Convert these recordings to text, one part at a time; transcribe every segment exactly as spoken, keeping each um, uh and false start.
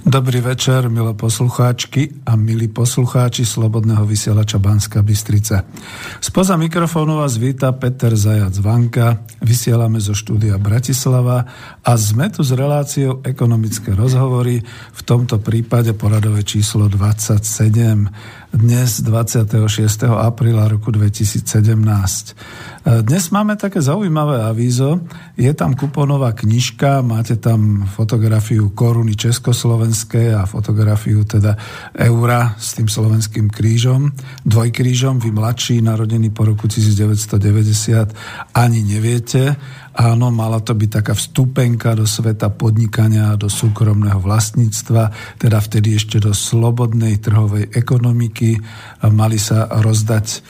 Dobrý večer, milé poslucháčky a milí poslucháči Slobodného vysielača Banská Bystrica. Spoza mikrofónu vás víta Peter Zajac Vanka, vysielame zo štúdia Bratislava a sme tu s reláciou Ekonomické rozhovory, v tomto prípade poradové číslo dvadsaťsedem, dnes dvadsiateho šiesteho apríla roku dvetisícsedemnásť. Dnes máme také zaujímavé avízo, je tam kuponová knižka, máte tam fotografiu koruny československej a fotografiu teda eura s tým slovenským krížom, dvojkrížom, vy mladší, narodení po roku devätnásťstodeväťdesiat, ani neviete. Áno, mala to byť taká vstupenka do sveta podnikania, do súkromného vlastníctva, teda vtedy ešte do slobodnej trhovej ekonomiky. Mali sa rozdať e,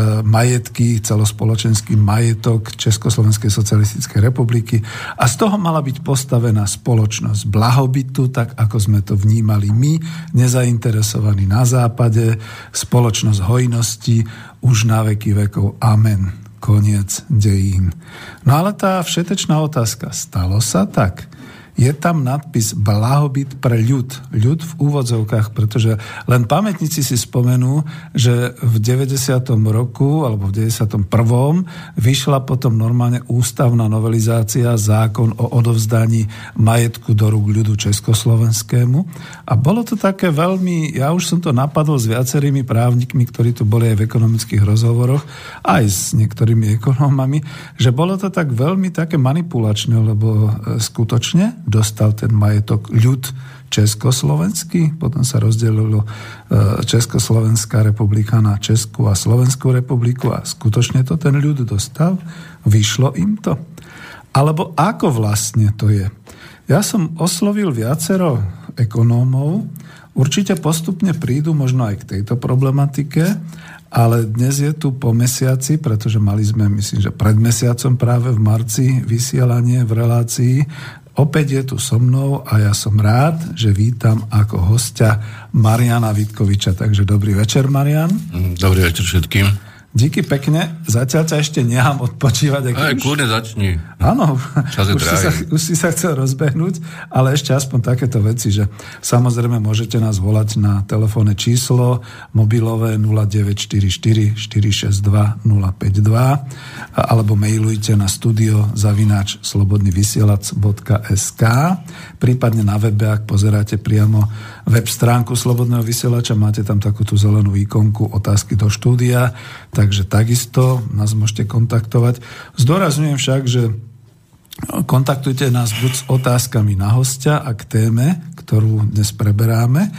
majetky, celospoločenský majetok Československej socialistickej republiky a z toho mala byť postavená spoločnosť blahobytu, tak ako sme to vnímali my, nezainteresovaní na západe, spoločnosť hojnosti už na veky vekov. Amen. Koniec dejín. No ale tá všetečná otázka, stalo sa tak? Je tam nadpis blahobyt pre ľud. Ľud v úvodzovkách, pretože len pamätníci si spomenú, že v deväťdesiatom roku alebo v deväťdesiatom prvom vyšla potom normálne ústavná novelizácia, zákon o odovzdaní majetku do rúk ľudu československému. A bolo to také veľmi, ja už som to napadol s viacerými právnikmi, ktorí tu boli aj v ekonomických rozhovoroch, aj s niektorými ekonómami, že bolo to tak veľmi také manipulačné, lebo skutočne dostal ten majetok ľud československý, potom sa rozdelilo Československá republika na Českú a Slovenskú republiku a skutočne to ten ľud dostal, vyšlo im to. Alebo ako vlastne to je? Ja som oslovil viacero ekonómov, určite postupne prídu možno aj k tejto problematike, ale dnes je tu po mesiaci, pretože mali sme, myslím, že pred mesiacom práve v marci vysielanie v relácii. Opäť je tu so mnou a ja som rád, že vítam ako hostia Mariana Vitkoviča. Takže dobrý večer, Marian. Dobrý večer všetkým. Díky pekne. Zatiaľ ťa ešte nechám odpočívať. Aj, už... kľudne začni. Áno, už si, sa, už si sa chcel rozbehnúť, ale ešte aspoň takéto veci, že samozrejme môžete nás volať na telefónne číslo mobilové nula deväť štyri štyri štyri šesť dva nula päť dva alebo mailujte na studio zavináč slobodnyvysielac bodka es ká, prípadne na webe, ak pozeráte priamo web stránku Slobodného vysielača, máte tam takú tú zelenú ikonku otázky do štúdia, takže takisto nás môžete kontaktovať. Zdôrazňujem však, že kontaktujte nás buď s otázkami na hostia a k téme, ktorú dnes preberáme.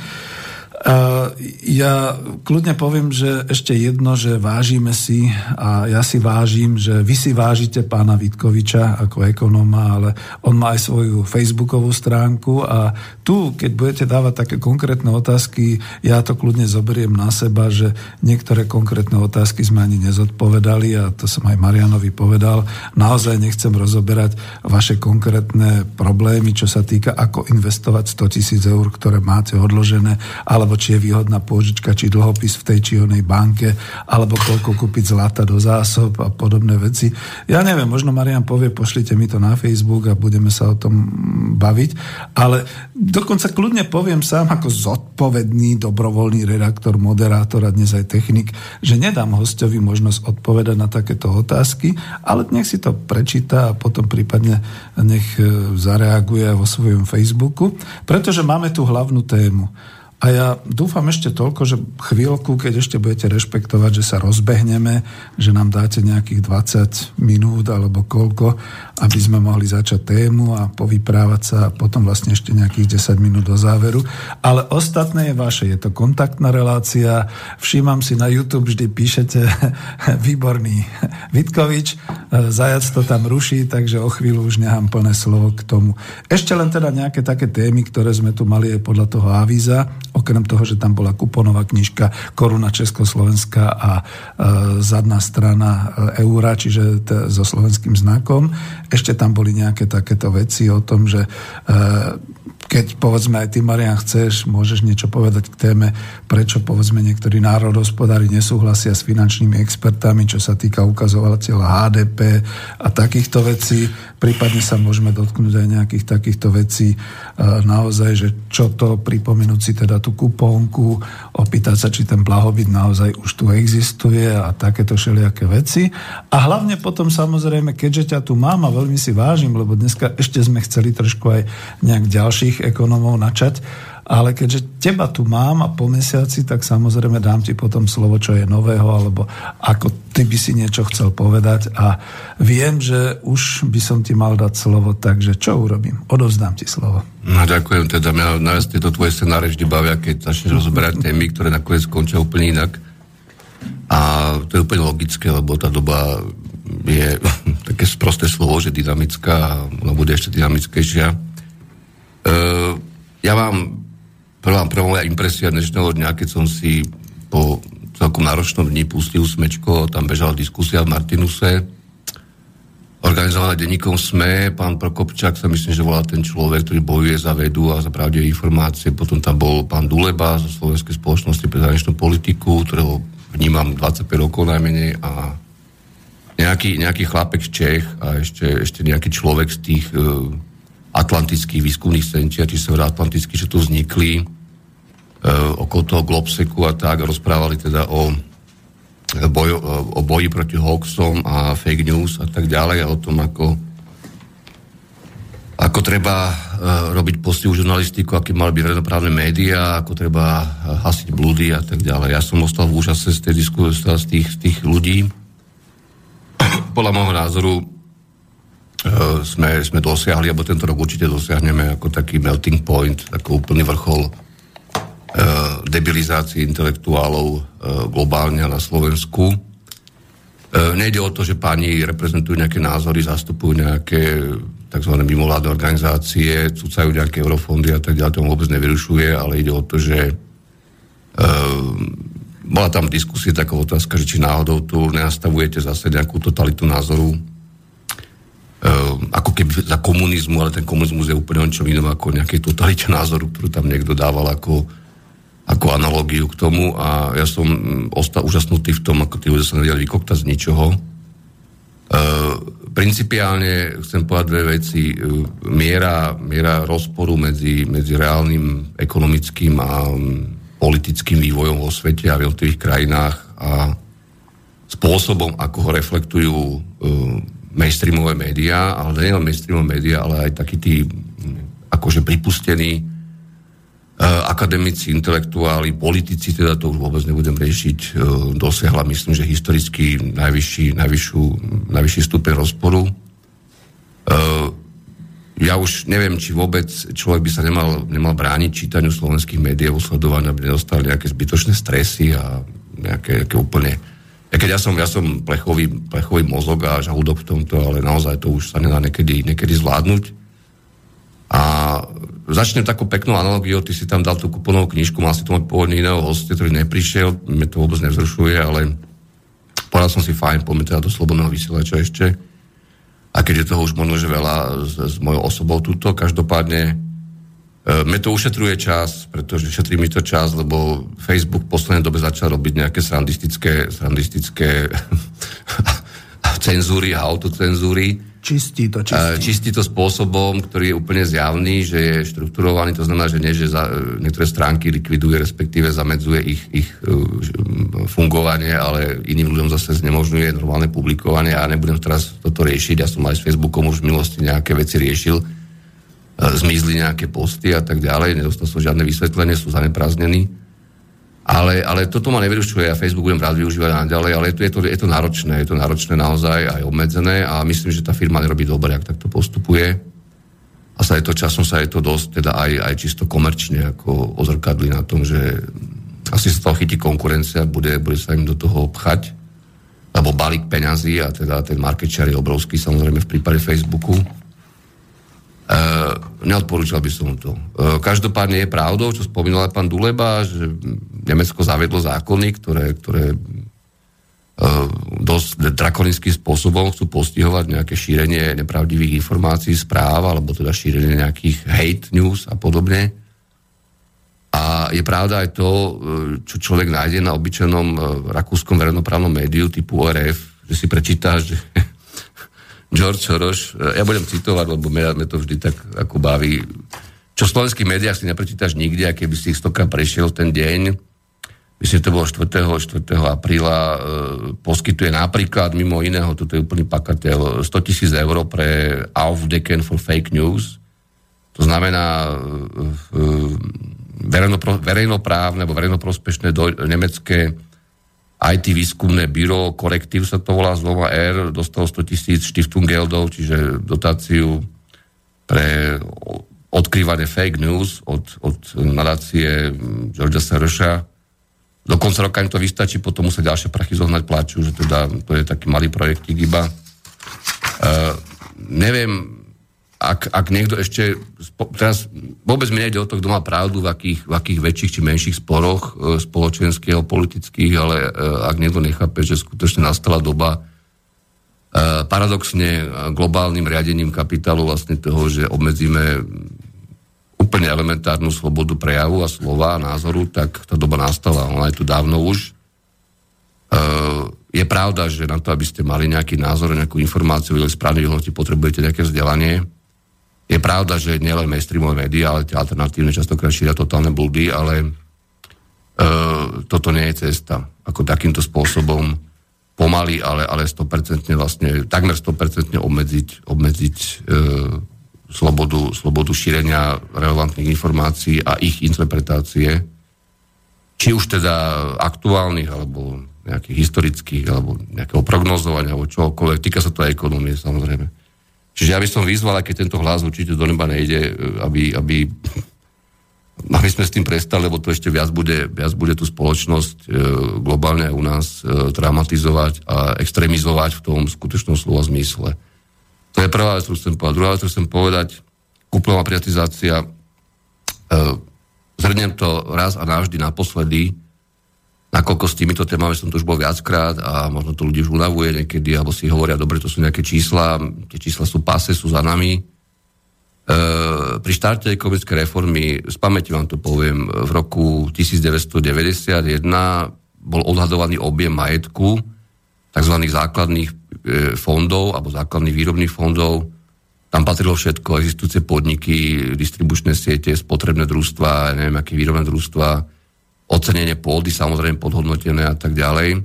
Ja kľudne poviem, že ešte jedno, že vážime si a ja si vážim, že vy si vážite pána Vitkoviča ako ekonóma, ale on má aj svoju facebookovú stránku a tu, keď budete dávať také konkrétne otázky, ja to kľudne zoberiem na seba, že niektoré konkrétne otázky sme ani nezodpovedali a to som aj Marianovi povedal. Naozaj nechcem rozoberať vaše konkrétne problémy, čo sa týka ako investovať stotisíc eur, ktoré máte odložené, ale alebo či je výhodná pôžička, či dlhopis v tej či onej banke, alebo koľko kúpiť zlata do zásob a podobné veci. Ja neviem, možno Marian povie, pošlite mi to na Facebook a budeme sa o tom baviť, ale dokonca kľudne poviem sám ako zodpovedný, dobrovoľný redaktor, moderátor a dnes aj technik, že nedám hostovi možnosť odpovedať na takéto otázky, ale nech si to prečíta a potom prípadne nech zareaguje vo svojom Facebooku, pretože máme tu hlavnú tému. A ja dúfam ešte toľko, že chvíľku, keď ešte budete rešpektovať, že sa rozbehneme, že nám dáte nejakých dvadsať minút alebo koľko, aby sme mohli začať tému a povyprávať sa a potom vlastne ešte nejakých desať minút do záveru. Ale ostatné je vaše, je to kontaktná relácia. Všímam si na YouTube, vždy píšete výborný Vitkovič, Zajac to tam ruší, takže o chvíľu už nechám plné slovo k tomu. Ešte len teda nejaké také témy, ktoré sme tu mali aj podľa toho avíza, okrem toho, že tam bola kuponová knižka Koruna Československá a e, zadná strana eura, čiže t- so slovenským znakom. Ešte tam boli nejaké takéto veci o tom, že e, keď povedzme aj ty, Marián, chceš, môžeš niečo povedať k téme, prečo povedzme niektorí národohospodári nesúhlasia s finančnými expertami, čo sa týka ukazovateľa há dé pé a takýchto vecí. Prípadne sa môžeme dotknúť aj nejakých takýchto vecí naozaj, že čo to, pripomenúť si teda tú kupónku, opýtať sa, či ten blahobyt naozaj už tu existuje a takéto všelijaké veci. A hlavne potom samozrejme, keďže ťa tu mám a veľmi si vážim, lebo dneska ešte sme chceli trošku aj nejak ďalších ekonomov načať, ale keďže teba tu mám a po mesiaci, tak samozrejme dám ti potom slovo, čo je nového, alebo ako ty by si niečo chcel povedať a viem, že už by som ti mal dať slovo, takže čo urobím? Odovzdám ti slovo. No ďakujem, teda mňa najviac tieto tvoje scenáre vždy bavia, keď začneš rozoberať témy, ktoré nakoniec skončia úplne inak. A to je úplne logické, lebo tá doba je také sprosté slovo, že dynamická a ona bude ešte dynamickejšia. Uh, ja vám prvá, prvá moja impresia dnešného dňa, keď som si po celkom náročnom dni pustil Smečko, tam bežala diskusia v Martinuse, organizovaná denníkom SME, pán Prokopčák sa myslím, že volá ten človek, ktorý bojuje za vedu a za pravdivé informácie, potom tam bol pán Duleba zo Slovenskej spoločnosti pre zahraničnú politiku, ktorého vnímam dvadsaťpäť rokov najmenej a nejaký, nejaký chlapek z Čech a ešte, ešte nejaký človek z tých uh, atlantických výskumných centier, či severoatlantických, že tu vznikli e, okolo toho Globseku a tak, rozprávali teda o, boj, o boji proti hoaxom a fake news a tak ďalej a o tom, ako, ako treba e, robiť poctivú žurnalistiku, aké mali byť verejnoprávne médiá, ako treba hasiť blúdy a tak ďalej. Ja som ostal v úžase z tej diskusie, z tých, z tých ľudí. Podľa môjho názoru Uh, sme, sme dosiahli, alebo tento rok určite dosiahneme ako taký melting point, ako úplný vrchol uh, debilizácie intelektuálov uh, globálne na Slovensku. Uh, nejde o to, že páni reprezentujú nejaké názory, zastupujú nejaké tzv. Mimovládne organizácie, cucajú nejaké eurofondy a tak ďalej, to vôbec nevyrušuje, ale ide o to, že uh, bola tam diskusia, taká otázka, že či náhodou tu nenastavujete zase nejakú totalitu názoru, Uh, ako keby za komunizmu, ale ten komunizmus je úplne niečo inom ako nejakej totalite názoru, ktorú tam niekto dával ako, ako analogiu k tomu a ja som ostal úžasnutý v tom, ako tí ľudia sa nevedeli vykoktať z ničoho. Uh, principiálne chcem povedať dve veci. Uh, miera, miera rozporu medzi, medzi reálnym ekonomickým a um, politickým vývojom vo svete a v jednotlivých krajinách a spôsobom, ako ho reflektujú uh, mainstreamové médiá, ale nie len mainstreamové médiá, ale aj takí tí akože pripustení uh, akademici, intelektuáli, politici, teda to už vôbec nebudem riešiť, uh, dosiahla, myslím, že historicky najvyšší, najvyššiu, najvyšší stupeň rozporu. Uh, ja už neviem, či vôbec človek by sa nemal, nemal brániť čítaniu slovenských médií, usledovania, aby nedostal nejaké zbytočné stresy a nejaké, nejaké úplne. Ja keď ja som, ja som plechový, plechový mozog a žalúdok v tomto, ale naozaj to už sa nedá niekedy, niekedy zvládnuť. A začnem takú peknú analogiu, ty si tam dal tú kuponovú knižku, mal si to mať pôvodne iného hostia, ktorý neprišiel, mne to vôbec nevzrušuje, ale povedal som si fajn, poďme teda do slobodného vysielača ešte. A keď je toho už možno, že veľa s, s mojou osobou túto, každopádne mne to ušetruje čas, pretože šetrí mi to čas, lebo Facebook v poslednej dobe začal robiť nejaké srandistické, srandistické cenzúry a autocenzúry. Čistí to, čistí. Čistí to spôsobom, ktorý je úplne zjavný, že je štrukturovaný, to znamená, že nie, že za, niektoré stránky likviduje, respektíve zamedzuje ich, ich fungovanie, ale iným ľuďom zase znemožňuje normálne publikovanie. Ja nebudem teraz toto riešiť, ja som aj s Facebookom už v minulosti nejaké veci riešil, zmizli nejaké posty a tak ďalej, nedostal som žiadne vysvetlenie, sú zaneprázdnení. Ale, ale toto ma nevyrušuje, ja Facebook budem rád využívať naďalej, ale je to, je, to, je to náročné, je to náročné naozaj aj obmedzené a myslím, že tá firma nerobí dobre, ak takto postupuje. A sa je to časom sa je to dosť, teda aj, aj čisto komerčne ako ozrkadli na tom, že asi sa toho chytí konkurencia, bude, bude sa im do toho pchať, lebo balík peňazí a teda ten market share je obrovský, samozrejme v prípade Facebooku. Uh, neodporúčal by som to. Uh, každopádne je pravdou, čo spomínal aj pán Duleba, že Nemecko zaviedlo zákony, ktoré, ktoré dosť drakonickým spôsobom chcú postihovať nejaké šírenie nepravdivých informácií, správ, alebo teda šírenie nejakých hate news a podobne. A je pravda aj to, čo človek nájde na obyčajnom rakúskom verejnoprávnom médiu typu ó er ef, že si prečítáš, že George Soros, ja budem citovať, lebo mňa to vždy tak ako baví, čo v slovenských médiách si neprečítaš nikde, a keby si ich stokrát prešiel ten deň, myslím, to bolo štvrtého apríla, e, poskytuje napríklad, mimo iného, toto je úplný pakateľ, sto tisíc eur pre Aufdecken for Fake News. To znamená e, verejnopro, verejnoprávne alebo verejnoprospešné do, nemecké í té výskumné byró, Korektív sa to volá, z dvoma R, dostalo sto tisíc Stiftung Geldov, čiže dotáciu pre odkrývanie fake news od, od nadácie Georgea Sorosa. Do konca roka im to vystačí, potom musia ďalšie prachy zohnať, plaču, že teda to je taký malý projektík iba. Uh, neviem, ak, ak niekto ešte, teraz vôbec mi nejde o to, kto má pravdu, v akých, v akých väčších či menších sporoch uh, spoločenských a politických, ale uh, ak niekto nechápe, že skutočne nastala doba uh, paradoxne globálnym riadením kapitálu vlastne toho, že obmedzíme úplne elementárnu slobodu prejavu a slova a názoru, tak tá doba nastala. Ona je tu dávno už. E, je pravda, že na to, aby ste mali nejaký názor, nejakú informáciu, vedeli správne vyhodnotiť, potrebujete nejaké vzdelanie. Je pravda, že nielen mainstreamové médiá, ale tie alternatívne častokrát šíria totálne blúdy, ale e, toto nie je cesta. Ako takýmto spôsobom pomaly, ale, ale sto percent vlastne, takmer sto percent obmedziť, obmedziť e, slobodu, slobodu šírenia relevantných informácií a ich interpretácie, či už teda aktuálnych, alebo nejakých historických, alebo nejakého prognozovania, alebo čokoľvek. Týka sa to aj ekonomie, samozrejme. Čiže ja by som vyzval, aj keď tento hlas určite do neba nejde, aby, aby, aby sme s tým prestali, lebo to ešte viac bude, viac bude tú spoločnosť e, globálne aj u nás e, traumatizovať a extrémizovať v tom skutočnom slova zmysle. To je prvá vec, ktorú chcem povedať. Druhá vec, ktorú chcem povedať, kúplová privatizácia. E, zhrniem to raz a navždy naposledy, nakoľko s týmito témami som tu už bol viackrát a možno to ľudí už unavuje niekedy, alebo si hovoria, dobre, to sú nejaké čísla, tie čísla sú pase, sú za nami. E, pri štarte ekonomickej reformy, z pamäti vám to poviem, v roku devätnásťstodeväťdesiatjeden bol odhadovaný objem majetku tzv. Základných fondov alebo základných výrobných fondov. Tam patrilo všetko, existujúce podniky, distribučné siete, spotrebné družstva, neviem, aké výrobné družstva, ocenenie pôdy, samozrejme podhodnotené a tak ďalej.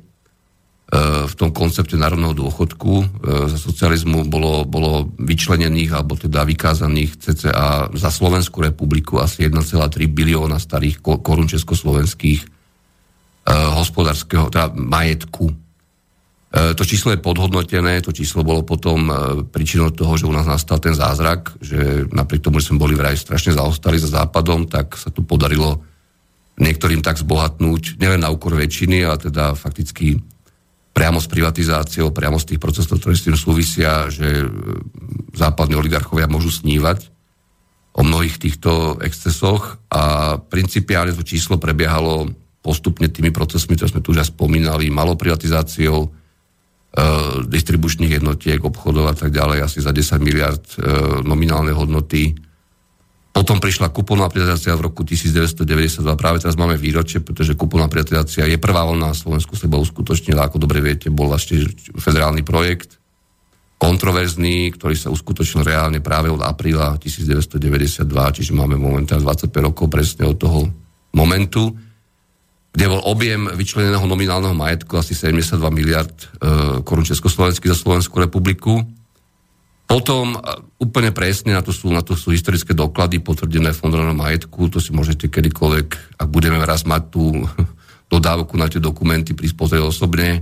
V tom koncepte národného dôchodku za socializmu bolo, bolo vyčlenených alebo teda vykázaných cca za Slovenskú republiku asi jeden celá tri bilióna starých korún československých hospodárskeho, teda majetku. To číslo je podhodnotené, to číslo bolo potom príčinou toho, že u nás nastal ten zázrak, že napriek tomu, že sme boli vraj strašne zaostali za západom, tak sa tu podarilo niektorým tak zbohatnúť, nielen na úkor väčšiny, ale teda fakticky priamo s privatizáciou, priamo z tých procesov, ktoré s tým súvisia, že západní oligarchovia môžu snívať o mnohých týchto excesoch a principiálne to číslo prebiehalo postupne tými procesmi, ktoré sme tu už spomínali, malou privatizáciou, distribučných jednotiek, obchodov a tak ďalej, asi za desať miliard e, nominálnej hodnoty. Potom prišla kuponová privatizácia v roku devätnásťstodeväťdesiatdva. Práve teraz máme výročie, pretože kuponová privatizácia je prvá voľná na Slovensku, seba uskutočnila, ako dobre viete, bol vlastne federálny projekt, kontroverzný, ktorý sa uskutočnil reálne práve od apríla devätnásťstodeväťdesiatdva, čiže máme momentálne dvadsaťpäť rokov presne od toho momentu, kde bol objem vyčleneného nominálneho majetku asi sedemdesiatdva miliard e, korún československých za Slovenskú republiku. Potom úplne presne, na to sú, na to sú historické doklady potvrdené fondového majetku, to si môžete kedykoľvek, ak budeme raz mať tú dodávku na tie dokumenty, prísť pozrieť osobne. E,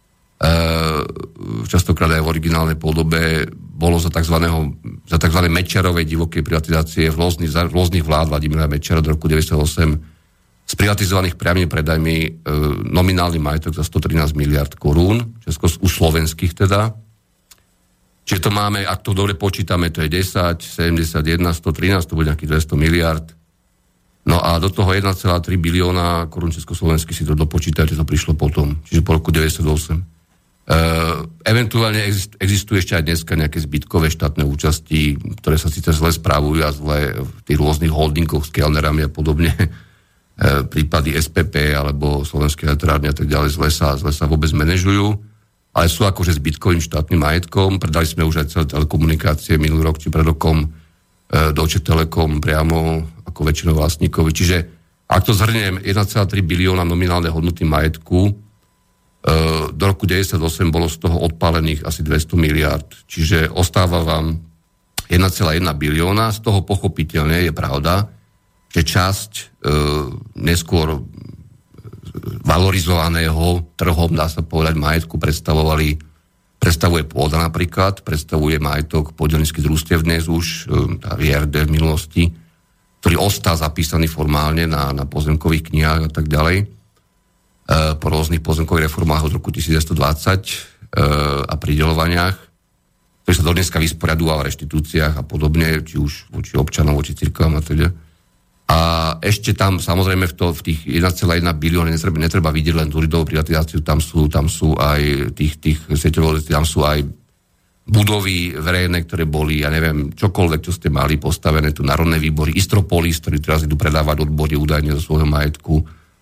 častokrát aj v originálnej podobe bolo za tzv. za tzv. Mečiarovej divokej privatizácie v rôznych, v rôznych vlád Vladimíra Mečiara do roku deväťdesiatosem z privatizovaných priamými predajmi e, nominálny majetok za stotrinásť miliard korún, česko, už slovenských teda. Čiže to máme, ak to dobre počítame, to je desať, sedemdesiatjeden, stotrinásť, to bude nejakých dvesto miliard. No a do toho jeden celá tri bilióna korún československých si to dopočítajte, to prišlo potom, čiže po roku deväťdesiatosem. eventuálne existuje ešte aj dneska nejaké zbytkové štátne účasti, ktoré sa síce zle správujú a zle v tých rôznych holdingoch s Kellnerami a podobne, prípady es pé pé alebo Slovenské elektrárne a tak ďalej, zle sa, zle sa vôbec manažujú, ale sú akože zbytkovým štátnym majetkom. Predali sme už aj celé telekomunikácie minulý rok či pred rokom Deutsche Telekom priamo ako väčšinou vlastníkovi. Čiže ak to zhrniem, jeden celá tri bilióna nominálnej hodnoty majetku, do roku deväťdesiatosem bolo z toho odpálených asi dvesto miliárd. Čiže ostáva vám jeden celá jeden bilióna. Z toho pochopiteľne je pravda, že časť e, neskôr valorizovaného trhom, dá sa povedať, majetku predstavovali, predstavuje pôda napríklad, predstavuje majetok podielnických družstiev dnes už, e, tá vé er dé v minulosti, ktorý ostal zapísaný formálne na, na pozemkových knihách a tak ďalej, po rôznych pozemkových reformách od roku devätnásťstodvadsať a prideľovaniach, ktorý sa dodneska vysporiadoval v reštitúciách a podobne, či už voči občanom, voči cirkvám a teda. A ešte tam samozrejme v, to, v tých jeden celá jeden bilióna netreba, netreba vidieť len Dzuridovú privatizáciu, tam sú, tam sú aj tých, tých sieťových, tam sú aj budovy verejné, ktoré boli, ja neviem, čokoľvek, čo ste mali postavené, tu národné výbory, Istropolis, ktorí teraz idú predávať odbory údajne zo svojho majetku,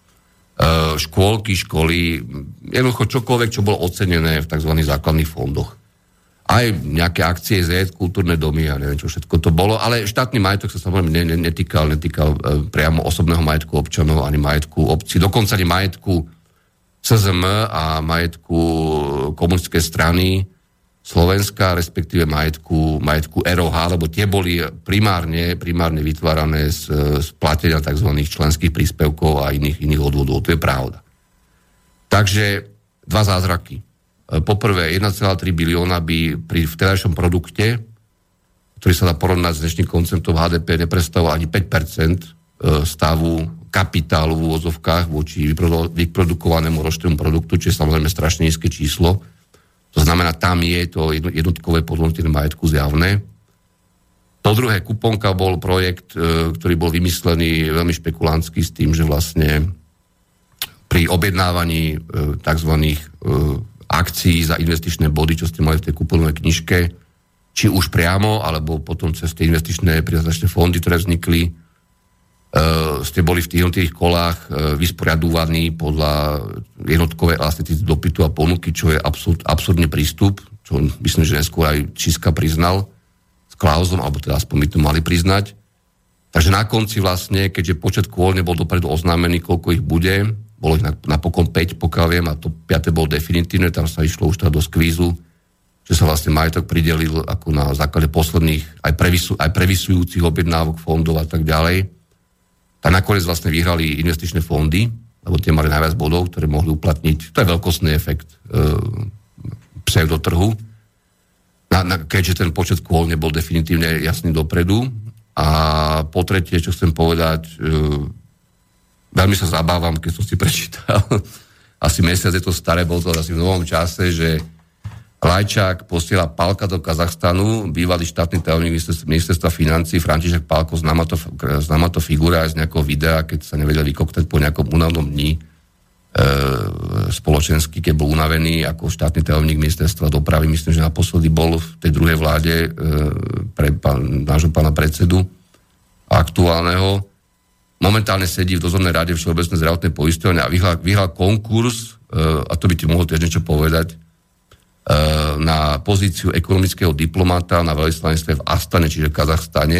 škôlky, školy, jednoducho čokoľvek, čo bolo ocenené v tzv. Základných fondoch. Aj nejaké akcie zet, kultúrne domy a neviem, čo všetko to bolo, ale štátny majetok sa samozrejme netýkal, netýkal priamo osobného majetku občanov, ani majetku obcí, dokonca ani majetku es zet em a majetku komunistickej strany Slovenska, respektíve majetku, majetku er ó há, lebo tie boli primárne, primárne vytvárané z, z platenia tzv. Členských príspevkov a iných, iných odvodov. To je pravda. Takže dva zázraky. Poprvé, jeden celá tri bilióna by pri vtedajšom produkte, ktorý sa dá porovnať s dnešným konceptom há dé pé, nepredstavoval ani päť percent stavu kapitálu v úvodzovkách voči vyprodukovanému ročnému produktu, čo je samozrejme strašne nízke číslo. To znamená, tam je to jednotkové podhodnotenie majetku zjavné. Po druhé, kuponka bol projekt, ktorý bol vymyslený veľmi špekulantsky s tým, že vlastne pri objednávaní tzv. Akcií za investičné body, čo ste mali v tej kuponovej knižke, či už priamo, alebo potom cez tie investičné privatizačné fondy, ktoré vznikli, ste boli v tých jednotlivých kolách vysporiadúvaní podľa jednotkovej elasticity dopytu a ponuky, čo je absurd, absurdný prístup, čo myslím, že neskôr aj Čiska priznal s Klausom, alebo teda aspoň my to mali priznať. Takže na konci vlastne, keďže počet kôl nebol dopredu oznámený, koľko ich bude, bolo ich napokon päť, pokiaľ viem, a to piate bolo definitívne, tam sa išlo už teda do skvízu, že sa vlastne majetok pridelil ako na základe posledných aj, previsu, aj previsujúcich objednávok fondov a tak ďalej. A nakoniec vlastne vyhrali investičné fondy, lebo tie mali najviac bodov, ktoré mohli uplatniť. To je veľkostný efekt e, pseudotrhu. Na, na, keďže ten počet kôl nebol definitívne jasný dopredu. A po tretie, čo chcem povedať, e, veľmi sa zabávam, keď som si prečítal, asi mesiac je to staré, bol to asi v novom čase, že Lajčák posiela Pálka do Kazachstanu, bývalý štátny tajomník ministerstva financií František Pálko, známa to, známa to figura aj z nejakého videa, keď sa nevedel vykoktať po nejakom únavnom dni e, spoločenský, keď bol unavený ako štátny tajomník ministerstva dopravy. Myslím, že naposledy bol v tej druhej vláde e, pre pán, nášho pána predsedu aktuálneho. Momentálne sedí v dozornej rade Všeobecnej zdravotnej poisťovne a vyhral, vyhral konkurs, e, a to by ti mohol tiež niečo povedať, na pozíciu ekonomického diplomata na veľvyslanectve v Astane, čiže v Kazachstane,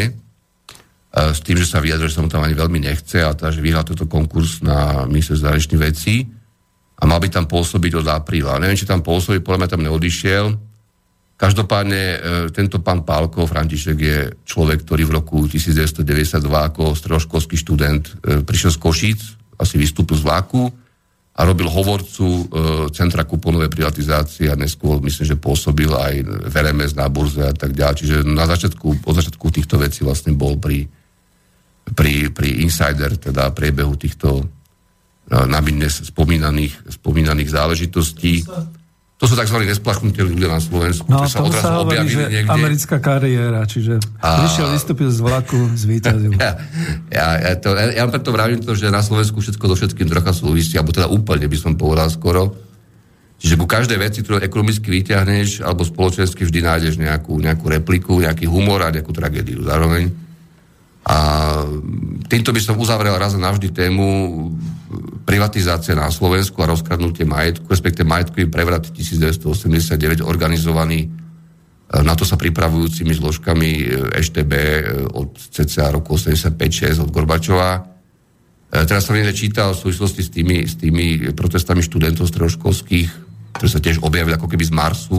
s tým, že sa vyjadril, že sa mu tam ani veľmi nechce a takže vyhral tento konkurs na ministerstve zahraničných vecí a mal by tam pôsobiť od apríla. Neviem, či tam pôsobí, podľa mňa tam neodišiel. Každopádne tento pán Pálko, František, je človek, ktorý v roku devätnásťstodeväťdesiatdva ako stredoškolský študent prišiel z Košíc, asi vystúpil z vlaku a robil hovorcu e, Centra kuponovej privatizácie a neskôr myslím, že pôsobil aj v er em es na burze a tak ďalej. Čiže na začiatku, od začiatku týchto vecí vlastne bol pri, pri, pri insider, teda priebehu týchto e, nami dnes spomínaných, spomínaných záležitostí. To sú tzv. Nesplachnuté ľudia na Slovensku, no, ktorí sa odrazu sa hovorí, objavili niekde. Americká kariéra, čiže a... prišiel, vystúpil z vlaku, zvíťazil. Ja, ja, ja, to, ja, ja preto vravím to, že na Slovensku všetko do všetkým trocha súvisí, alebo teda úplne by som povedal skoro. Čiže ku každej veci, ktorú ekonomicky vyťahneš, alebo spoločensky vždy nájdeš nejakú, nejakú repliku, nejaký humor a nejakú tragédiu zároveň. A týmto by som uzavrel raz a navždy tému privatizácia na Slovensku a rozkradnutie majetku, respektive majetkový prevrat devätnásťstoosemdesiatdeväť organizovaný na to sa pripravujúcimi zložkami eš té bé od cca roku osemdesiatpäť šesť od Gorbačova. Teraz som niekde čítal v súvislosti s tými, s tými protestami študentov stredoškolských, ktoré sa tiež objavili ako keby z Marsu,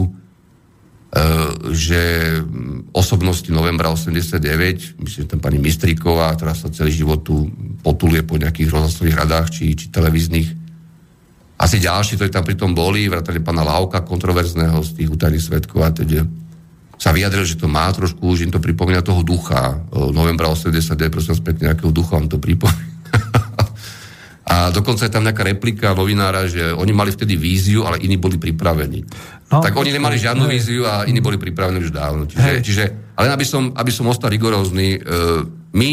že osobnosti novembra osemdesiatdeväť, myslím, že tam pani Mistríková, ktorá sa celý život tu potuluje po nejakých rozhlasových radách či, či televíznych. Asi ďalší, ktorí tam pritom boli, vrátane pána Lauka, kontroverzného z tých utajených svedkov a teda sa vyjadril, že to má trošku, že im to pripomína toho ducha novembra osemdesiatdeväť, prosím vás pekne, nejakého ducha vám to pripomína. A dokonca je tam nejaká replika novinára, že oni mali vtedy víziu, ale iní boli pripravení. No, tak oni nemali žiadnu hej. víziu a iní boli pripravení už dávno. Čiže, čiže, ale aby som, aby som ostal rigorózny, my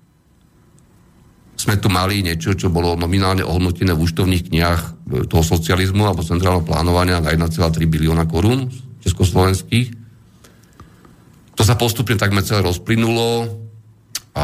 sme tu mali niečo, čo bolo nominálne ohodnotené v účtovných knihách toho socializmu alebo centrálneho plánovania na jeden celá tri bilióna korún československých. To sa postupne takmer celé rozplynulo a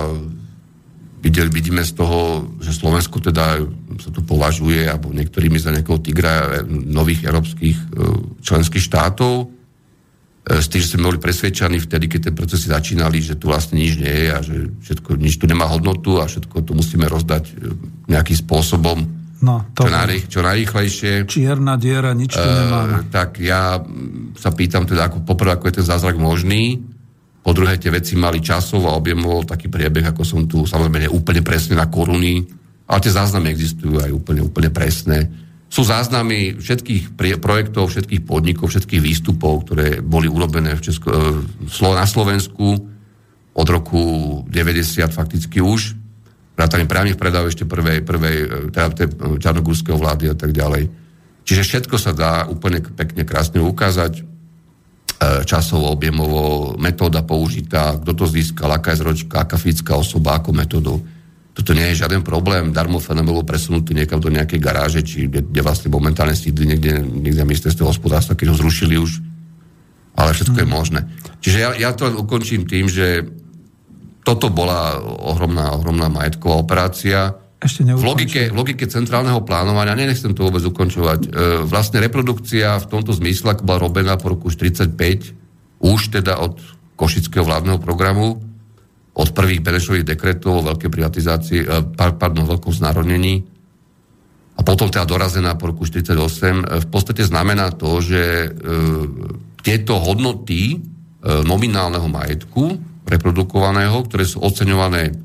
Videli, vidíme z toho, že Slovensko teda sa tu považuje, alebo niektorými za nejakého tigra nových európskych členských štátov. S tým, že sme boli presvedčaní vtedy, keď tie procesy začínali, že tu vlastne nič nie je a že všetko, nič tu nemá hodnotu a všetko tu musíme rozdať nejakým spôsobom no, čo, najrých, čo najrýchlejšie. Čierna diera, nič tu nemá. E, tak ja sa pýtam teda, ako, poprvé, ako je ten zázrak možný. Po druhé, tie veci mali časov a objemoval taký priebeh, ako som tu, samozrejme, úplne presne na koruny, ale tie záznamy existujú aj úplne, úplne presné. Sú záznamy všetkých projektov, všetkých podnikov, všetkých výstupov, ktoré boli urobené v Česko, na Slovensku od roku deväťdesiat fakticky už. Vrátane priamych predajov ešte prvej, prvej teda čarnogórskej vlády a tak ďalej. Čiže všetko sa dá úplne pekne, krásne ukázať. Časovo, objemovo, metóda použitá, kto to získal, aká je zročka, aká fyzická osoba, ako metódou. Toto nie je žiaden problém. Darmo fenomén bol presunutý niekam do nejakej garáže, či kde, kde vlastne momentálne sídli niekde, niekde na ministerstve hospodárstva, keď ho zrušili už. Ale všetko hmm. je možné. Čiže ja, ja to ukončím tým, že toto bola ohromná, ohromná majetková operácia. Ešte v logike, v logike centrálneho plánovania, nechcem to vôbec ukončovať, e, vlastne reprodukcia v tomto zmysle bola robená po roku štyridsaťpäť, už teda od košického vládneho programu, od prvých Benešových dekretov o veľkej privatizácii, e, pardon, veľkom znárodnení a potom teda dorazená po roku štyridsaťosem, e, v podstate znamená to, že e, tieto hodnoty e, nominálneho majetku reprodukovaného, ktoré sú oceňované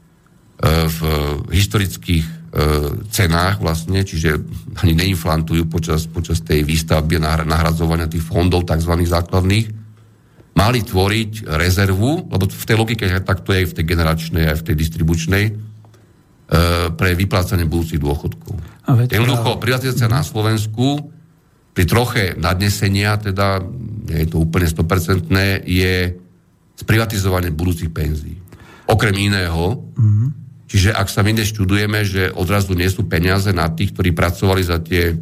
v historických cenách vlastne, čiže ani neinflantujú počas, počas tej výstavby a nahradzovania tých fondov tzv. Základných, mali tvoriť rezervu, lebo v tej logike takto je aj v tej generačnej, aj v tej distribučnej, pre vyplácanie budúcich dôchodkov. Jednoducho, privatizácia na Slovensku pri troche nadnesenia, teda nie je to úplne sto percent, je sprivatizovanie budúcich penzií. Okrem iného, mm-hmm. Čiže ak sa my študujeme, že odrazu nie sú peniaze na tých, ktorí pracovali za tie e,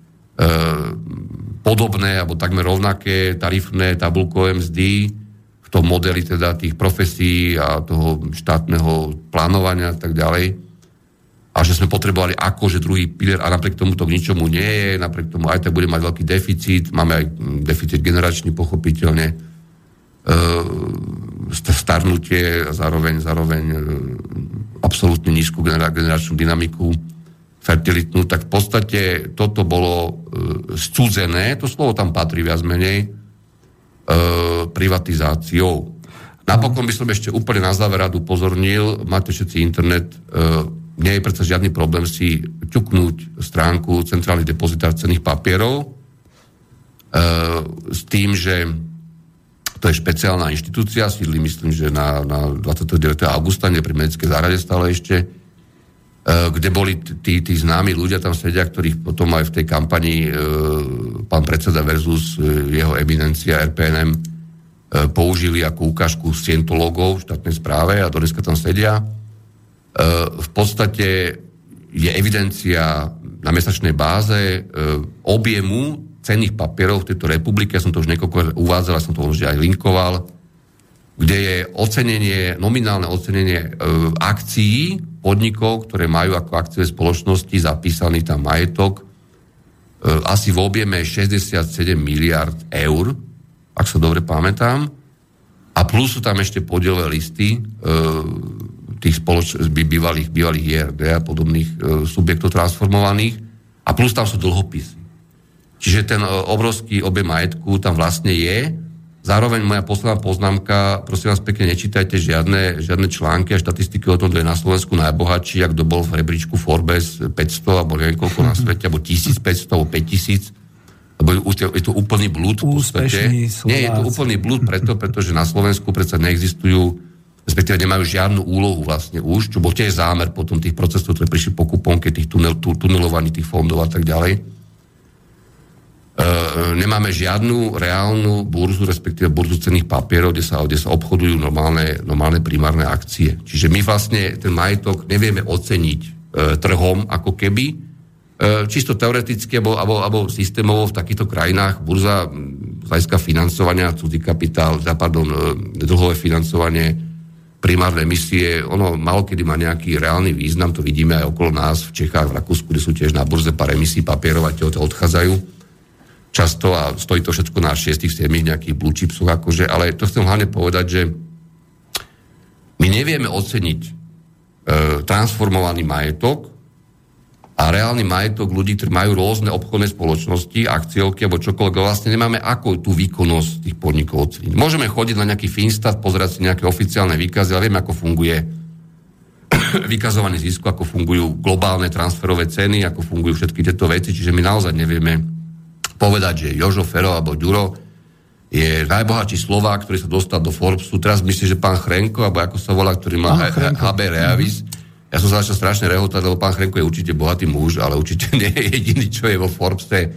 podobné alebo takmer rovnaké tarifné tabulkové mzdy v tom modeli teda tých profesí a toho štátneho plánovania a tak ďalej. A že sme potrebovali akože druhý pilier a napriek tomu to k ničomu nie je, napriek tomu aj tak bude mať veľký deficit, máme aj deficit generačný pochopiteľne, starnutie a zároveň, zároveň absolútne nízku generačnú dynamiku, fertilitnú, tak v podstate toto bolo scúdzené, to slovo tam patrí viac menej, privatizáciou. Napokon by som ešte úplne na záver rád upozornil, máte všetci internet, nie je predsa žiadny problém si ťuknúť stránku Centrálny depozitár cenných papierov s tým, že to je špeciálna inštitúcia, sídli myslím, že na, na dvadsiateho deviateho augusta, nie pri Medickej záhrade stále ešte, kde boli tí, tí známi ľudia tam sedia, ktorých potom aj v tej kampani pán predseda versus jeho eminencia er pé en em použili ako ukážku scientológov v štátnej správe a dneska tam sedia. V podstate je evidencia na mesačnej báze objemu cenných papierov v tejto republike, ja som to už niekoľko uvádzal, ja som to už aj linkoval, kde je ocenenie, nominálne ocenenie e, akcií podnikov, ktoré majú ako akciové spoločnosti zapísaný tam majetok, e, asi v objeme šesťdesiatsedem miliárd eur, ak sa dobre pamätám. A plus sú tam ešte podielové listy e, tých spoloč- bývalých, bývalých í er dé a podobných e, subjektov transformovaných. A plus tam sú dlhopisy. Čiže ten e, obrovský objem majetku tam vlastne je. Zároveň moja posledná poznámka, prosím vás pekne, nečítajte žiadne, žiadne články a štatistiky o tom, kto je na Slovensku najbohatší, ak kto bol v rebríčku Forbes päťsto, alebo neviem koľko na svete, alebo tisícpäťsto, alebo päťtisíc, lebo je to úplný blúd v podstate. Nie, je to úplný blúd preto, pretože na Slovensku predsa neexistujú, respektíve nemajú žiadnu úlohu vlastne už, čo bol tiež zámer potom tých procesov, ktoré prišli po kuponke, tých tunel, tunelovaní tých fondov a tak ďalej. Uh, nemáme žiadnu reálnu burzu, respektíve burzu cenných papierov, kde sa, kde sa obchodujú normálne, normálne primárne akcie. Čiže my vlastne ten majetok nevieme oceniť uh, trhom ako keby. Uh, čisto teoreticky alebo, alebo, alebo systémovo v takýchto krajinách burza z hľadiska financovania, cudzí kapitál, pardon, uh, dlhové financovanie, primárne emisie, ono malokedy má nejaký reálny význam, to vidíme aj okolo nás v Čechách, v Rakúsku, kde sú tiež na burze pár emisí papierov a tie odchádzajú často a stojí to všetko na šesť sedem nejakých blue chipsoch, akože, ale to chcem hlavne povedať, že my nevieme oceniť e, transformovaný majetok a reálny majetok ľudí, ktorí majú rôzne obchodné spoločnosti, akciovky alebo čokoľvek, vlastne nemáme ako tú výkonnosť tých podnikov oceniť. Môžeme chodiť na nejaký Finstat, pozerať si nejaké oficiálne výkazy, ale vieme, ako funguje vykazovanie zisku, ako fungujú globálne transferové ceny, ako fungujú všetky tieto veci, čiže my naozaj nevieme povedať, že Jožo Fero alebo Ďuro je najbohatší Slovák, ktorý sa dostal do Forbesu. Teraz myslím, že pán Chrenko, alebo ako sa volá, ktorý má há bé Reavis. Ja som sa začal strašne rehotať, lebo pán Chrenko je určite bohatý muž, ale určite nie je jediný, čo je vo Forbese e,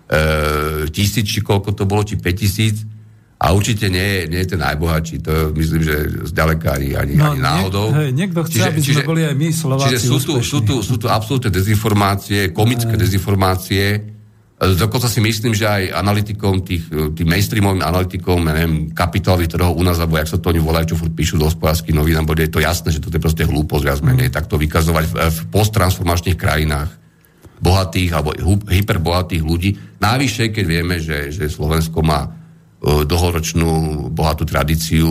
tisíc, či koľko to bolo, či päťtisíc. A určite nie je, nie je ten najbohatší. To myslím, že zďaleka ani, ani, no, ani náhodou. Nie, hej, niekto chce, čiže, aby sme čiže, boli aj my Slováci čiže sú tu, sú, tu, sú tu absolútne dezinformácie, komické dezinformácie. Dokonca si myslím, že aj analytikom, tých, tým mainstreamovým analytikom, ja neviem, kapitálových trhov u nás, alebo jak sa to oni volajú, čo furt píšu do hospodárskych novín, bude to jasné, že to je proste hlúposť, viac menej, tak to vykazovať v, v posttransformačných krajinách bohatých alebo hyperbohatých ľudí. Navyše, keď vieme, že, že Slovensko má dlhoročnú bohatú tradíciu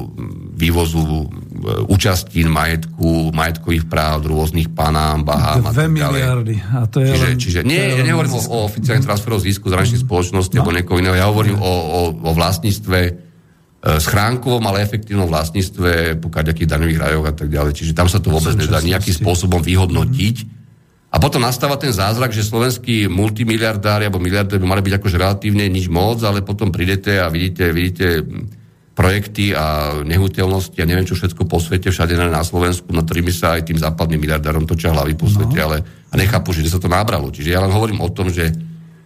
vývozu účastín majetku, majetkových práv od rôznych panám, bahám a tak ďalej. dve miliardy. A to je čiže, len, čiže nie, ja nehovorím o, o oficiálnych transferoch zisku zahraničnej spoločnosti no. alebo niekoho iného. Ja hovorím o, o, o vlastníctve e, schránkovom, ale efektívnom vlastníctve po kaďakých daňových rajoch a tak ďalej. Čiže tam sa to vôbec nedá nejakým spôsobom vyhodnotiť. A potom nastáva ten zázrak, že slovenskí multimiliardári alebo miliardári by mali byť akože relatívne nič moc, ale potom prídete a vidíte, vidíte projekty a nehnuteľnosti a neviem čo všetko po svete, všade na Slovensku, na ktorými sa aj tým západným miliardárom točia hlavy po svete, no. ale a nechápu, že sa to nabralo. Čiže ja len hovorím o tom, že e,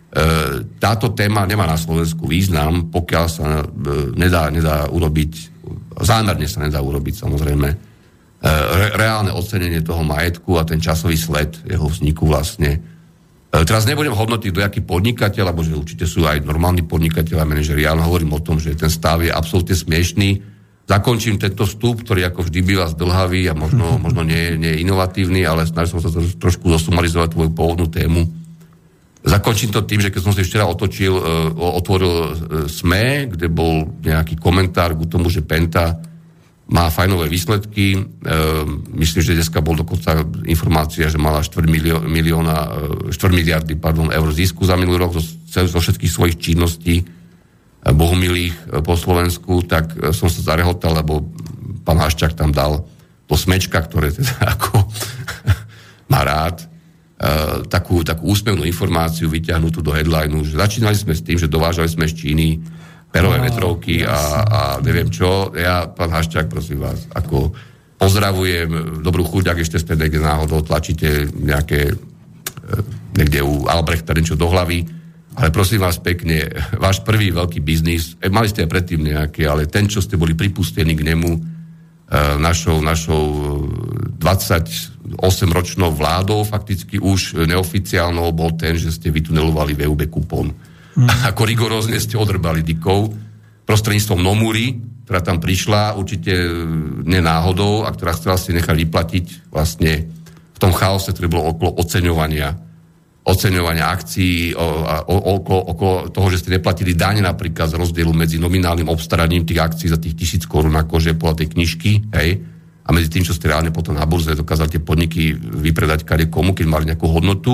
táto téma nemá na Slovensku význam, pokiaľ sa e, nedá, nedá urobiť, zámerne sa nedá urobiť samozrejme, Re, reálne ocenenie toho majetku a ten časový sled jeho vzniku vlastne. E, teraz nebudem hodnotiť, kto aký podnikateľ, alebo že určite sú aj normálni podnikatelia a manažeri. Ja hovorím o tom, že ten stav je absolútne smiešný. Zakončím tento vstup, ktorý ako vždy býva zdĺhavý a možno, možno nie, nie je inovatívny, ale snažil som sa to trošku zosumarizovať tvoju pôvodnú tému. Zakončím to tým, že keď som si včera otočil, e, otvoril e, es em e, kde bol nejaký komentár k tomu, že Penta má fajnové výsledky. E, myslím, že dneska bol dokonca informácia, že mala štvrť milióna, štvrť miliardy pardon, eur zisku za minulý rok zo, zo všetkých svojich činností bohumilých po Slovensku, tak som sa zarehotal, lebo pán Haščák tam dal do smečka, ktoré teda ako má rád, e, takú, takú úsmevnú informáciu vyťahnutú do headlineu, že začínali sme s tým, že dovážali sme z Číny perové vetrovky a, a neviem čo. Ja, pán Haščák, prosím vás, ako pozdravujem, dobrú chuť, ak ešte ste niekde náhodou tlačíte nejaké, niekde u Albrechta niečo do hlavy, ale prosím vás pekne, váš prvý veľký biznis, mali ste aj predtým nejaké, ale ten, čo ste boli pripustení k nemu, našou, našou dvadsaťosemročnou vládou, fakticky už neoficiálnou, bol ten, že ste vytunelovali vé ú bé kupón. Mm. Ako rigorózne ste odrbali dykov prostredníctvom Nomúry, ktorá tam prišla určite nenáhodou a ktorá chcela si nechať vyplatiť vlastne v tom chaose, ktorý bolo okolo oceňovania, oceňovania akcií, o, o, okolo, okolo toho, že ste neplatili dáne napríklad z rozdielu medzi nominálnym obstaraním tých akcií za tých tisíc korún, akože podľa tej knižky, hej, a medzi tým, čo ste reálne potom na burze dokázali tie podniky vypredať kade komu, keď mali nejakú hodnotu.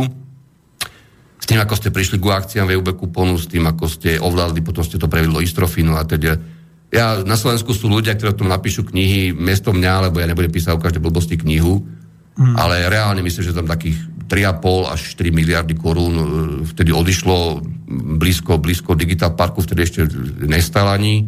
S tým, ako ste prišli ku akciám vé ú bé kupónu, s tým, ako ste ovládli, potom ste to prevedlo Istrofinu a teda. Ja, na Slovensku sú ľudia, ktorí o tom napíšu knihy miesto mňa, lebo ja nebudem písať o každej blbosti knihu, mm. ale reálne myslím, že tam takých tri a pol až štyri miliardy korún vtedy odišlo blízko, blízko Digital Parku, vtedy ešte nestal ani.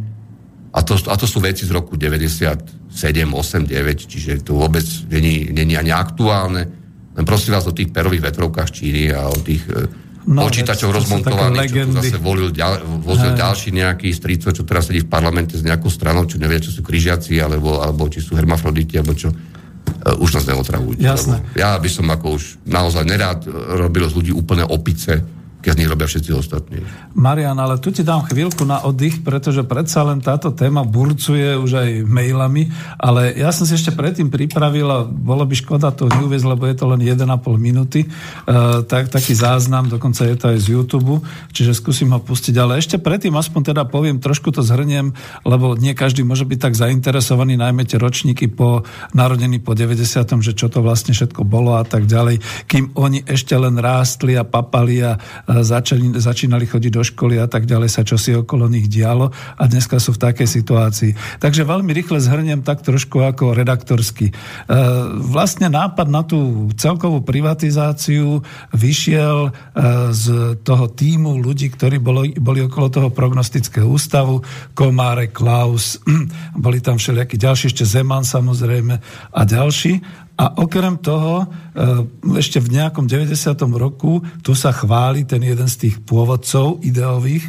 A to, a to sú veci z roku deväťdesiatsedem, osem, deväť, čiže to vôbec není, není ani aktuálne. Len prosím vás o tých perových vetrovkách Číny a o tých no, počítačov rozmontovaných, čo tu zase volil, ďal, vozil Aj. ďalší nejaký strýco, čo teraz sedí v parlamente s nejakou stranou, čo nevie, čo sú križiaci, alebo, alebo či sú hermafroditi, alebo čo. Uh, už nás neotravujú. Jasné. Ja by som ako už naozaj nerád robil z ľudí úplne opice, keď z nich robia všetci ostatní. Marián, ale tu ti dám chvíľku na oddych, pretože predsa len táto téma burcuje už aj mailami, ale ja som si ešte predtým pripravil a bolo by škoda to neuviezť, lebo je to len jeden a pol minúty, uh, tak, taký záznam, dokonca je to aj z YouTube, čiže skúsim ho pustiť, ale ešte predtým aspoň teda poviem, trošku to zhrniem, lebo nie každý môže byť tak zainteresovaný, najmä tie ročníky po narodení po deväťdesiatom, že čo to vlastne všetko bolo a tak ďalej, kým oni ešte len rástli a papali a Začali, začínali chodiť do školy a tak ďalej, sa čosi okolo nich dialo a dneska sú v takej situácii. Takže veľmi rýchle zhrniem tak trošku ako redaktorsky. Vlastne nápad na tú celkovú privatizáciu vyšiel z toho tímu ľudí, ktorí boli, boli okolo toho prognostického ústavu, Komárek, Klaus, boli tam všelijakí ďalší, ešte Zeman samozrejme a ďalší. A okrem toho, ešte v nejakom deväťdesiatom roku tu sa chváli ten jeden z tých pôvodcov ideových,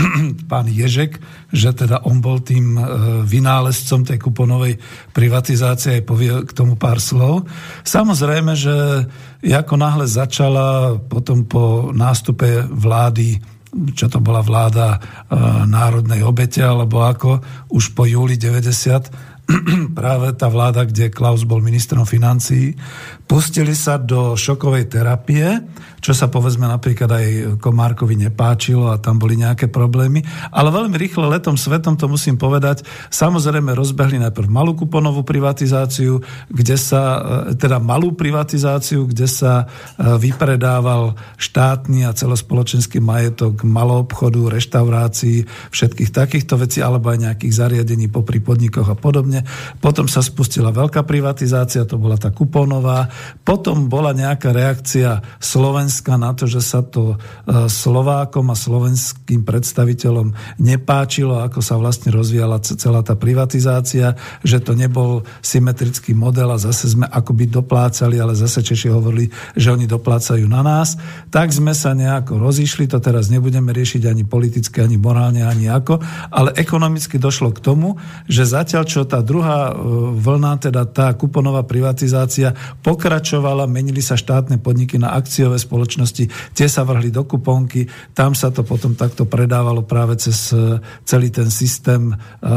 pán Ježek, že teda on bol tým vynálezcom tej kuponovej privatizácie, aj povie k tomu pár slov. Samozrejme, že ako náhle začala potom po nástupe vlády, čo to bola vláda národnej obete, alebo ako, už po júli deväťdesiat, práve tá vláda, kde Klaus bol ministrom financií, pustili sa do šokovej terapie, čo sa povedzme napríklad aj Komárkovi nepáčilo a tam boli nejaké problémy. Ale veľmi rýchle letom svetom, to musím povedať, samozrejme rozbehli najprv malú kuponovú privatizáciu, kde sa, teda malú privatizáciu, kde sa vypredával štátny a celospoločenský majetok maloobchodu, reštaurácií, všetkých takýchto vecí, alebo aj nejakých zariadení popri podnikoch a podobne. Potom sa spustila veľká privatizácia, to bola tá kuponová. Potom bola nejaká reakcia Slovenska na to, že sa to Slovákom a slovenským predstaviteľom nepáčilo, ako sa vlastne rozvíjala celá tá privatizácia, že to nebol symetrický model a zase sme akoby doplácali, ale zase Češi hovorili, že oni doplácajú na nás. Tak sme sa nejako rozišli, to teraz nebudeme riešiť ani politicky, ani morálne, ani ako, ale ekonomicky došlo k tomu, že zatiaľ, čo tá druhá vlna, teda tá kuponová privatizácia pokračovala, menili sa štátne podniky na akciové spoločnosti, tie sa vrhli do kuponky, tam sa to potom takto predávalo práve cez celý ten systém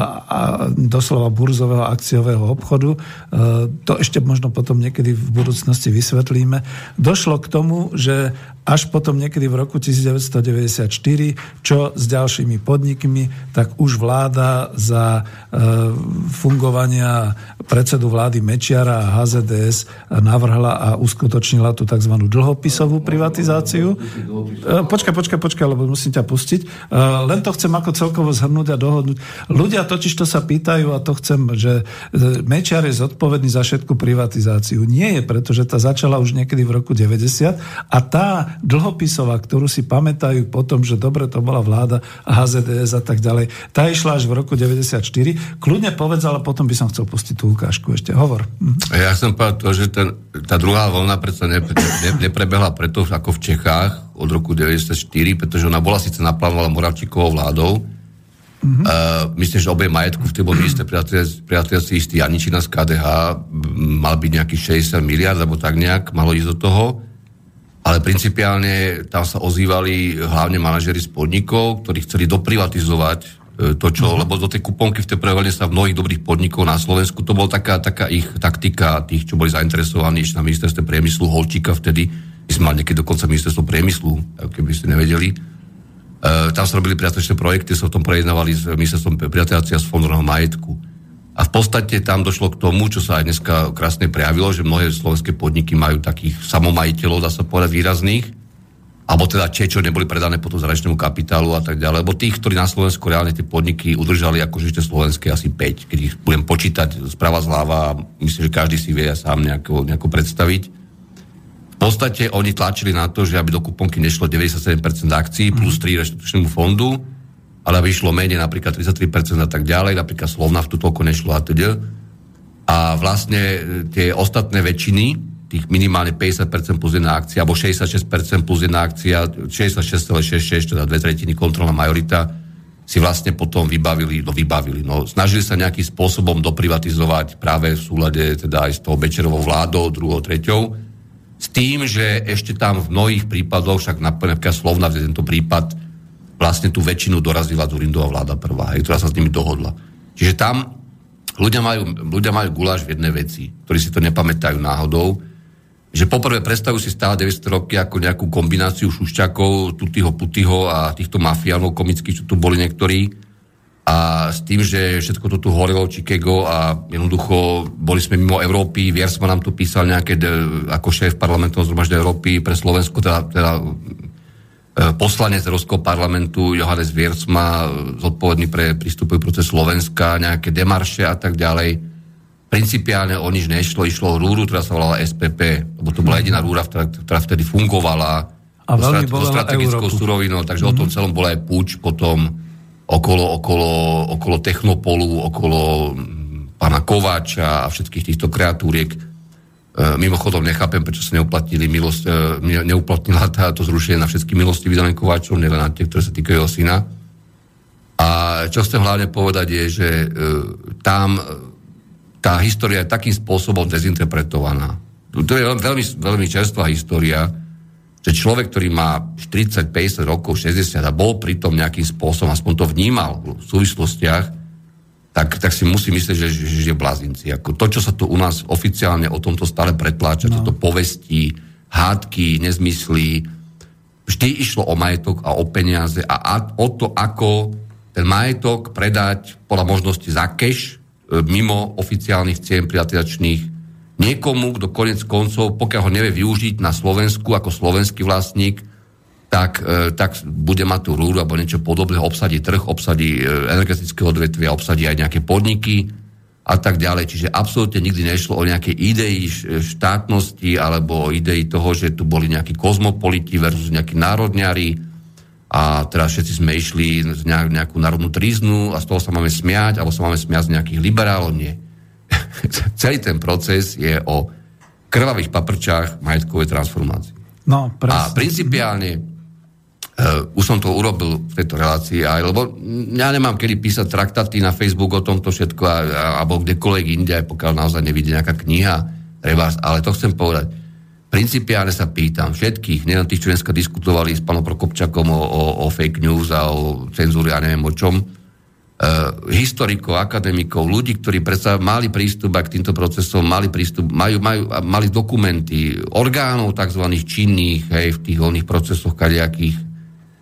a doslova burzového akciového obchodu. To ešte možno potom niekedy v budúcnosti vysvetlíme. Došlo k tomu, že až potom niekedy v roku devätnásťstodeväťdesiatštyri, čo s ďalšími podnikmi, tak už vláda za fungovania predsedu vlády Mečiara a há zet dé es navrhla a uskutočnila tú tzv. Dlhopisovú privatizáciu. Počkaj, počkaj, počkaj, lebo musím ťa pustiť. Len to chcem ako celkovo zhrnúť a dohodnúť. Ľudia totiž to sa pýtajú a to chcem, že Mečiar je zodpovedný za všetku privatizáciu. Nie je, pretože tá začala už niekedy v roku deväťdesiat a tá dlhopisová, ktorú si pamätajú potom, že dobre to bola vláda a há zet dé es a tak ďalej, tá išla až v roku deväťdesiatštyri. Kľudne povedz, ale potom by som chcel pustiť tú ukážku ešte. Hovor. Ja som povedal to, že ten, tá druhá vlna predsa ne, ne, neprebehla preto ako v Čechách od roku deväťdesiatštyri, pretože ona bola síce naplánovaná Moravčíkovou vládou, Mm-hmm. Uh, myslím, že objem majetku v tej bol minister priateľství istý Janičina z ká dé há, mal byť nejakých šesťdesiat miliárd, alebo tak nejak, malo ísť do toho. Ale principiálne tam sa ozývali hlavne manažeri z podnikov, ktorí chceli doprivatizovať to, čo, mm-hmm. lebo do tej kuponky v tej prvej vlne sa v mnohých dobrých podnikov na Slovensku, to bola taká, taká ich taktika tých, čo boli zainteresovaní ešte na ministerstve priemyslu, Holčíka vtedy, my sme mali niekedy dokonca ministerstvo priemyslu, keby ste nevedeli. E, tam sa robili priateľské projekty, sa v tom prejednávali s ministerstvom priateľstva z fondového majetku. A v podstate tam došlo k tomu, čo sa aj dneska krásne prejavilo, že mnohé slovenské podniky majú takých samomajiteľov, dá sa povedať, výrazných, alebo teda tie, čo neboli predané potom zahraničnému kapitálu a tak ďalej. Lebo tých, ktorí na Slovensku reálne tie podniky udržali akože ešte slovenské asi päť, keď ich budem počítať sprava zľava, myslím, že každý si vie sám nejako, nejako predstaviť. V podstate oni tlačili na to, že aby do kuponky nešlo deväťdesiatsedem percent akcií plus tri reštitučnému fondu, ale aby išlo menej napríklad tridsaťtri percent a tak ďalej, napríklad Slovnaftu toľko nešlo a teda. A vlastne tie ostatné väčšiny, tých minimálne päťdesiat percent plus jedna akcia, alebo šesťdesiatšesť percent plus jedna akcia, šesťdesiatšesť celá šesťdesiatšesť, teda dve tretiny kontrolná majorita, si vlastne potom vybavili, no vybavili, no snažili sa nejakým spôsobom doprivatizovať práve v súlade teda aj s tou Bečerovou vládou, druhou, treťou, s tým, že ešte tam v mnohých prípadoch, však napríklad Slovna, v tento prípad, vlastne tú väčšinu dorazila Dzurindová vláda prvá, ktorá sa s nimi dohodla. Čiže tam ľudia majú, ľudia majú guláš v jednej veci, ktorí si to nepamätajú náhodou, že poprvé predstavujú si stále deväťdesiate roky ako nejakú kombináciu šušťakov, tutýho, putýho a týchto mafiánov komických, čo tu boli niektorí. A s tým, že všetko to tu horelo, Chicago a jednoducho boli sme mimo Európy. Wiersma nám tu písal nejaké, ako šéf parlamentného zhromaždenia Európy pre Slovensko, teda, teda poslanec Európskeho parlamentu Johannes Wiersma, zodpovedný pre prístupový proces Slovenska, nejaké demarše a tak ďalej. Principiálne o nič nešlo, išlo o rúru, ktorá sa volala es pé pé, lebo to bola jediná rúra, ktorá, ktorá vtedy fungovala a veľmi so strategickou surovinou, takže mm-hmm. o tom celom bol aj púč potom okolo, okolo, okolo Technopolu, okolo pána Kováča a všetkých týchto kreatúriek. E, mimochodom nechápem, prečo sa neuplatnili milosť, e, neuplatnila to zrušenie na všetky milosti vydané Kováčom, nielen na tie, ktoré sa týkajú jeho syna. A čo chcem hlavne povedať je, že e, tam tá história je takým spôsobom dezinterpretovaná. To je veľmi, veľmi čerstvá história, že človek, ktorý má štyridsať, päťdesiat rokov, šesťdesiat a bol pritom nejakým spôsobom, aspoň to vnímal v súvislostiach, tak, tak si musí myslieť, že, že, že je blázinci. Ako to, čo sa tu u nás oficiálne o tomto stále pretláča, no. Tieto povesti, hádky, nezmysly, vždy išlo o majetok a o peniaze a, a o to, ako ten majetok predať podľa možnosti za cash, mimo oficiálnych cien privatizačných niekomu, kto konec koncov, pokiaľ ho nevie využiť na Slovensku ako slovenský vlastník, tak, tak bude mať tú rúru alebo niečo podobné, obsadí trh, obsadí energetické odvetvia, obsadí aj nejaké podniky a tak ďalej. Čiže absolútne nikdy nešlo o nejaké idei štátnosti alebo idei toho, že tu boli nejakí kozmopoliti versus nejakí národňari. A teraz všetci sme išli z nejakú národnú tríznu a z toho sa máme smiať, alebo sa máme smiať z nejakých liberálov. Nie. Celý ten proces je o krvavých paprčách majetkovej transformácie. No, a principiálne, uh, už som to urobil v tejto relácii, aj, lebo ja nemám kedy písať traktáty na Facebook o tomto všetko, a, a, alebo kdekoľvek inde, aj pokiaľ naozaj nevidie nejaká kniha, trebárs, ale to chcem povedať. Principiálne sa pýtam všetkých, nielen tých, čo dneska diskutovali s pánom Prokopčakom o, o, o fake news a o cenzúre a neviem o čom, e, historikov, akademikov, ľudí, ktorí predsa mali prístup k týmto procesom, mali prístup, majú, majú, mali dokumenty orgánov tzv. Činných, hej, v tých voľných procesoch kadejakých e,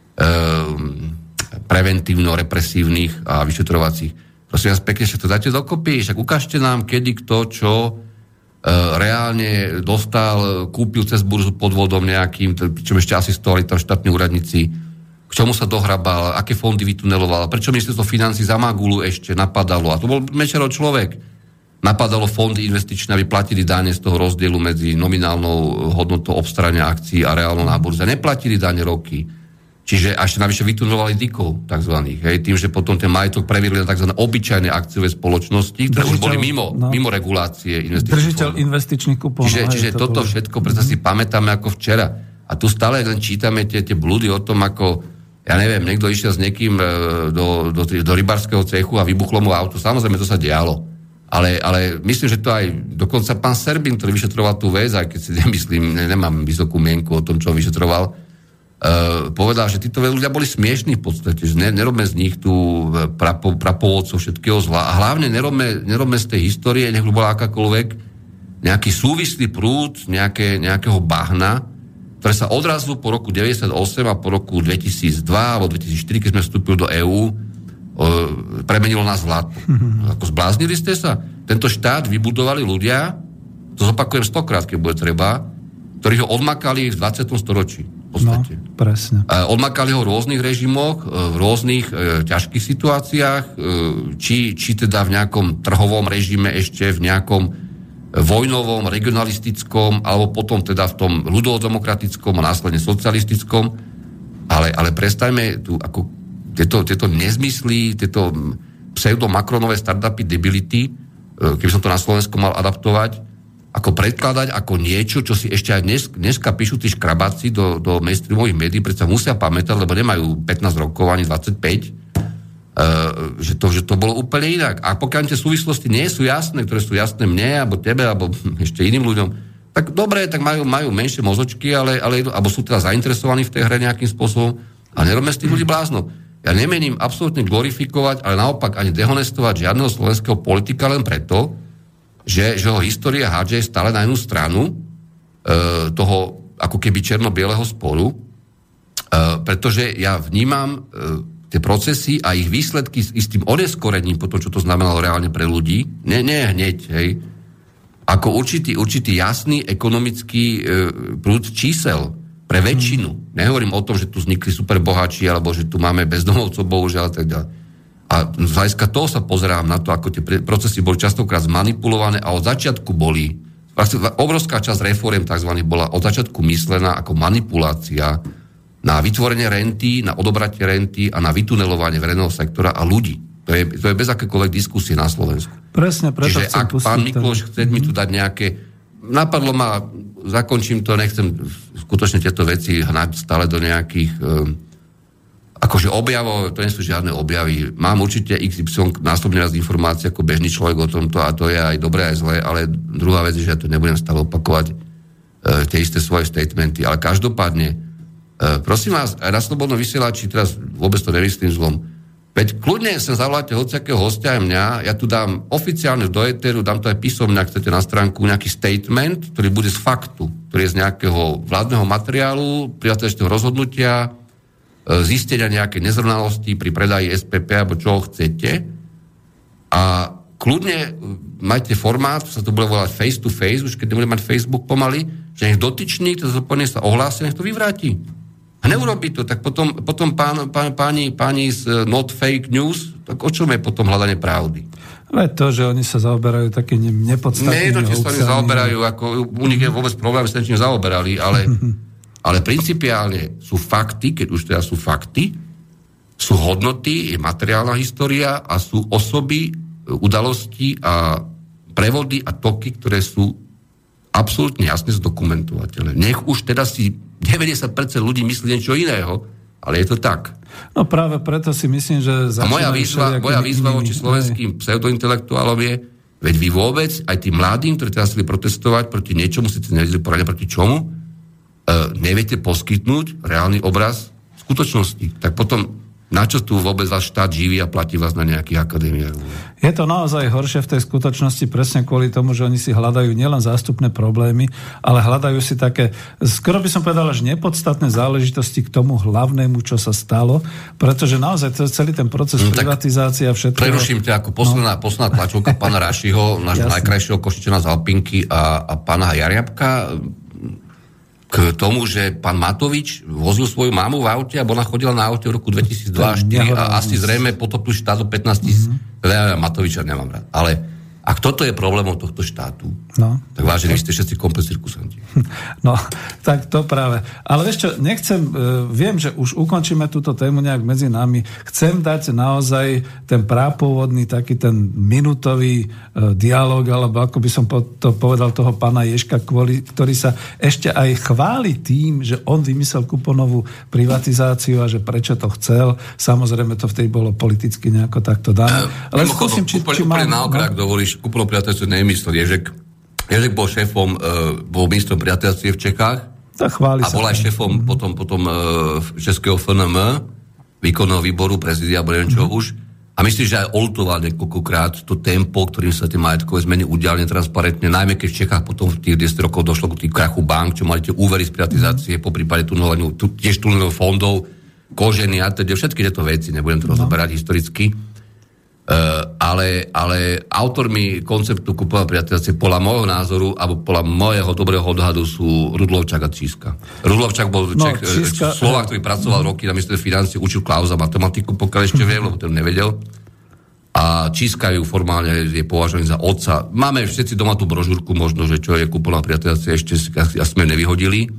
preventívno-represívnych a vyšetrovacích. Prosím vás pekne, však to dáte dokopy, však ukážte nám, kedy kto, čo reálne dostal, kúpil cez burzu podvodom nejakým, čo ešte asi stovali tam štátni úradníci, k čomu sa dohrabal, aké fondy vytuneloval, prečo ministerstvo financí za Magulu ešte napadalo. A to bol Mečerov človek. Napadalo fondy investičné, aby platili dáne z toho rozdielu medzi nominálnou hodnotou obstarania akcií a reálnou na burze. Neplatili dáne roky. Čiže až navyše vytunelovali dikov, takzvaných. Hej, tým, že potom ten majetok previedli na tzv. Obyčajné akciové spoločnosti, ktoré už boli mimo, no. mimo regulácie investičných. Držiteľ investičných kupónov. Čiže, čiže to toto bolo. Všetko, preto mm-hmm. si pamätáme ako včera. A tu stále len čítame tie, tie blúdy o tom, ako ja neviem, niekto išiel s niekým do, do, do rybárskeho cechu a vybuchlo mu auto. Samozrejme, to sa dialo. Ale, ale myslím, že to aj dokonca pán Serbin, ktorý vyšetroval tú vec, aj keď si nemyslím, ne, nemám vysokú mienku o tom, čo on vyšetroval, uh, povedal, že títo ľudia boli smiešní v podstate, že ne, nerobme z nich tú prapo, prapovodcov všetkého zla a hlavne nerobme, nerobme z tej histórie, nech bola akákoľvek, nejaký súvislý prúd nejaké, nejakého bahna, ktoré sa odrazu po roku deväťdesiatosem a po roku dvetisícdva alebo dvetisícštyri, keď sme vstúpili do EÚ, premenilo nás vládu. Ako zbláznili ste sa? Tento štát vybudovali ľudia, to zopakujem stokrát, keď bude treba, ktorí ho odmakali v dvadsiatom storočí. V podstate. No, presne. Odmakali ho v rôznych režimoch, v rôznych e, ťažkých situáciách, e, či, či teda v nejakom trhovom režime ešte, v nejakom vojnovom, regionalistickom, alebo potom teda v tom ľudovodemokratickom a následne socialistickom. Ale, ale prestajme tu ako Tieto, tieto nezmysly, tieto pseudo-makronové startupy debility, keby som to na Slovensku mal adaptovať, ako predkladať ako niečo, čo si ešte aj dnes, dneska píšu tí škrabáci do, do mainstreamových médií, predsa musia pamätať, lebo nemajú pätnásť rokov, ani dvadsaťpäť, uh, že, to, že to bolo úplne inak. A pokiaľ tie súvislosti nie sú jasné, ktoré sú jasné mne, alebo tebe, alebo ešte iným ľuďom, tak dobre, tak majú, majú menšie mozočky, ale, ale, alebo sú teda zainteresovaní v tej hre nejakým spôsobom a nerobme z tých ľudí blázno. Ja nemením absolútne glorifikovať, ale naopak ani dehonestovať žiadneho slovenského politika len preto, že, že ho história hádže stále na jednu stranu e, toho ako keby černo-bieleho sporu, e, pretože ja vnímam e, tie procesy a ich výsledky s istým oneskorením po tom, čo to znamenalo reálne pre ľudí, nie, nie hneď, hej, ako určitý, určitý jasný ekonomický e, prúd čísel pre väčšinu. Nehovorím o tom, že tu vznikli superboháči, alebo že tu máme bezdomovcov, bohužiaľ, a tak ďalej. A z hľadiska toho sa pozerám na to, ako tie procesy boli častokrát zmanipulované a od začiatku boli, obrovská časť reforiem tzv. Bola od začiatku myslená ako manipulácia na vytvorenie renty, na odobratie renty a na vytunelovanie verejného sektora a ľudí. To je, to je bez akékoľvek diskusie na Slovensku. Presne, preto Čiže ak pán Mikloš chce mi tu dať nejaké... Napadlo ma, zakončím to, nechcem skutočne tieto veci hnať stále do nejakých um, akože objavov, to nie sú žiadne objavy. Mám určite iks ypsilon násobne raz informácie ako bežný človek o tomto a to je aj dobré, aj zlé, ale druhá vec je, že ja to nebudem stále opakovať uh, tie isté svoje statementy. Ale každopádne, uh, prosím vás, aj na Slobodnom vysielači, teraz vôbec to nemyslím zlom, veď kľudne sem zavoláte hociakého hostia aj mňa, ja tu dám oficiálne do éteru, dám to aj písomne, ak chcete na stránku, nejaký statement, ktorý bude z faktu, ktorý je z nejakého vládneho materiálu, priateľského rozhodnutia, zistenia nejaké nezrovnalosti pri predaji es pé pé alebo čo chcete. A kľudne majte formát, sa to bude volať face to face, už keď nebude mať Facebook pomaly, že nech dotyčný, to zodpovedne sa ohlási, nech to vyvráti. A neurobí to, tak potom, potom pán, pán, páni, páni z Not Fake News, tak o čom je potom hľadanie pravdy? Ale to, že oni sa zaoberajú takými nepodstatnými hoaxami. Nie, to, sa oni zaoberajú, ako u nich je vôbec problém, že sa ničím zaoberali, ale, ale principiálne sú fakty, keď už teda sú fakty, sú hodnoty, je materiálna história a sú osoby, udalosti a prevody a toky, ktoré sú absolútne jasne zdokumentovateľné. Nech už teda si deväťdesiat percent ľudí myslí niečo iného, ale je to tak. No práve preto si myslím, že... A moja výzva, moja výzva voči slovenským pseudointelektuálom je, veď vy vôbec, aj tým mladým, ktorí teraz chceli protestovať proti niečomu, síce nevedeli poradiť proti čomu, e, neviete poskytnúť reálny obraz skutočnosti. Tak potom na čo tu vôbec váš štát živí a platí vás na nejakých akadémiách? Je to naozaj horšie v tej skutočnosti presne kvôli tomu, že oni si hľadajú nielen zástupné problémy, ale hľadajú si také, skoro by som povedal, až nepodstatné záležitosti k tomu hlavnému, čo sa stalo, pretože naozaj to je celý ten proces no, privatizácie a všetko. Preruším ťa ako posledná, no. posledná tlačovka pána Rašiho, nášho najkrajšieho Košičana z Alpinky a, a pána Jariabka k tomu, že pán Matovič vozil svoju mámu v aute a ona chodila na aute v roku dvetisícdva až dvetisícštyri a asi zrejme potopil štát do pätnásť tisíc. Mm-hmm. Ja Matoviča nemám rád. Ale ak toto je problémom tohto štátu, no. tak vážení, ste všetci komplet cirkusanti. No, tak to práve. Ale vieš čo, nechcem, viem, že už ukončíme túto tému nejak medzi nami. Chcem dať naozaj ten prápôvodný, taký ten minútový dialog, alebo ako by som to povedal toho pána Ježka, ktorý sa ešte aj chváli tým, že on vymyslel kuponovú privatizáciu a že prečo to chcel. Samozrejme to vtedy bolo politicky nejako takto dané. Ale skúsim, či, či mám... Na okrak dovolíš, kuponovú privatizáciu nevymyslel Ježek. Ježek bol šéfom, bol ministrom priateľstiev v Čechách a bol aj šéfom mm-hmm. potom, potom českého ef en em, výkonného výboru, prezidia, alebo neviem čo mm-hmm. už. A myslím, že aj olutoval niekoľkokrát to tempo, ktorým sa tie majetkové zmeny udiali transparentne, najmä keď v Čechách potom v tých desať rokov došlo k tých krachu bank, čo mali tie úvery z privatizácie, mm-hmm. po prípade tunelovaniu, tu, tiež tunelových fondov, Koženy a teda všetky tieto veci, nebudem to rozoberať no. historicky. Uh, ale, ale autormi konceptu kupovej privatizácie podľa môjho názoru alebo podľa môjho dobrého odhadu sú Rudlovčák a Číska. Rudlovčák bol no, Čech, Číska, Slovák, ktorý pracoval mm. roky na ministerstve financií, učil Klausa matematiku, pokiaľ ešte viem, lebo ten nevedel. A Číska ju formálne je považovaný za otca. Máme všetci doma tú brožúrku, možno, že čo je kupová privatizácia, ešte ja sme nevyhodili.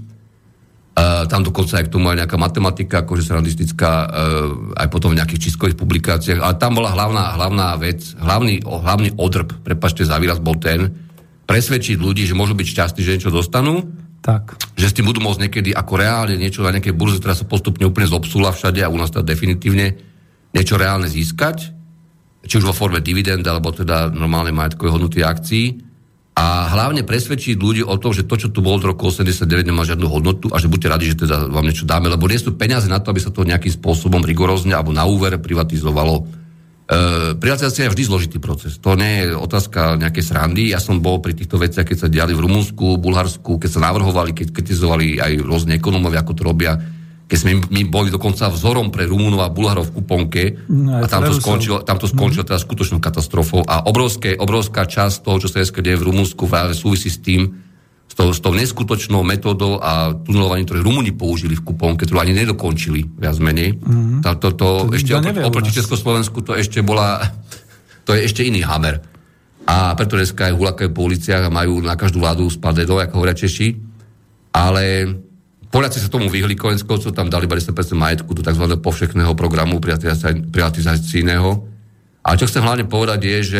Uh, tam dokonca aj k tomu aj nejaká matematika, akože srandistická, uh, aj potom v nejakých čískových publikáciách, ale tam bola hlavná, hlavná vec, hlavný, hlavný odrb, prepáčte za výraz, bol ten, presvedčiť ľudí, že môžu byť šťastní, že niečo dostanú, tak. Že s tým budú môcť niekedy ako reálne niečo na nejakej burze, ktorá sa postupne úplne zobsula všade a u nás teda definitívne niečo reálne získať, či už vo forme dividend, alebo teda normálne majetkové hodnoty akcií. A hlavne presvedčiť ľudí o tom, že to, čo tu bolo od roku osemdesiatdeväť, nemá žiadnu hodnotu a že buďte radi, že teda vám niečo dáme, lebo nie sú peniaze na to, aby sa to nejakým spôsobom rigorózne alebo na úver privatizovalo. E, privatizácia je vždy zložitý proces. To nie je otázka nejakej srandy. Ja som bol pri týchto veciach, keď sa diali v Rumunsku, Bulharsku, keď sa navrhovali, keď kritizovali aj rôzne ekonómovia, ako to robia. Keď sme my boli dokonca vzorom pre Rumunov a Bulharov v kuponke no, a tam to skončilo, tam to skončilo teda skutočnou katastrofou a obrovské, obrovská časť toho, čo sa dneska deje v Rumunsku, práve súvisí s tým, s tou, s tou neskutočnou metódou a tunelovaním, ktoré Rumúni použili v kuponke, ktorú ani nedokončili, viac menej. Mm-hmm. Tá, to, to, to ešte oproti, oproti Československu to ešte bola, to je ešte iný hamer. A preto dneska aj hulakajú po uliciach a majú na každú vládu spadedlo, ako hovoria Češi. Ale Poliaci sa tomu vyhli konec koncov, tam dali päťdesiat percent majetku do tzv. Povšechného programu privatizačného. A čo chcem hlavne povedať je, že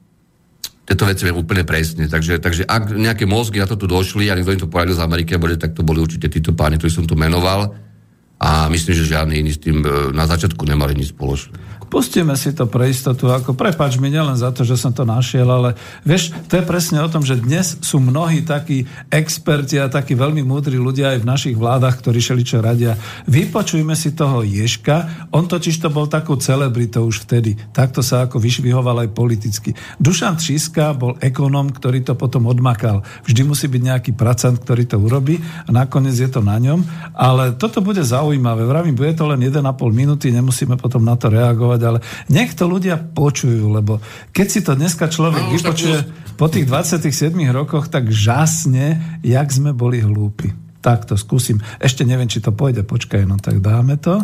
tieto veci viem úplne presne. Takže, takže ak nejaké mozgy na to tu došli a niekto im to poradil z Ameriky, tak to boli určite títo páni, ktorí som tu menoval. A myslím, že žiadny iný s tým na začiatku nemali nič spoločné. Pustíme si to pre istotu, ako prepáč mi nielen za to, že som to našiel, ale vieš, to je presne o tom, že dnes sú mnohí takí experti a takí veľmi múdri ľudia aj v našich vládach, ktorí šeličo radia. Vypočujme si toho Ježka, on totiž to bol takou celebritou už vtedy, takto sa ako vyšvihoval aj politicky. Dušan Tříska bol ekonóm, ktorý to potom odmakal. Vždy musí byť nejaký pracant, ktorý to urobí a nakoniec je to na ňom, ale toto bude zaujímavé. Vravím, bude to len jeden a pol minúty, nemusíme potom na to reagovať, ale nech to ľudia počujú, lebo keď si to dneska človek no, vypočuje po tých dvadsiatich siedmich rokoch, tak žasne, jak sme boli hlúpi. Tak to skúsim. Ešte neviem, či to pôjde. Počkaj, no tak dáme to.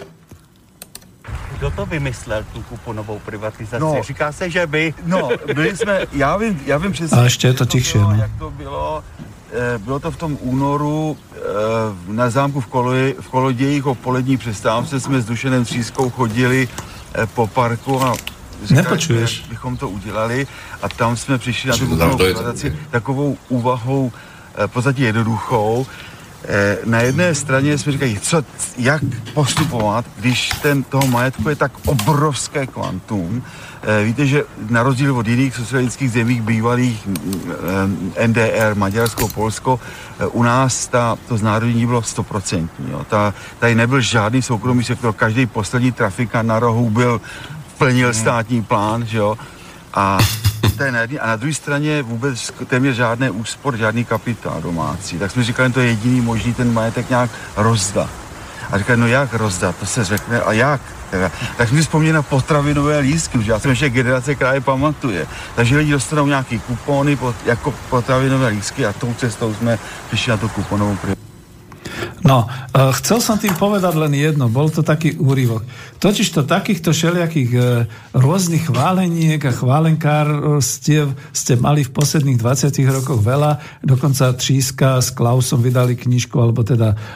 Kdo to vymyslel, tu kuponovou privatizaci? No, Říká se, že by... No, byli jsme, já vím, já vím přesně, a ještě je to tichšie, bylo, no. jak to bylo. Bylo to v tom únoru na zámku v, Kolo- v Kolodějích o polední přestávce. Jsme s Dušanem Třískou chodili po parku a říkali, že bychom to udělali. A tam jsme přišli na tu privatizaci takovou úvahou v podstatě jednoduchou. Na jedné straně jsme říkali, co, jak postupovat, když ten toho majetku je tak obrovské kvantum. Víte, že na rozdíl od jiných socialistických zemích bývalých N D R, Maďarsko, Polsko, u nás ta, to znárodnění bylo stoprocentní. Tady nebyl žádný soukromý sektor, každý poslední trafikant na rohu byl, plnil státní plán, že jo. A, a na druhé straně vůbec téměř žádné úspor, žádný kapitál domácí. Tak jsme říkali, to je jediný možný ten majetek nějak rozdat. A říkali, no jak rozdat, to se řekne, a jak? Tak mi vzpomněl na potravinové lístky, protože já jsem ještě generace, která je pamatuje. Takže lidi dostanou nějaký kupony jako potravinové lístky a tou cestou jsme přišli na tu kuponovou privatizaci. No, chcel som tým povedať len jedno, bol to taký úryvok. Totižto takýchto všelijakých rôznych chváleniek a chválenkárstiev ste mali v posledných dvadsiatich rokoch veľa, dokonca Tříska s Klausom vydali knižku, alebo teda e,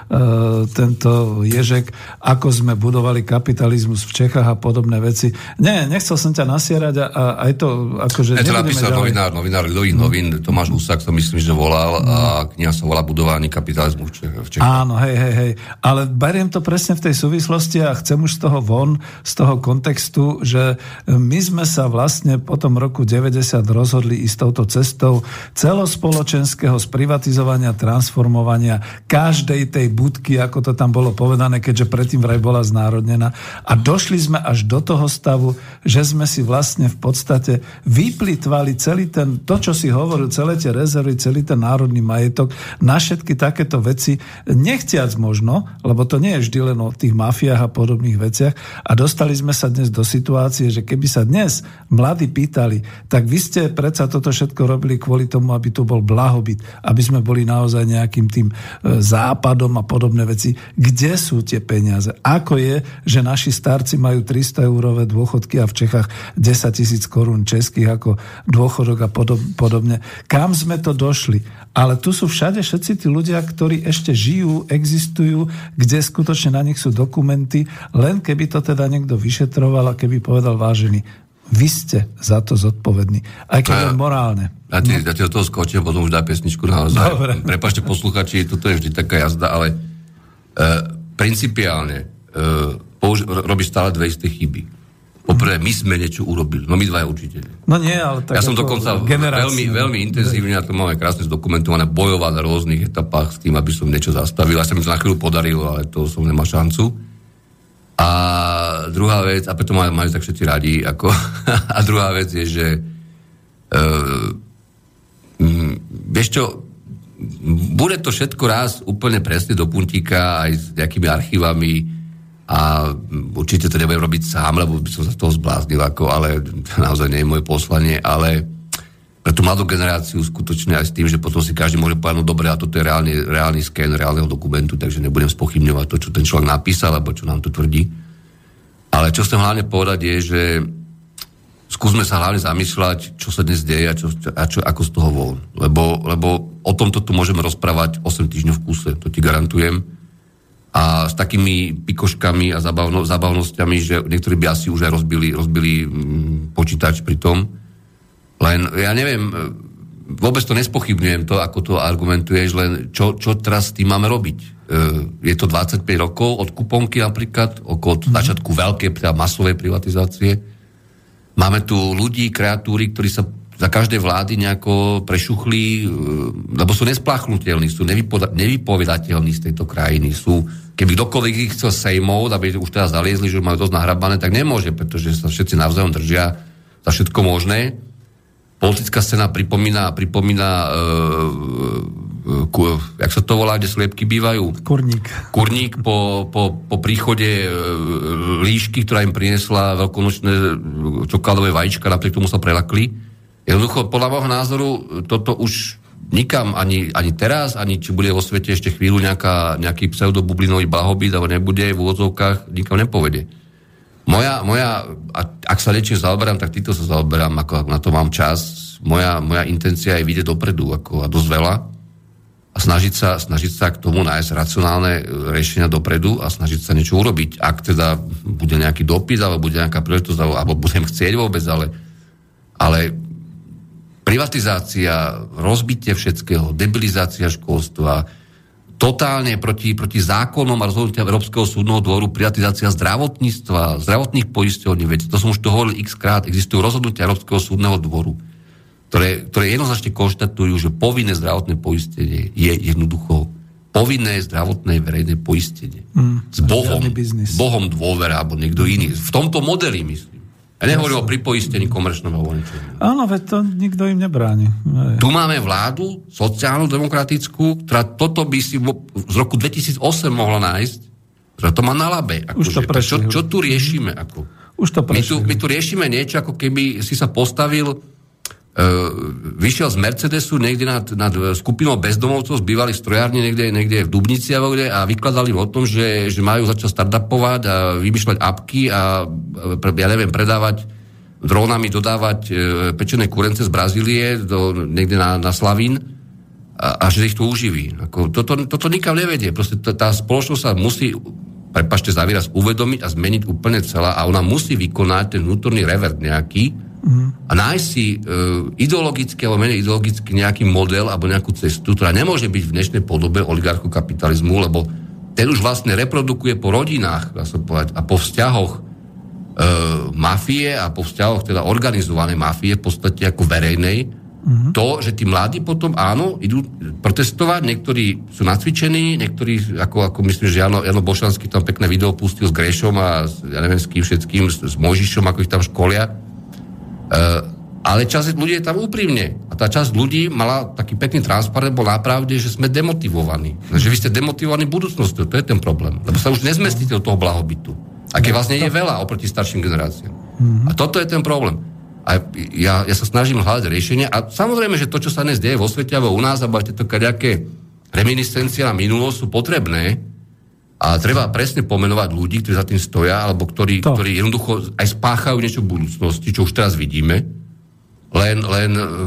tento Ježek, ako sme budovali kapitalizmus v Čechách a podobné veci. Nie, nechcel som ťa nasierať a, a aj to akože... Ja to napísal ďalej. novinár, novinár Ľudových novín, Tomáš Husák, to myslím, že volal a kniha sa volá Budovanie kapitalizmu v Čechách. Áno, hej, hej, hej. Ale beriem to presne v tej súvislosti a chcem už z toho von, z toho kontextu, že my sme sa vlastne po tom roku deväťdesiat rozhodli ísť touto cestou celospoločenského sprivatizovania, transformovania každej tej budky, ako to tam bolo povedané, keďže predtým vraj bola znárodnená. A došli sme až do toho stavu, že sme si vlastne v podstate vyplitvali celý ten, to, čo si hovoril, celé tie rezervy, celý ten národný majetok na všetky takéto veci, nechciac možno, lebo to nie je vždy len o tých mafiách a podobných veciach. A dostali sme sa dnes do situácie, že keby sa dnes mladí pýtali, tak vy ste predsa toto všetko robili kvôli tomu, aby tu bol blahobyt, aby sme boli naozaj nejakým tým západom a podobné veci. Kde sú tie peniaze? Ako je, že naši starci majú tristo eurové dôchodky a v Čechách desaťtisíc korún českých ako dôchodok a podobne. Kam sme to došli? Ale tu sú všade všetci tí ľudia, ktorí ešte žijú, existujú, kde skutočne na nich sú dokumenty, len keby to teda niekto vyšetroval a keby povedal, vážený, vy ste za to zodpovední. Aj keď je morálne. Ja ti, no. ja ti do toho skočím, potom už dá pesničku naozaj. Prepáčte posluchači, toto je vždy taká jazda, ale e, principiálne e, použ- robíš stále dve isté chyby. Poprvé, my sme niečo urobili. No my dvaja určite. No nie, ale tak... Ja som dokonca veľmi, veľmi intenzívne, a to máme krásne zdokumentované, bojovať na rôznych etapách s tým, aby som niečo zastavil. Ja sa mi to na chvíľu podarilo, ale to som nemal šancu. A druhá vec, a preto majú tak všetci radi, ako, a druhá vec je, že uh, m, vieš čo, bude to všetko raz úplne presne do puntíka, aj s nejakými archívami, a určite to nebudem robiť sám, lebo by som sa z toho zbláznil, ako, ale naozaj nie je moje poslanie, ale pre tú mladú generáciu skutočne aj s tým, že potom si každý môže povedať, no dobre, a toto je reálny, reálny sken reálneho dokumentu, takže nebudem spochybňovať to, čo ten človek napísal, alebo čo nám to tvrdí. Ale čo chcem hlavne povedať je, že skúsme sa hlavne zamýšľať, čo sa dnes deje a, čo, a čo, ako z toho von. Lebo, lebo o tomto tu môžeme rozprávať osem týždňov v kúse, to ti garantujem. A s takými pikoškami a zabavno, zabavnosťami, že niektorí by asi už aj rozbili, rozbili počítač pri tom. Len, ja neviem, vôbec to nespochybňujem to, ako to argumentuješ, len čo, čo teraz s tým máme robiť? Je to dvadsaťpäť rokov od kuponky napríklad, od začiatku veľkej, masovej privatizácie. Máme tu ľudí, kreatúry, ktorí sa za každej vlády nejako prešuchli, lebo sú nespláchnutelní, sú nevypoda- nevypovedateľní z tejto krajiny. Sú, keby kdokoľvek ich chcel sejmov, aby už teda zaliezli, že majú dosť nahrabané, tak nemôže, pretože sa všetci navzájom držia za všetko možné. Politická scéna pripomína, pripomína e, e, ku, jak sa to volá, kde sliepky bývajú? Kurník. Kurník po, po, po príchode e, líšky, ktorá im priniesla veľkonočné čokoládové vajíčka, napriek tomu sa prelakli. Jednoducho, podľa môjho názoru, toto už nikam, ani, ani teraz, ani či bude vo svete ešte chvíľu nejaká, nejaký pseudobublinový blahobyt, alebo nebude v úvodzovkách, nikam nepovede. Moja, moja, ak sa niečím zaoberám, tak týmto sa zaoberám, ako na to mám čas. Moja, moja intencia je vidieť dopredu, ako a dosť veľa. A snažiť sa, snažiť sa k tomu nájsť racionálne riešenia dopredu a snažiť sa niečo urobiť. Ak teda bude nejaký dopyt, alebo bude nejaká príležitosť, alebo budem chcieť vôbec, ale, ale privatizácia, rozbitie všetkého, debilizácia školstva, totálne proti, proti zákonom a rozhodnutiam Európskeho súdneho dvoru, privatizácia zdravotníctva, zdravotných poisťovní, veď to som už to hovoril x krát, existujú rozhodnutia Európskeho súdneho dvoru, ktoré, ktoré jednoznačne konštatujú, že povinné zdravotné poistenie je jednoducho povinné zdravotné verejné poistenie. Mm, s Bohom, Bohom dôvera, alebo niekto iný. V tomto modeli, myslím. Ja nehovorím o pripoistení komerčnom alebo niečo. Áno, veď to nikto im nebráni. Tu máme vládu sociálno-demokratickú, ktorá toto by si z roku dvetisícosem mohla nájsť, ktorá to má na labe. Ako Už to čo, čo tu riešime? Ako? Už to my, tu, my tu riešime niečo, ako keby si sa postavil vyšiel z Mercedesu niekde nad, nad skupinou bezdomovcov z bývalých strojární niekde, niekde v Dubnici a, a vykladali o tom, že, že majú začať startupovať a vymýšľať apky a ja neviem, predávať drónami, dodávať pečené kurence z Brazílie do, niekde na, na Slavín a, a že ich to uživí. Ako, toto, toto nikam nevedie. Proste tá, tá spoločnosť sa musí, prepáčte za výraz, uvedomiť a zmeniť úplne celá a ona musí vykonať ten vnútorný revert nejaký, Mm. a nájsť si e, ideologicky alebo menej ideologicky nejaký model alebo nejakú cestu, ktorá nemôže byť v dnešnej podobe oligarchokapitalizmu, lebo ten už vlastne reprodukuje po rodinách, dá sa povedať, a po vzťahoch e, mafie a po vzťahoch teda organizovanej mafie v podstate ako verejnej, mm. to, že tí mladí potom áno, idú protestovať, niektorí sú nacvičení, niektorí, ako, ako myslím, že Jano, Jano Bošanský tam pekné video pustil s Grešom a ja neviem s kým všetkým, s, s Mojžišom, ako ich tam školia. Uh, ale časť ľudí je tam úprimne. A tá časť ľudí mala taký pekný transparent, bol nápravde, že sme demotivovaní. Že vy ste demotivovaní budúcnosťou, to je ten problém. Lebo sa už nezmestíte do toho blahobytu. A keď vlastne je veľa oproti starším generáciám. Mm-hmm. A toto je ten problém. A ja, ja sa snažím hľadať riešenia. A samozrejme, že to, čo sa dnes deje vo svete alebo u nás, alebo tieto kadejaké reminiscencie na minulosť sú potrebné. A treba presne pomenovať ľudí, ktorí za tým stoja, alebo ktorí, ktorí jednoducho aj spáchajú niečo v budúcnosti, čo už teraz vidíme. Len, len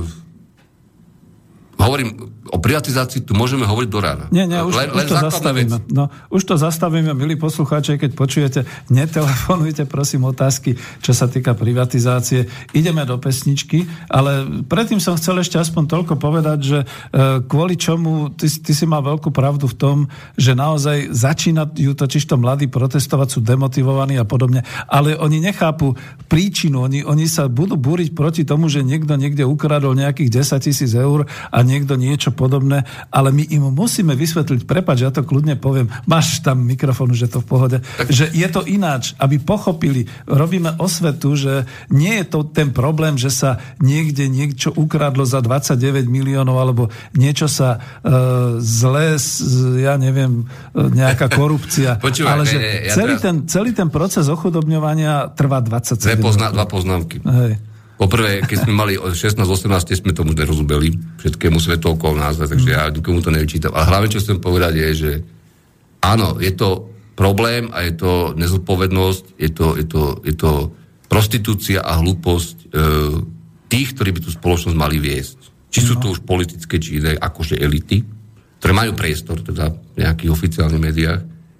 hovorím, o privatizácii tu môžeme hovoriť do rána. Nie, nie, už, len, už len to zastavíme. No, už to zastavíme, milí poslucháči, keď počujete, netelefonujte, prosím, otázky, čo sa týka privatizácie. Ideme do pesničky, ale predtým som chcel ešte aspoň toľko povedať, že e, kvôli čomu, ty, ty si mal veľkú pravdu v tom, že naozaj začínajú totižto mladí protestovať, sú demotivovaní a podobne, ale oni nechápu príčinu, oni, oni sa budú búriť proti tomu, že niekto niekde ukradol nejakých desaťtisíc eur a niekto niečo podobné, ale my im musíme vysvetliť, prepáč, ja to kľudne poviem, máš tam mikrofón, že to v pohode, že je to ináč, aby pochopili, robíme osvetu, že nie je to ten problém, že sa niekde niečo ukradlo za dvadsaťdeväť miliónov, alebo niečo sa e, zlé, ja neviem, nejaká korupcia, Počúvaj, ale že ne, ne, ja celý, teraz... ten, celý ten proces ochudobňovania trvá dvadsaťsedem Dve pozna- dva poznámky. Hej. Poprvé, keď sme mali šestnásť osemnásť, sme tomu nerozumeli všetkému svetu okolo nás, takže ja nikomu to nevyčítam. Ale hlavne, čo chcem povedať, je, že áno, je to problém a je to nezodpovednosť, je to, je to, je to prostitúcia a hlúposť e, tých, ktorí by tú spoločnosť mali viesť. Či sú to už politické, či iné, akože elity, ktoré majú priestor, teda v nejakých oficiálnych médiách,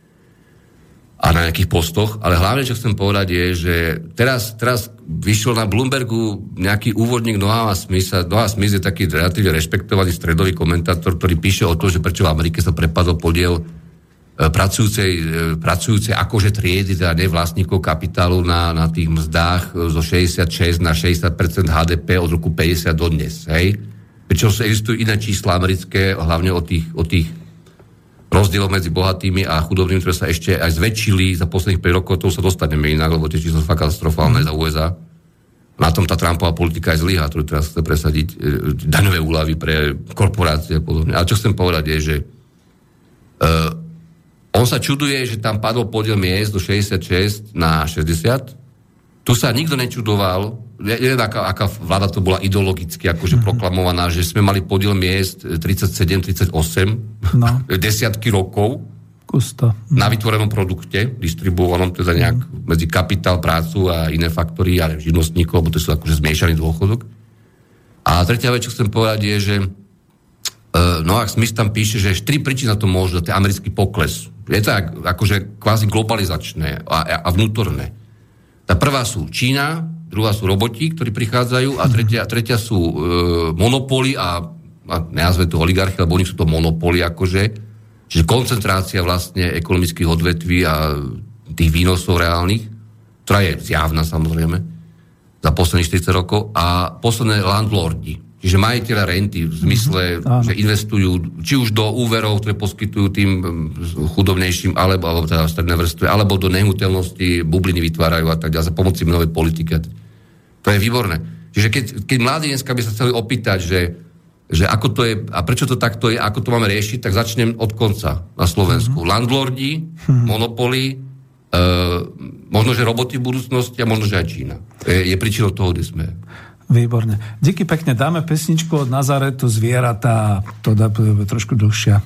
a na nejakých postoch, ale hlavne, čo chcem povedať, je, že teraz, teraz vyšiel na Bloombergu nejaký úvodník Noah Smith. Noah Smith je taký relatívne rešpektovaný stredový komentátor, ktorý píše o tom, že prečo v Amerike sa prepadol podiel pracujúcej, pracujúcej akože triedy, teda nevlastníkov kapitálu na, na tých mzdách zo šesťdesiatšesť na šesťdesiat percent há dé pé od roku päťdesiat do dnes. Hej? Pričom existujú iné čísla americké, hlavne o tých, o tých rozdielov medzi bohatými a chudobnými, ktoré sa ešte aj zväčšili za posledných päť rokov, to sa dostaneme inak, lebo tie čísla sú fakt katastrofálne mm. za ú es á. Na tom tá Trumpová politika je zlyhá, ktorú teraz chce presadiť, e, daňové úľavy pre korporácie a podobne. Ale čo chcem povedať je, že e, on sa čuduje, že tam padol podiel miest do šesťdesiatšesť na šesťdesiat. Tu sa nikto nečudoval, neviem, aká, aká vláda to bola ideologicky akože mm-hmm. proklamovaná, že sme mali podiel miest tridsaťsedem tridsaťosem no. desiatky rokov Kusto. na vytvorenom produkte, distribuovanom teda nejak mm-hmm. medzi kapitál, prácu a iné faktory, ale živnostníkov, lebo to sú akože zmiešaný dôchodok. A tretia vec, čo chcem povedať, je, že uh, Noah Smith tam píše, že štyri príčiny na to môžu, to je americký pokles. Je to akože kvázi globalizačné a, a vnútorné. Tá prvá sú Čína, druhá sú roboti, ktorí prichádzajú a tretia, tretia sú e, monopóly a, a nenazve to oligarchy, lebo oni sú to monopóly akože, čiže koncentrácia vlastne ekonomických odvetví a tých výnosov reálnych, ktorá je zjavná samozrejme za posledných štyridsať rokov a posledné landlordi, čiže majiteľa renty v zmysle, mm-hmm. že investujú či už do úverov, ktoré poskytujú tým chudobnejším, alebo, alebo teda stredné vrstve, alebo do nehnuteľnosti, bubliny vytvárajú a tak ďalej za pomoci menovej politiky. To je výborné. Čiže keď, keď mladí dneska by sa chceli opýtať, že, že ako to je a prečo to takto je, ako to máme riešiť, tak začnem od konca na Slovensku. Mm-hmm. Landlordi, mm-hmm. monopoly, e, možno, že roboty v budúcnosti a možno, že aj Čína. Je, je príčinou toho, kde sme. Výborne. Díky pekne, dáme pesničku od Nazaretu Zvieratá, to dá trošku dlhšia.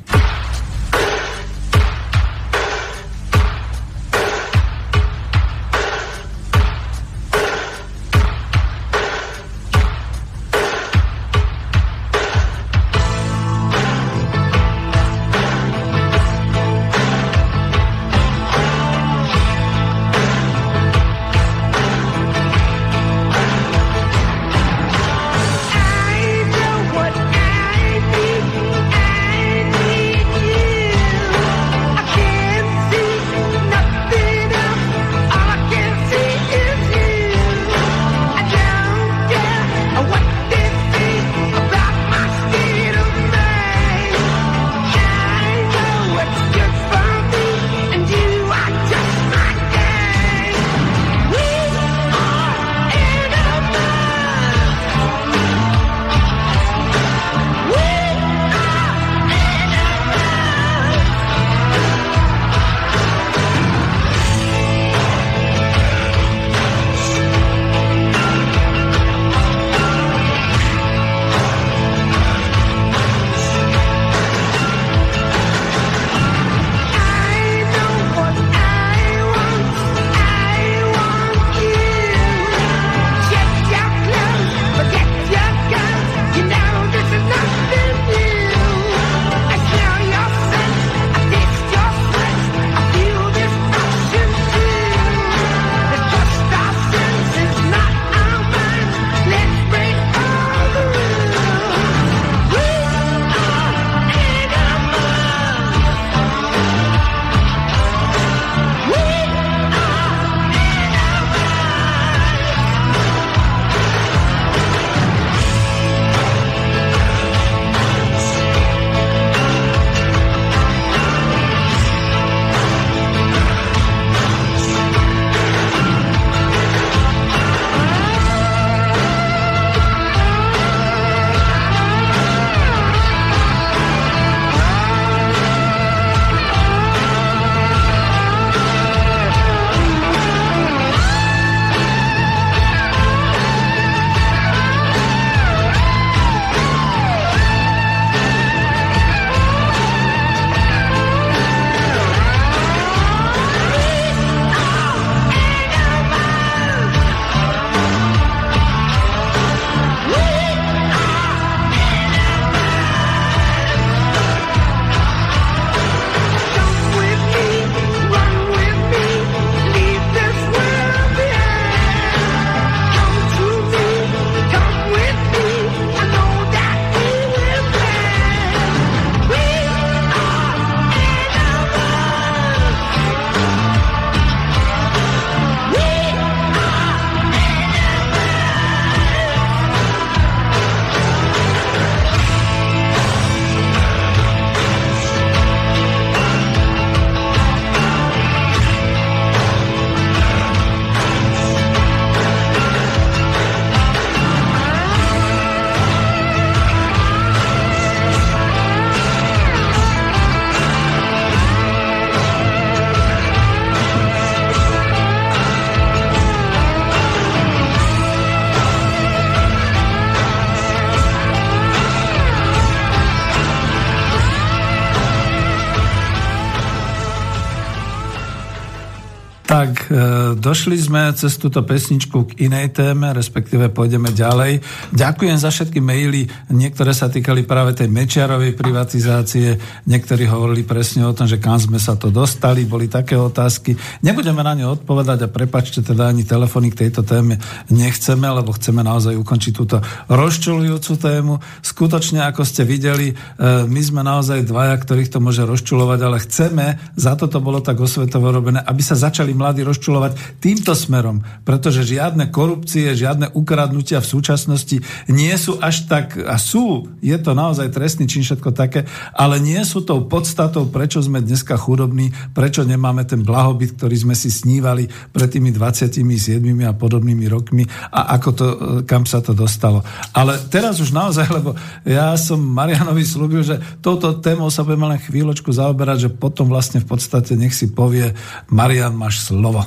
Tak, došli sme cez túto pesničku k inej téme, respektíve pôjdeme ďalej. Ďakujem za všetky maily, niektoré sa týkali práve tej Mečiarovej privatizácie, niektorí hovorili presne o tom, že kam sme sa to dostali, boli také otázky. Nebudeme na ne odpovedať a prepáčte, teda ani telefóny k tejto téme nechceme, lebo chceme naozaj ukončiť túto rozčuľujúcu tému. Skutočne, ako ste videli, my sme naozaj dvaja, ktorých to môže rozčuľovať, ale chceme, za to to bolo tak osvetovo robené, aby sa začali mladí rozčuľovať týmto smerom, pretože žiadne korupcie, žiadne ukradnutia v súčasnosti nie sú až tak, a sú, je to naozaj trestný čin, všetko také, ale nie sú tou podstatou, prečo sme dneska chudobní, prečo nemáme ten blahobyt, ktorý sme si snívali pred tými dvadsiatimi siedmimi a podobnými rokmi a ako to, kam sa to dostalo. Ale teraz už naozaj, lebo ja som Marianovi slúbil, že touto témou sa budeme len chvíľočku zaoberať, že potom vlastne v podstate nech si povie Marian, máš slovo.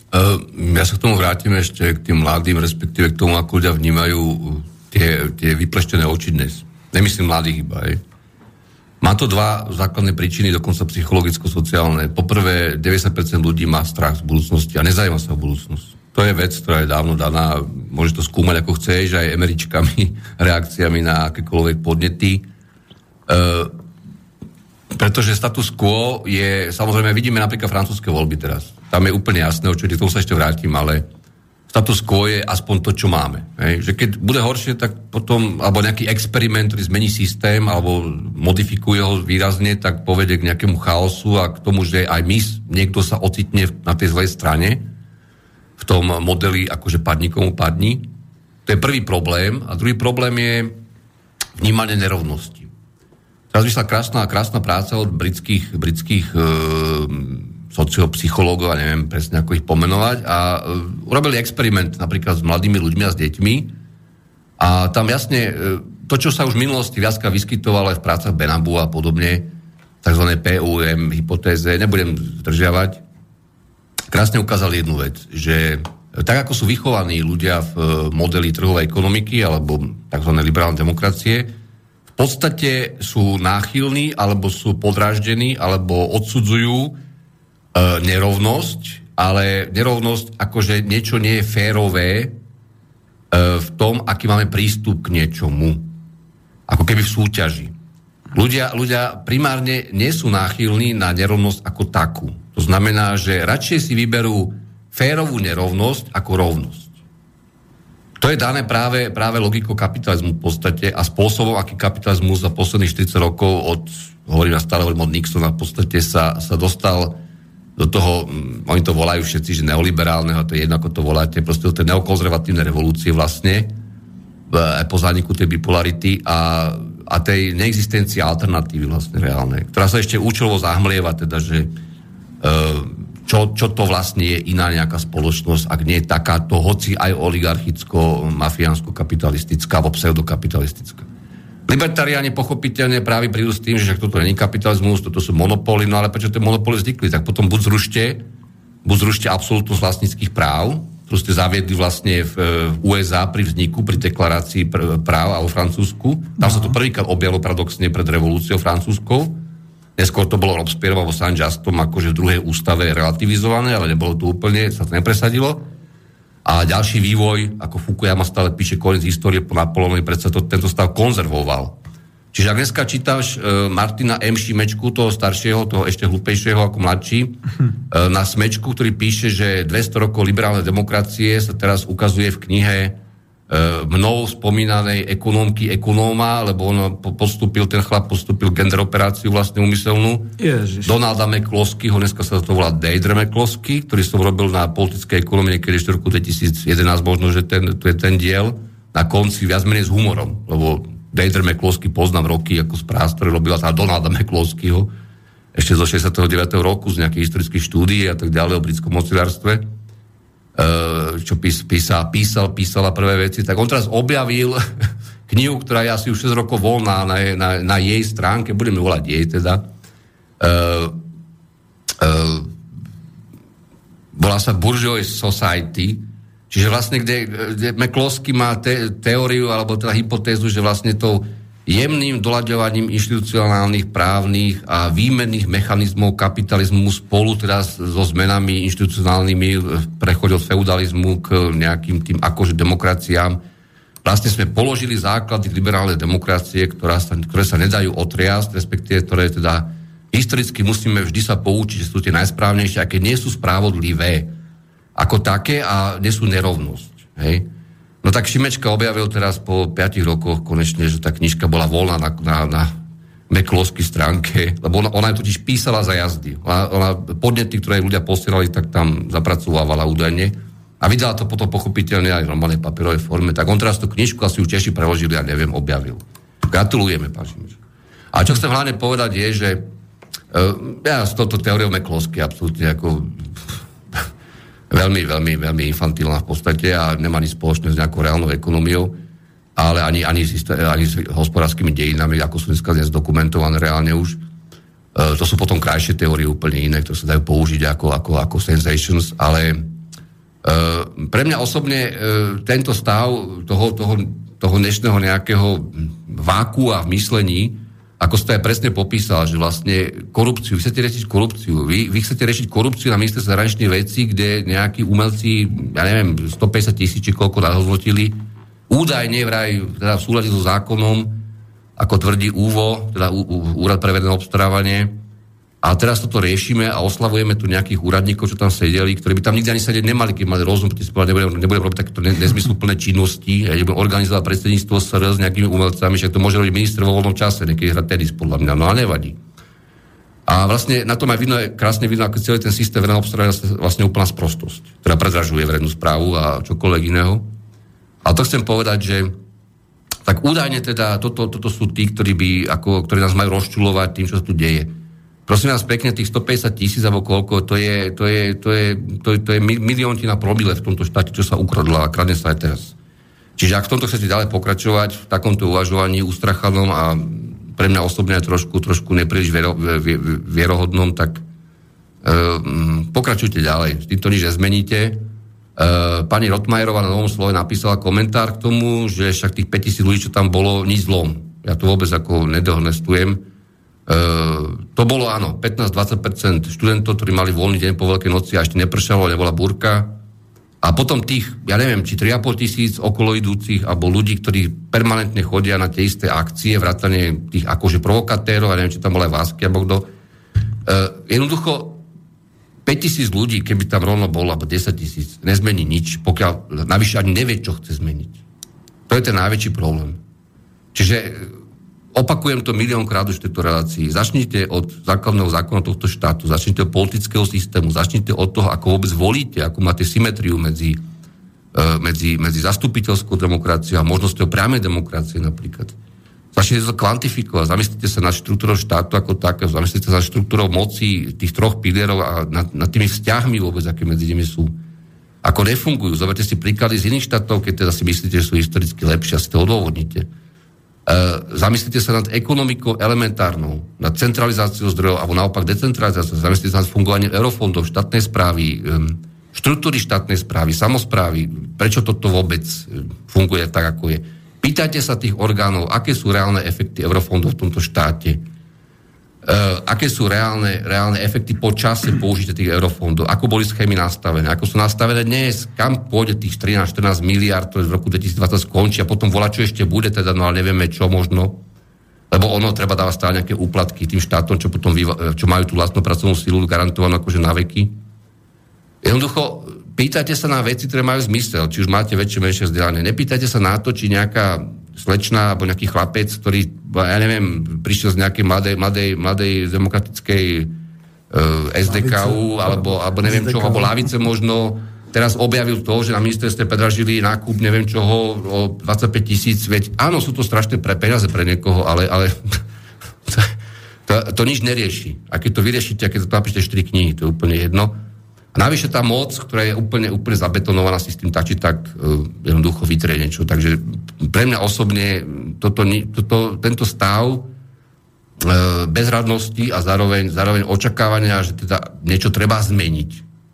Ja sa k tomu vrátim ešte k tým mladým, respektíve k tomu, ako ľudia vnímajú tie, tie vypleštené oči dnes. Nemyslím mladých iba, hej. Má to dva základné príčiny, dokonca psychologicko-sociálne. Poprvé, deväťdesiat percent ľudí má strach z budúcnosti a nezajíma sa o budúcnosť. To je vec, ktorá je dávno daná, môže to skúmať ako chceš, aj emeričkami, reakciami na akékoľvek podnety. E, pretože status quo je, samozrejme, vidíme napríklad francúzske voľby teraz. Tam je úplne jasné, o čo, k tomu sa ešte vrátim, ale status quo je aspoň to, čo máme. Hej? Že keď bude horšie, tak potom, alebo nejaký experiment, ktorý zmení systém, alebo modifikuje ho výrazne, tak povedie k nejakému chaosu a k tomu, že aj my, niekto sa ocitne na tej zlej strane, v tom modeli, akože padni komu padni. To je prvý problém. A druhý problém je vnímanie nerovnosti. Teraz vyšla krásna, krásna práca od britských, britských e, sociopsychológov, a neviem presne, ako ich pomenovať, a e, urobili experiment napríklad s mladými ľuďmi a s deťmi. A tam jasne, e, to, čo sa už v minulosti viackrát vyskytovalo aj v prácach Benabu a podobne, takzvané P U M, hypotéze, nebudem zdržiavať, krásne ukázali jednu vec, že tak, ako sú vychovaní ľudia v modeli trhovej ekonomiky alebo tzv. Liberálnej demokracie, v podstate sú náchylní, alebo sú podráždení, alebo odsudzujú e, nerovnosť, ale nerovnosť akože niečo nie je férové e, v tom, aký máme prístup k niečomu. Ako keby v súťaži. Ľudia, ľudia primárne nie sú náchylní na nerovnosť ako takú. To znamená, že radšej si vyberú férovú nerovnosť ako rovnosť. To je dané práve, práve logikou kapitalizmu v podstate a spôsobom, aký kapitalizmus za posledných štyridsať rokov od, hovorím, stále hovorím od Nixona, v podstate sa, sa dostal do toho, oni to volajú všetci, že neoliberálneho, to je jedno, ako to voláte, proste do tej neokonzervatívnej revolúcie vlastne, aj po zániku tej bipolarity a, a tej neexistencie alternatívy vlastne reálnej, ktorá sa ešte účelovo zahmlieva, teda, že e, Čo, čo to vlastne je iná nejaká spoločnosť, ak nie je takáto, hoci aj oligarchicko-mafiánsko-kapitalistická alebo pseudokapitalistická. Libertariáni pochopiteľne práve prídu s tým, že toto nie je kapitalizmus, toto sú monopóly, no ale prečo tie monopóly vznikli? Tak potom buď zrušte, buď zrušte absolútnosť vlastníckych práv, ktorú ste zaviedli vlastne v, v U S A pri vzniku, pri deklarácii pr- práv a vo Francúzsku. Tam no. sa to prvýkrát objavilo paradoxne pred revolúciou francúzskou. Neskôr to bolo Robespierreom alebo Saint-Justom akože v druhej ústave relativizované, ale nebolo to úplne, sa to nepresadilo. A ďalší vývoj, ako Fukuyama stále píše koniec histórie po Napoleónovi, predsa to, tento stav konzervoval. Čiže ak dneska čítaš e, Martina M. Šimečku, toho staršieho, toho ešte hlúpejšieho ako mladší, e, na Smečku, ktorý píše, že dvesto rokov liberálnej demokracie sa teraz ukazuje v knihe mnou spomínanej ekonómky ekonóma, lebo on postúpil, ten chlap postúpil gender operáciu vlastne úmyselnú. Ježiš. Donalda McCloskeyho, dneska sa to volá Deidre McCloskey, ktorý som robil na politickej ekonomii niekedy v roku dvetisíc jedenásť, možno, že ten, to je ten diel, na konci viac menej s humorom, lebo Deidre McCloskey poznám roky ako z prác, ktoré robila tá Donalda McCloskeyho, ešte zo šesťdesiateho deviateho roku z nejakých historických štúdií a tak ďalej o britskom mocilárstve. Čo pís, písal, písal, písala prvé veci, tak on teraz objavil knihu, ktorá je asi už šesť rokov voľná na, na, na jej stránke, budeme volať jej teda. Uh, uh, volá sa Bourgeois Society, čiže vlastne, kde, kde McCloskey má te, teóriu, alebo teda hypotézu, že vlastne tou jemným doľaďovaním inštitucionálnych, právnych a výmenných mechanizmov kapitalizmu spolu teda so zmenami inštitucionálnymi v prechode od feudalizmu k nejakým tým akože demokraciám. Vlastne sme položili základy liberálnej demokracie, ktorá sa, ktoré sa nedajú otriasť, respektíve ktoré teda historicky musíme vždy sa poučiť, že sú tie najsprávnejšie, aké nie sú spravodlivé ako také a nie sú nerovnosť. Hej? No tak Šimečka objavil teraz po piatich rokoch konečne, že tá knižka bola voľná na, na, na McCloskey stránke, lebo ona, ona totiž písala za jazdy. Ona, ona podnety, ktoré ľudia posielali, tak tam zapracovávala údajne a vydala to potom pochopiteľne aj v normálnej papierovej forme. Tak on teraz tú knižku asi už Češi preložili, ja neviem, objavil. Gratulujeme, pán Šimečka. A čo chcem hlavne povedať je, že uh, ja s touto teóriou McCloskey absolútne ako veľmi, veľmi, veľmi infantilná v podstate a nemá nič spoločné s nejakou reálnou ekonómiou, ale ani, ani, ani s hospodárskymi dejinami, ako sú dneska dnes dokumentované reálne už. E, to sú potom krajšie teórie úplne iné, ktoré sa dajú použiť ako, ako, ako sensations, ale Pre mňa osobne tento stav toho, toho, toho dnešného nejakého vákua v myslení, ako ste aj presne popísal, že vlastne korupciu, vy chcete riešiť korupciu, vy, vy chcete riešiť korupciu na ministerstve zahraničných vecí, kde nejakí umelci, ja neviem, stopäťdesiat tisíc či koľko nahodnotili, údajne vraj teda v súlade so zákonom, ako tvrdí úvo, teda Úrad pre verejné obstarávanie. A teraz toto riešime a oslavujeme tu nejakých úradníkov, čo tam sedeli, ktorí by tam nikdy ani sedieť nemali, keď mali rozum, pretože nebudem, nebudem robiť takéto nezmysluplné činnosti, ja nebudem organizovať predsedníctvo es er es s nejakými umelcami, však to môže robiť minister vo voľnom čase, niekedy hrať tenis, podľa mňa, no a nevadí. A vlastne na tom aj vidno, krásne vidno, ako celý ten systém verejného obstarávania je vlastne úplná sprostosť, ktorá predražuje verejnú správu a čokoľvek iného. A to chcem povedať, že tak údajne teda toto, toto sú tí, ktorí by, ako, ktorí nás majú rozčulovať tým, čo sa tu deje. Prosím vás pekne, tých stopäťdesiat tisíc alebo koľko, to je, to je, to je, to je, to je milióntina promile v tomto štáte, čo sa ukradla a kradne sa aj teraz. Čiže ak v tomto chcete ďalej pokračovať, v takomto uvažovaní ustrachanom a pre mňa osobne aj trošku, trošku nepríliš viero, vierohodnom, tak e, pokračujte ďalej. S týmto nič nezmeníte. E, pani Rotmajerová na Novom Slove napísala komentár k tomu, že však tých päťtisíc ľudí, čo tam bolo, nič zlom. Ja to vôbec ako nedohonestujem. Uh, to bolo áno, pätnásť až dvadsať percent študentov, ktorí mali voľný deň po Veľkej noci a ešte nepršalo, nebola búrka. A potom tých, ja neviem, či tri a pol tisíc okolo idúcich, alebo ľudí, ktorí permanentne chodia na tie isté akcie, vrátane tých akože provokatérov, ja neviem, či tam bol aj Vásky, alebo kto. Uh, jednoducho, päťtisíc ľudí, keby tam rovno bolo, alebo desaťtisíc, nezmení nič, pokiaľ navyše ani nevie, čo chce zmeniť. To je ten najväčší problém. Čiže opakujem to miliónkrát už v tejto relácii. Začnite od základného zákona tohto štátu, začnite od politického systému, začnite od toho, ako vôbec volíte, ako máte symetriu medzi, medzi, medzi zastupiteľskou demokraciou a možnosťou priamej demokracie napríklad. Začnite to kvantifikovať, zamyslite sa nad štruktúrou štátu ako také, zamyslite sa nad štruktúrou moci tých troch pilierov a nad, nad tými vzťahmi vôbec, aké medzi nimi sú. Ako nefungujú. Zoberte si príklady z iných štátov, keď teda si myslíte, že sú historicky lepšie a si to odôvodnite. Uh, zamyslite sa nad ekonomikou elementárnou, nad centralizáciou zdrojov alebo naopak decentralizáciou, zamyslite sa nad fungovaním eurofondov, štátnej správy, um, štruktúry štátnej správy, samosprávy, prečo toto vôbec funguje tak, ako je. Pýtajte sa tých orgánov, aké sú reálne efekty eurofondov v tomto štáte, uh, aké sú reálne, reálne efekty po čase použitia tých eurofondov, ako boli schémy nastavené, ako sú nastavené dnes, kam pôjde tých trinásť štrnásť miliárd, ktoré v roku dvetisícdvadsať skončí a potom volá, čo ešte bude, teda, no ale nevieme čo možno, lebo ono treba dávať stále nejaké úplatky tým štátom, čo potom vyva- čo majú tú vlastnú pracovnú silu garantovanú akože na veky. Jednoducho, pýtajte sa na veci, ktoré majú zmysel, či už máte väčšie, menšie vzdelanie. Nepýtajte sa na to, či nejaká slečna alebo nejaký chlapec, ktorý, ja neviem, prišiel z nejakej mladej, mladej, mladej demokratickej uh, es dé ká ú, alebo, alebo neviem čo, alebo lavice možno, teraz objavil to, že na ministerstve predražili nákup neviem čoho o dvadsaťpäť tisíc, veď áno, sú to strašné pre peniaze pre niekoho, ale, ale to, to, to nič nerieši. A keď to vyriešite, a keď to napíšete štyri knihy, to je úplne jedno. A navyše tá moc, ktorá je úplne, úplne zabetonovaná si s tým tak, či tak uh, jednoducho vytrie niečo. Takže pre mňa osobne toto, toto, tento stav uh, bezradnosti a zároveň, zároveň očakávania, že teda niečo treba zmeniť,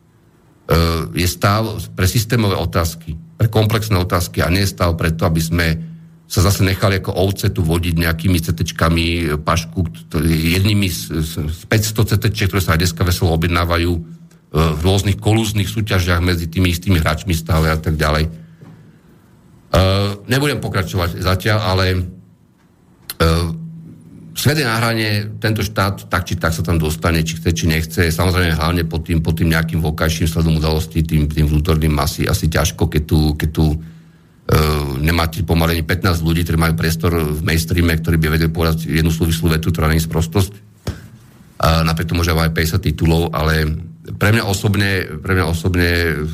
uh, je stav pre systémové otázky, pre komplexné otázky a nie je stav pre to, aby sme sa zase nechali ako ovce tu vodiť nejakými cetečkami pašku, jednými z, z päťsto cetečiek, ktoré sa aj dneska veselo objednávajú v rôznych kolúznych súťažiach medzi tými istými hráčmi stále a tak ďalej. Uh, nebudem pokračovať zatiaľ, ale uh, svet je na hrane, tento štát tak či tak sa tam dostane, či chce, či nechce. Samozrejme hlavne pod tým, pod tým nejakým vonkajším sledom udalostí, tým, tým vnútorným asi, asi ťažko, keď tu, keď tu uh, nemáte pomalení pätnásť ľudí, ktorí majú priestor v mainstreame, ktorí by vedeli povedať jednu súvislú vetu, ktorá nie je sprostosť. Uh, napriek tomu, že má aj päťdesiat titulov, ale pre mňa osobne, pre mňa osobne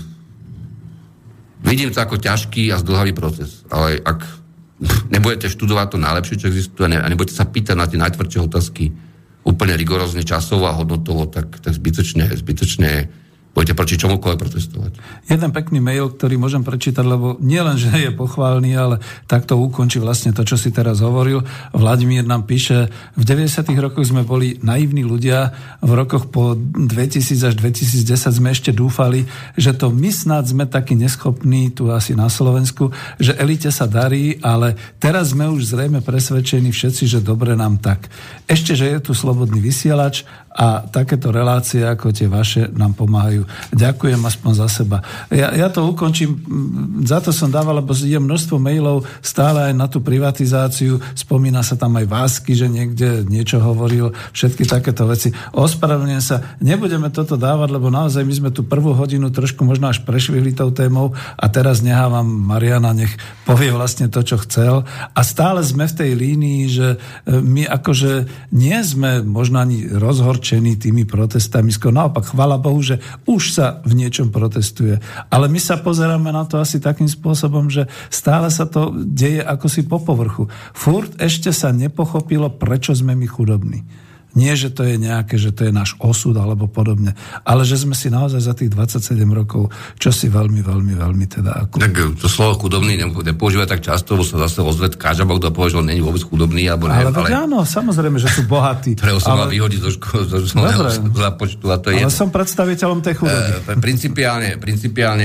vidím to ako ťažký a zdĺhavý proces. Ale ak nebudete študovať to najlepšie, čo existuje, a nebudete sa pýtať na tie najtvrdšie otázky úplne rigorózne časovo a hodnotovo, tak, tak zbytočne, zbytočne Budete proti čomukoľvek protestovať. Jeden pekný mail, ktorý môžem prečítať, lebo nie len, že je pochválny, ale takto ukončí vlastne to, čo si teraz hovoril. Vladimír nám píše, v deväťdesiatych rokoch sme boli naivní ľudia, v rokoch po dvetisíc až dvetisícdesať sme ešte dúfali, že to my snad sme takí neschopní, tu asi na Slovensku, že elite sa darí, ale teraz sme už zrejme presvedčení všetci, že dobre nám tak. Ešte, že je tu slobodný vysielač a takéto relácie ako tie vaše nám pomáhajú. Ďakujem aspoň za seba. Ja, ja to ukončím, za to som dával, lebo je množstvo mailov stále aj na tú privatizáciu, spomína sa tam aj Vásky, že niekde niečo hovoril, všetky takéto veci. Ospravedlňujem sa, nebudeme toto dávať, lebo naozaj my sme tu prvú hodinu trošku možno až prešvihli tou témou a teraz nehávam Mariana, nech povie vlastne to, čo chcel. A stále sme v tej línii, že my akože nie sme možno ani rozhorčení tými protestami, skôr naopak, chvála Bohu, že už sa v niečom protestuje. Ale my sa pozeráme na to asi takým spôsobom, že stále sa to deje ako si po povrchu. Furt ešte sa nepochopilo, prečo sme my chudobní. Nie, že to je nejaké, že to je náš osud alebo podobne, ale že sme si naozaj za tých dvadsaťsedem rokov, čo si veľmi, veľmi, veľmi teda... Ako... Tak to slovo chudobný nepoužíva tak často, lebo sa zase ozved každá, kto povie, že on není vôbec chudobný, alebo ne. Ale, ale... áno, samozrejme, že sú bohatí. Ktorého sa ale... má vyhodiť zo školy, zo zápočtu, a to je... Ale som predstaviteľom tej chudoby. E, principiálne, principiálne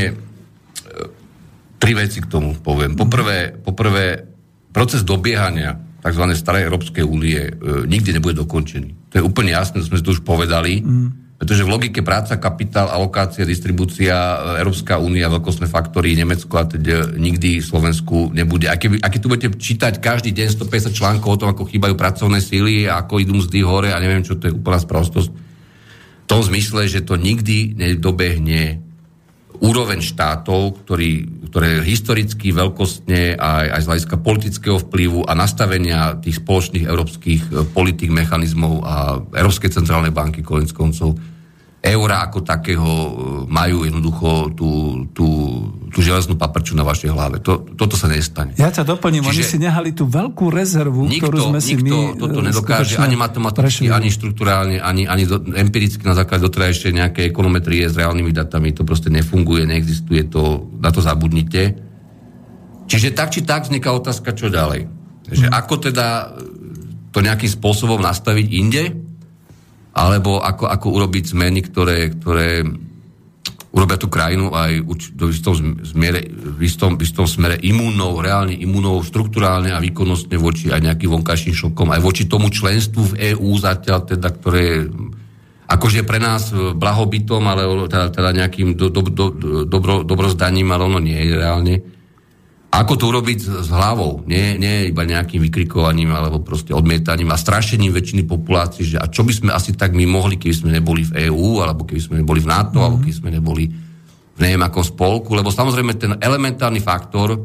tri veci k tomu poviem. Poprvé, poprvé proces dobiehania tzv. Starej Európskej únie e, nikdy nebude dokončený. To je úplne jasné, to sme si to už povedali, mm. pretože v logike práca, kapitál, alokácia, distribúcia, Európska únia, veľkostné faktory, Nemecko a teda nikdy Slovensku nebude. A keď, a keď tu budete čítať každý deň stopäťdesiat článkov o tom, ako chýbajú pracovné síly a ako idú mzdy hore a neviem čo, to je úplná sprostosť. V tom zmysle, že to nikdy nedobehne úroveň štátov, ktorý, ktoré historicky, veľkostne aj, aj z hľadiska politického vplyvu a nastavenia tých spoločných európskych politík, mechanizmov a Európskej centrálnej banky, koniec koncov, eura ako takého majú jednoducho tú, tú, tú železnú paprču na vašej hlave. To, toto sa nestane. Ja ťa doplním, Čiže oni si nehali tú veľkú rezervu, nikto, ktorú sme si my... Nikto toto nedokáže ani matematicky, ani štruktúrálne, ani, ani do, empiricky na základe doterajšej nejaké ekonometrie s reálnymi datami. To proste nefunguje, neexistuje to, na to zabudnite. Čiže tak či tak vzniká otázka, čo ďalej. Že hmm. ako teda to nejakým spôsobom nastaviť inde, alebo ako, ako urobiť zmeny, ktoré, ktoré urobia tú krajinu aj v istom, zmiere, v istom, v istom smere imúnnou, reálne imúnnou, štruktúrálne a výkonnostne voči aj nejakým vonkajším šokom, aj voči tomu členstvu v EÚ zatiaľ, teda, ktoré akože pre nás blahobytom, ale teda, teda nejakým do, do, do, dobro, dobrozdaním, ale ono nie je reálne. Ako to urobiť s hlavou? Nie, nie iba nejakým vykrikovaním alebo proste odmietaním a strašením väčšiny populácií, že a čo by sme asi tak my mohli, keby sme neboli v EÚ, alebo keby sme neboli v NATO, mm. alebo keby sme neboli v neviem akom spolku, lebo samozrejme ten elementárny faktor uh,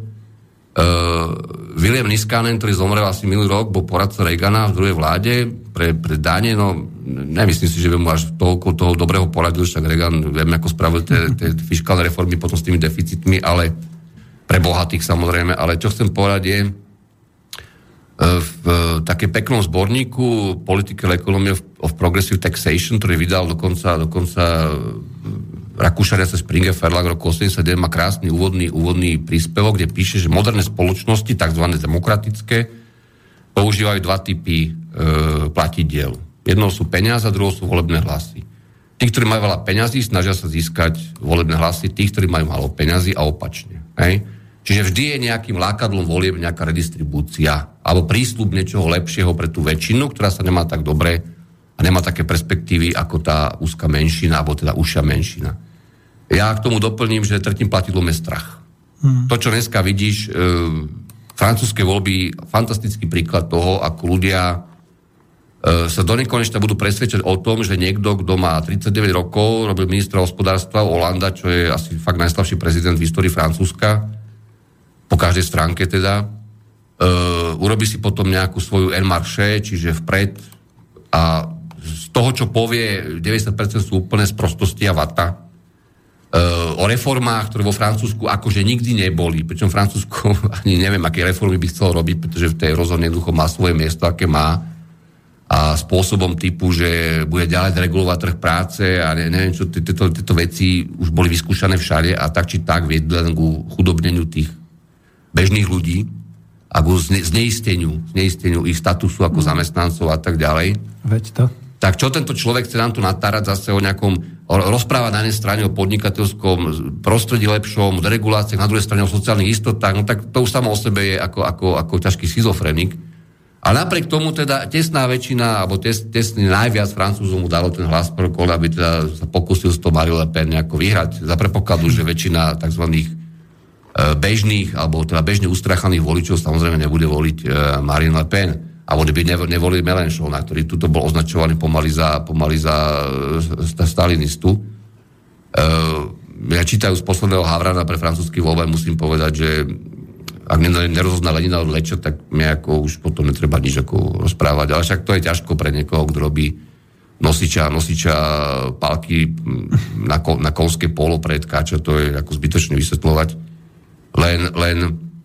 William Niskanen, ktorý zomrel asi minulý rok, bol poradca Reagana v druhej vláde pre, pre dáne, no nemyslím si, že by mu až toľko toho dobrého poradil, však Reagan, vieme, ako spravil tie fiškálne reformy potom s tými deficitmi, ale pre bohatých samozrejme, ale čo chcem povedať je, v také peknom zborníku Political Economy of Progressive Taxation, ktorý vydal dokonca, dokonca Rakúšania cez Springer Verlag roku osemdesiatdeväť, má krásny úvodný, úvodný príspevok, kde píše, že moderné spoločnosti, takzvané demokratické, používajú dva typy e, platidiel. Jednou sú peniaze a druhou sú volebné hlasy. Tí, ktorí majú veľa peňazí, snažia sa získať volebné hlasy, tí, ktorí majú málo peňazí a opačne. Hej? Čiže vždy je nejakým lákadlom volieb nejaká redistribúcia alebo prísľub niečoho lepšieho pre tú väčšinu, ktorá sa nemá tak dobre a nemá také perspektívy ako tá úzka menšina, alebo teda užšia menšina. Ja k tomu doplním, že tretím platidlom je strach. Hmm. To, čo dneska vidíš, e, francúzske voľby, fantastický príklad toho, ako ľudia e, sa do nekonečna budú presvedčať o tom, že niekto, kto má tridsaťdeväť rokov, robil ministra hospodárstva Hollanda, čo je asi fakt najslabší prezident v histórii Francúzska, po každej stránke teda, uh, urobí si potom nejakú svoju en marché, čiže vpred a z toho, čo povie, deväťdesiat percent sú úplné sprostosti a vata. Uh, o reformách, ktoré vo Francúzsku akože nikdy neboli, pričom Francúzsko ani neviem, aké reformy by chcel robiť, pretože v tej rozhodne jednoducho má svoje miesto, aké má. A a spôsobom typu, že bude ďalej regulovať trh práce a ne, neviem čo, tieto, tieto veci už boli vyskúšané všade a tak či tak viedli len ku chudobneniu tých bežných ľudí a ku zneisteniu, zneisteniu ich statusu ako zamestnancov a tak ďalej. Veď to. Tak čo tento človek chce nám tu natárať zase o nejakom, rozprávať na jednej strane o podnikateľskom prostredí lepšom, o dereguláciách, na druhej strane o sociálnych istotách, no tak to už samo o sebe je ako, ako, ako ťažký schizofrenik. A napriek tomu teda tesná väčšina, alebo tes, tesný najviac Francúzov mu dalo ten hlas pro kol, aby teda sa pokúsil s to Marine Le Pen nejako vyhrať. Za predpokladu, že väčšina tzv. Bežných, alebo teda bežne ustrachaných voličov samozrejme nebude voliť Marine Le Pen. A oni by nevolili Mélenchona, ktorý tuto bol označovaný pomaly za, pomaly za stalinistu. Ja čítajú z posledného Havrana pre francúzsky voľby, musím povedať, že ak nerozozná Lenina od Leča, tak mi ako už potom netreba nič ako rozprávať. Ale však to je ťažko pre niekoho, kto robí nosiča, nosiča pálky na, ko, na konské polo pre tkáča, to je ako zbytočne vysvetľovať. Len, len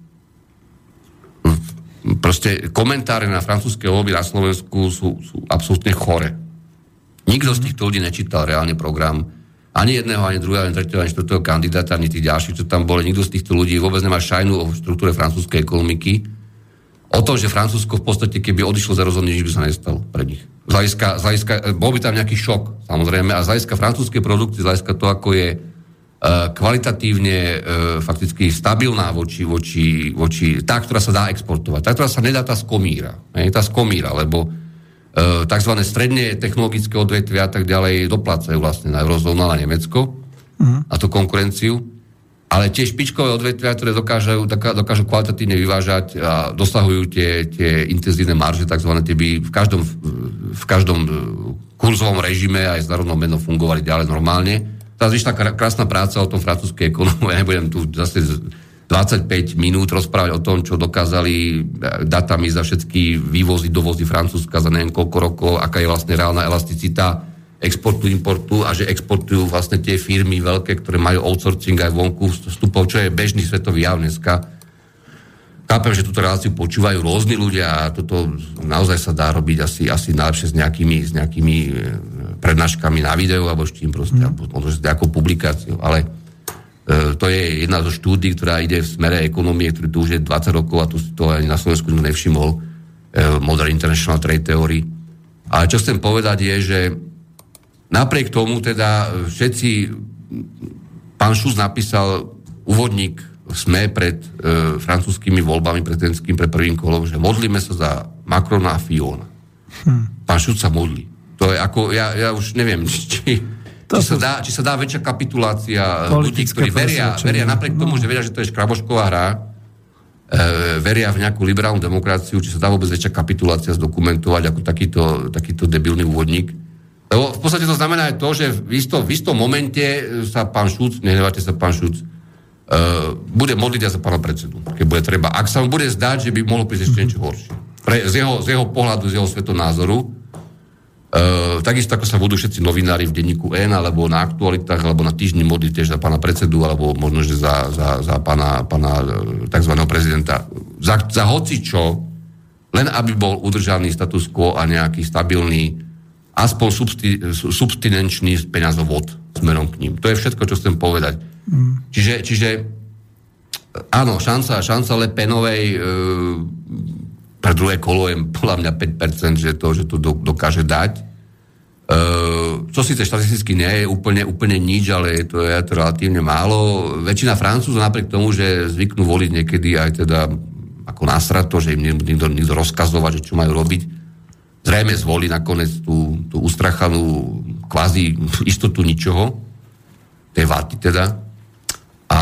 proste komentáre na francúzske voľby na Slovensku sú, sú absolútne chore. Nikto z týchto ľudí nečítal reálne program ani jedného, ani druhého, ani tretieho, ani štvrtého kandidáta, ani tých ďalších, čo tam boli. Nikto z týchto ľudí vôbec nemá šajnu o štruktúre francúzskej ekonomiky. O tom, že Francúzsko v podstate, keby odišlo z eurozóny, nič by sa nestalo pre nich. Z hľadiska, z hľadiska, bol by tam nejaký šok, samozrejme, a z hľadiska francúzskej produkcie, z hľadiska to, ako je kvalitatívne e, fakticky stabilná voči, voči, voči tá, ktorá sa dá exportovať. Tá, ktorá sa nedá, tá skomíra. Ne? Tá skomíra, lebo e, tzv. Stredne technologické odvetvia a tak ďalej doplácajú vlastne na eurozónu a na Nemecko uh-huh. a tú konkurenciu. Ale tie špičkové odvetvia, ktoré dokážu, dokážu kvalitatívne vyvážať a dosahujú tie, tie intenzívne marže, tzv. Tie by v každom, v každom kurzovom režime aj s národnou menou fungovali ďalej normálne. Tá zvyšná krásna práca o tom francúzskej ekonomii. Ja nebudem tu zase dvadsaťpäť minút rozprávať o tom, čo dokázali datami za všetky vývozy, dovozy Francúzska za neviem koľko rokov, aká je vlastne reálna elasticita exportu, importu a že exportujú vlastne tie firmy veľké, ktoré majú outsourcing aj vonku vstupov, čo je bežný svetový jav dneska. Chápem, že túto reláciu počúvajú rôzni ľudia a toto naozaj sa dá robiť asi, asi najlepšie s nejakými, s nejakými prednáškami na videu alebo s čím proste, mm. alebo s nejakou publikáciou, ale e, to je jedna zo štúdií, ktorá ide v smere ekonomie, ktorý tu už je dvadsať rokov a tu si to ani na Slovensku nevšimol, e, Modern International Trade Theory. Ale čo chcem povedať je, že napriek tomu teda všetci, pán Šus napísal úvodník v SME pred e, francúzskými voľbami prezidentským pre prvým kolom, že modlíme sa za Macrona a Fillona. Hm. Pán Šus sa modlí. To je ako, ja, ja už neviem, či, či, sa dá, či sa dá väčšia kapitulácia ľudí, ktorí veria, veria napriek tomu, no. že veria, že to je škrabošková hra, e, veria v nejakú liberálnu demokraciu, či sa dá vôbec väčšia kapitulácia zdokumentovať ako takýto, takýto debilný úvodník. Lebo v podstate to znamená aj to, že v istom, v istom momente sa pán Šuc, nehnevajte sa pán Šuc, e, bude modliť aj za pána predsedu, keď bude treba. Ak sa mu bude zdať, že by mohlo prísť ešte niečo horšie. Pre, z, jeho, z jeho pohľadu, z jeho svetonázoru, Uh, takisto ako sa budú všetci novinári v denníku N alebo na aktualitách alebo na týždni modliť tiež za pána predsedu alebo možno, že za, za, za pána, pána takzvaného prezidenta. Za, za hocičo, len aby bol udržaný status quo a nejaký stabilný aspoň substi, substinenčný peňazovod smerom k ním. To je všetko, čo chcem povedať. Mm. Čiže, čiže áno, šanca, šanca Le Penovej e, pre druhé kolo je podľa mňa päť percent, že to, že to dokáže dať. Uh, čo síce štatisticky nie je úplne, úplne nič, ale je to, je to relatívne málo. Väčšina Francúzov napriek tomu, že zvyknú voliť niekedy aj teda ako násrad to, že im niekto, niekto rozkazovať, že čo majú robiť, zrejme zvolí nakoniec tú, tú ustrachanú kvázi istotu ničoho, tej váty teda. A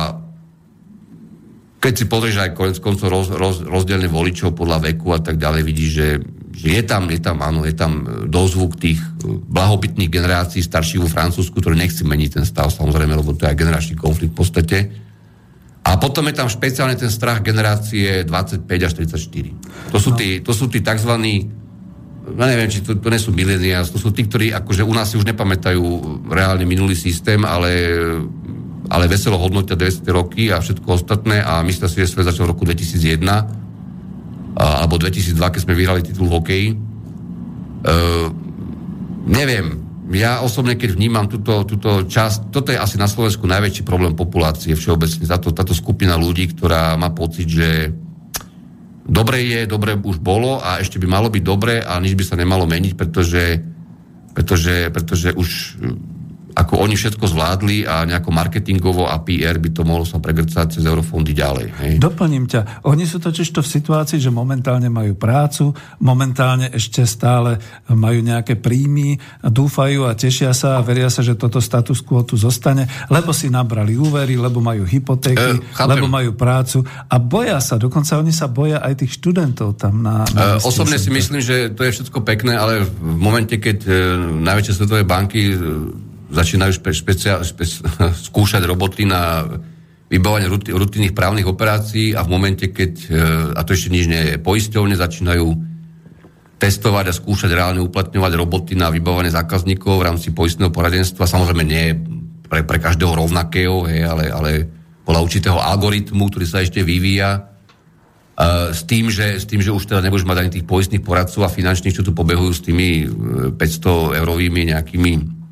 keď si pozrieš aj konec koncov roz, roz, rozdielne voličov podľa veku a tak ďalej, vidíš, že že je tam, je tam, áno, je tam dozvuk tých blahobytných generácií starších vo Francúzsku, ktorí nechci meniť ten stav, samozrejme, lebo to je aj generačný konflikt v podstate. A potom je tam špeciálne ten strach generácie dvadsaťpäť až tridsaťštyri. To sú tí, to sú tí takzvaní, ja neviem, či to, to nie sú millennials, to sú tí, ktorí akože u nás si už nepamätajú reálne minulý systém, ale, ale veselo hodnotia dvesto roky a všetko ostatné a myslia si, že svet začal v roku dvetisícjeden alebo dvetisícdva, keď sme vyhrali titul v hokeji. neviem, ja osobne, keď vnímam túto, túto časť, toto je asi na Slovensku najväčší problém populácie všeobecne, táto, táto skupina ľudí, ktorá má pocit, že dobre je, dobre už bolo a ešte by malo byť dobre a nič by sa nemalo meniť, pretože, pretože, pretože už ako oni všetko zvládli a nejako marketingovo a pé er by to mohlo sa pregrcať cez eurofondy ďalej. Hej. Doplním ťa. Oni sú totiž to v situácii, že momentálne majú prácu, momentálne ešte stále majú nejaké príjmy, dúfajú a tešia sa a veria sa, že toto status quo tu zostane, lebo si nabrali úvery, lebo majú hypotéky, e, lebo majú prácu a boja sa, dokonca oni sa boja aj tých študentov tam na... na e, osobne si myslím, že to je všetko pekné, ale v momente, keď e, najväčšie svetové banky e, začínajú špe, špecia, špe, skúšať roboty na vybavovanie rutinných právnych operácií a v momente, keď, a to ešte nič nie je, poisťovne začínajú testovať a skúšať reálne uplatňovať roboty na vybavovanie zákazníkov v rámci poistného poradenstva. Samozrejme nie pre, pre každého rovnakého, hej, ale, ale podľa určitého algoritmu, ktorý sa ešte vyvíja, Uh, s, tým, že, s tým, že už teda nebudeš mať ani tých poistných poradcov a finančných, čo tu pobehujú s tými päťsto eurovými nejakými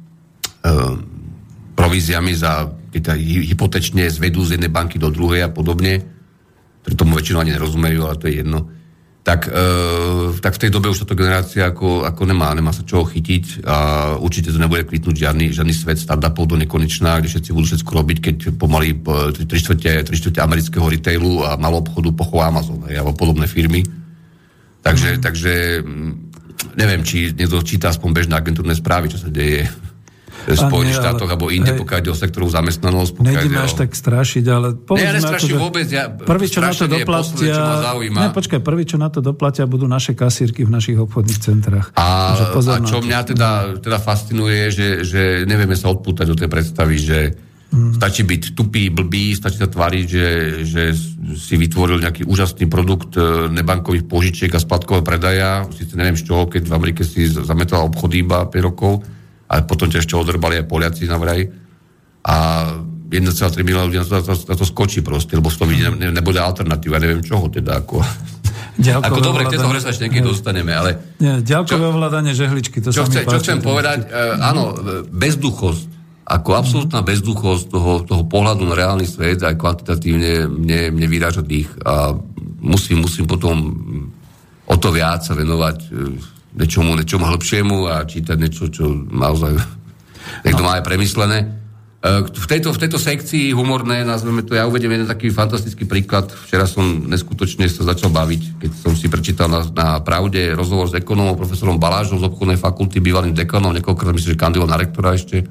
províziami za, keď hypotečne zvedú z jednej banky do druhej a podobne, ktorí tomu väčšinou ani nerozumejú, ale to je jedno. Tak, e, tak v tej dobe už táto generácia ako, ako nemá, nemá sa čoho chytiť a určite to nebude kvitnúť žiadny, žiadny svet startupov do nekonečná, kde všetci budú všetko robiť, keď pomaly tri štvrte amerického retailu a malou obchodu pochová Amazon alebo podobné firmy. Takže, mm. takže neviem, či niekto číta aspoň bežné agentúrne správy, čo sa deje v Spojených štátoch alebo inde, pokiaľ ide o sektorovú zamestnanosť. Nejdeme až tak strašiť, ale... Ne, ja nestraším vôbec. Ja, prvý, čo na to doplatia... Ne, počkaj, prvý, čo na to doplatia, budú naše kasírky v našich obchodných centrách. A, a čo mňa teda, teda fascinuje, že, že nevieme sa odpútať do tej predstavy, že hmm. stačí byť tupý, blbý, stačí sa tváriť, že, že si vytvoril nejaký úžasný produkt nebankových požičiek a splatkového predaja. Sice neviem z čoho, keď v Amerike si zametal obchody iba päť rokov, ale potom ťa ešte odrbali aj Poliaci na vraj. A jeden celá tri milióna ľudí na to, to, to, to skočí proste, lebo z toho vidí, ne, nebude alternatíva, neviem čoho teda. Ako, ako dobre, k tejto hore sa ešte niekedy dostaneme, ale... Nie, ďalkové ovládanie žehličky, to čo sa chce, mi páči. Čo chcem povedať, uh, áno, bezduchosť, ako absolútna bezduchosť toho, toho pohľadu na reálny svet, aj kvantitatívne mne, mne vyráža dých a musím, musím potom o to viac sa venovať uh, niečomu, niečomu hĺbšiemu a čítať niečo, čo naozaj niekto no. má aj premyslené. V tejto, v tejto sekcii humorné, nazveme to, ja uvediem jeden taký fantastický príklad. Včera som neskutočne sa začal baviť, keď som si prečítal na, na Pravde rozhovor s ekonómom, profesorom Balážom z obchodnej fakulty, bývalým dekanom, niekoľkokrát myslím, že kandidoval na rektora ešte,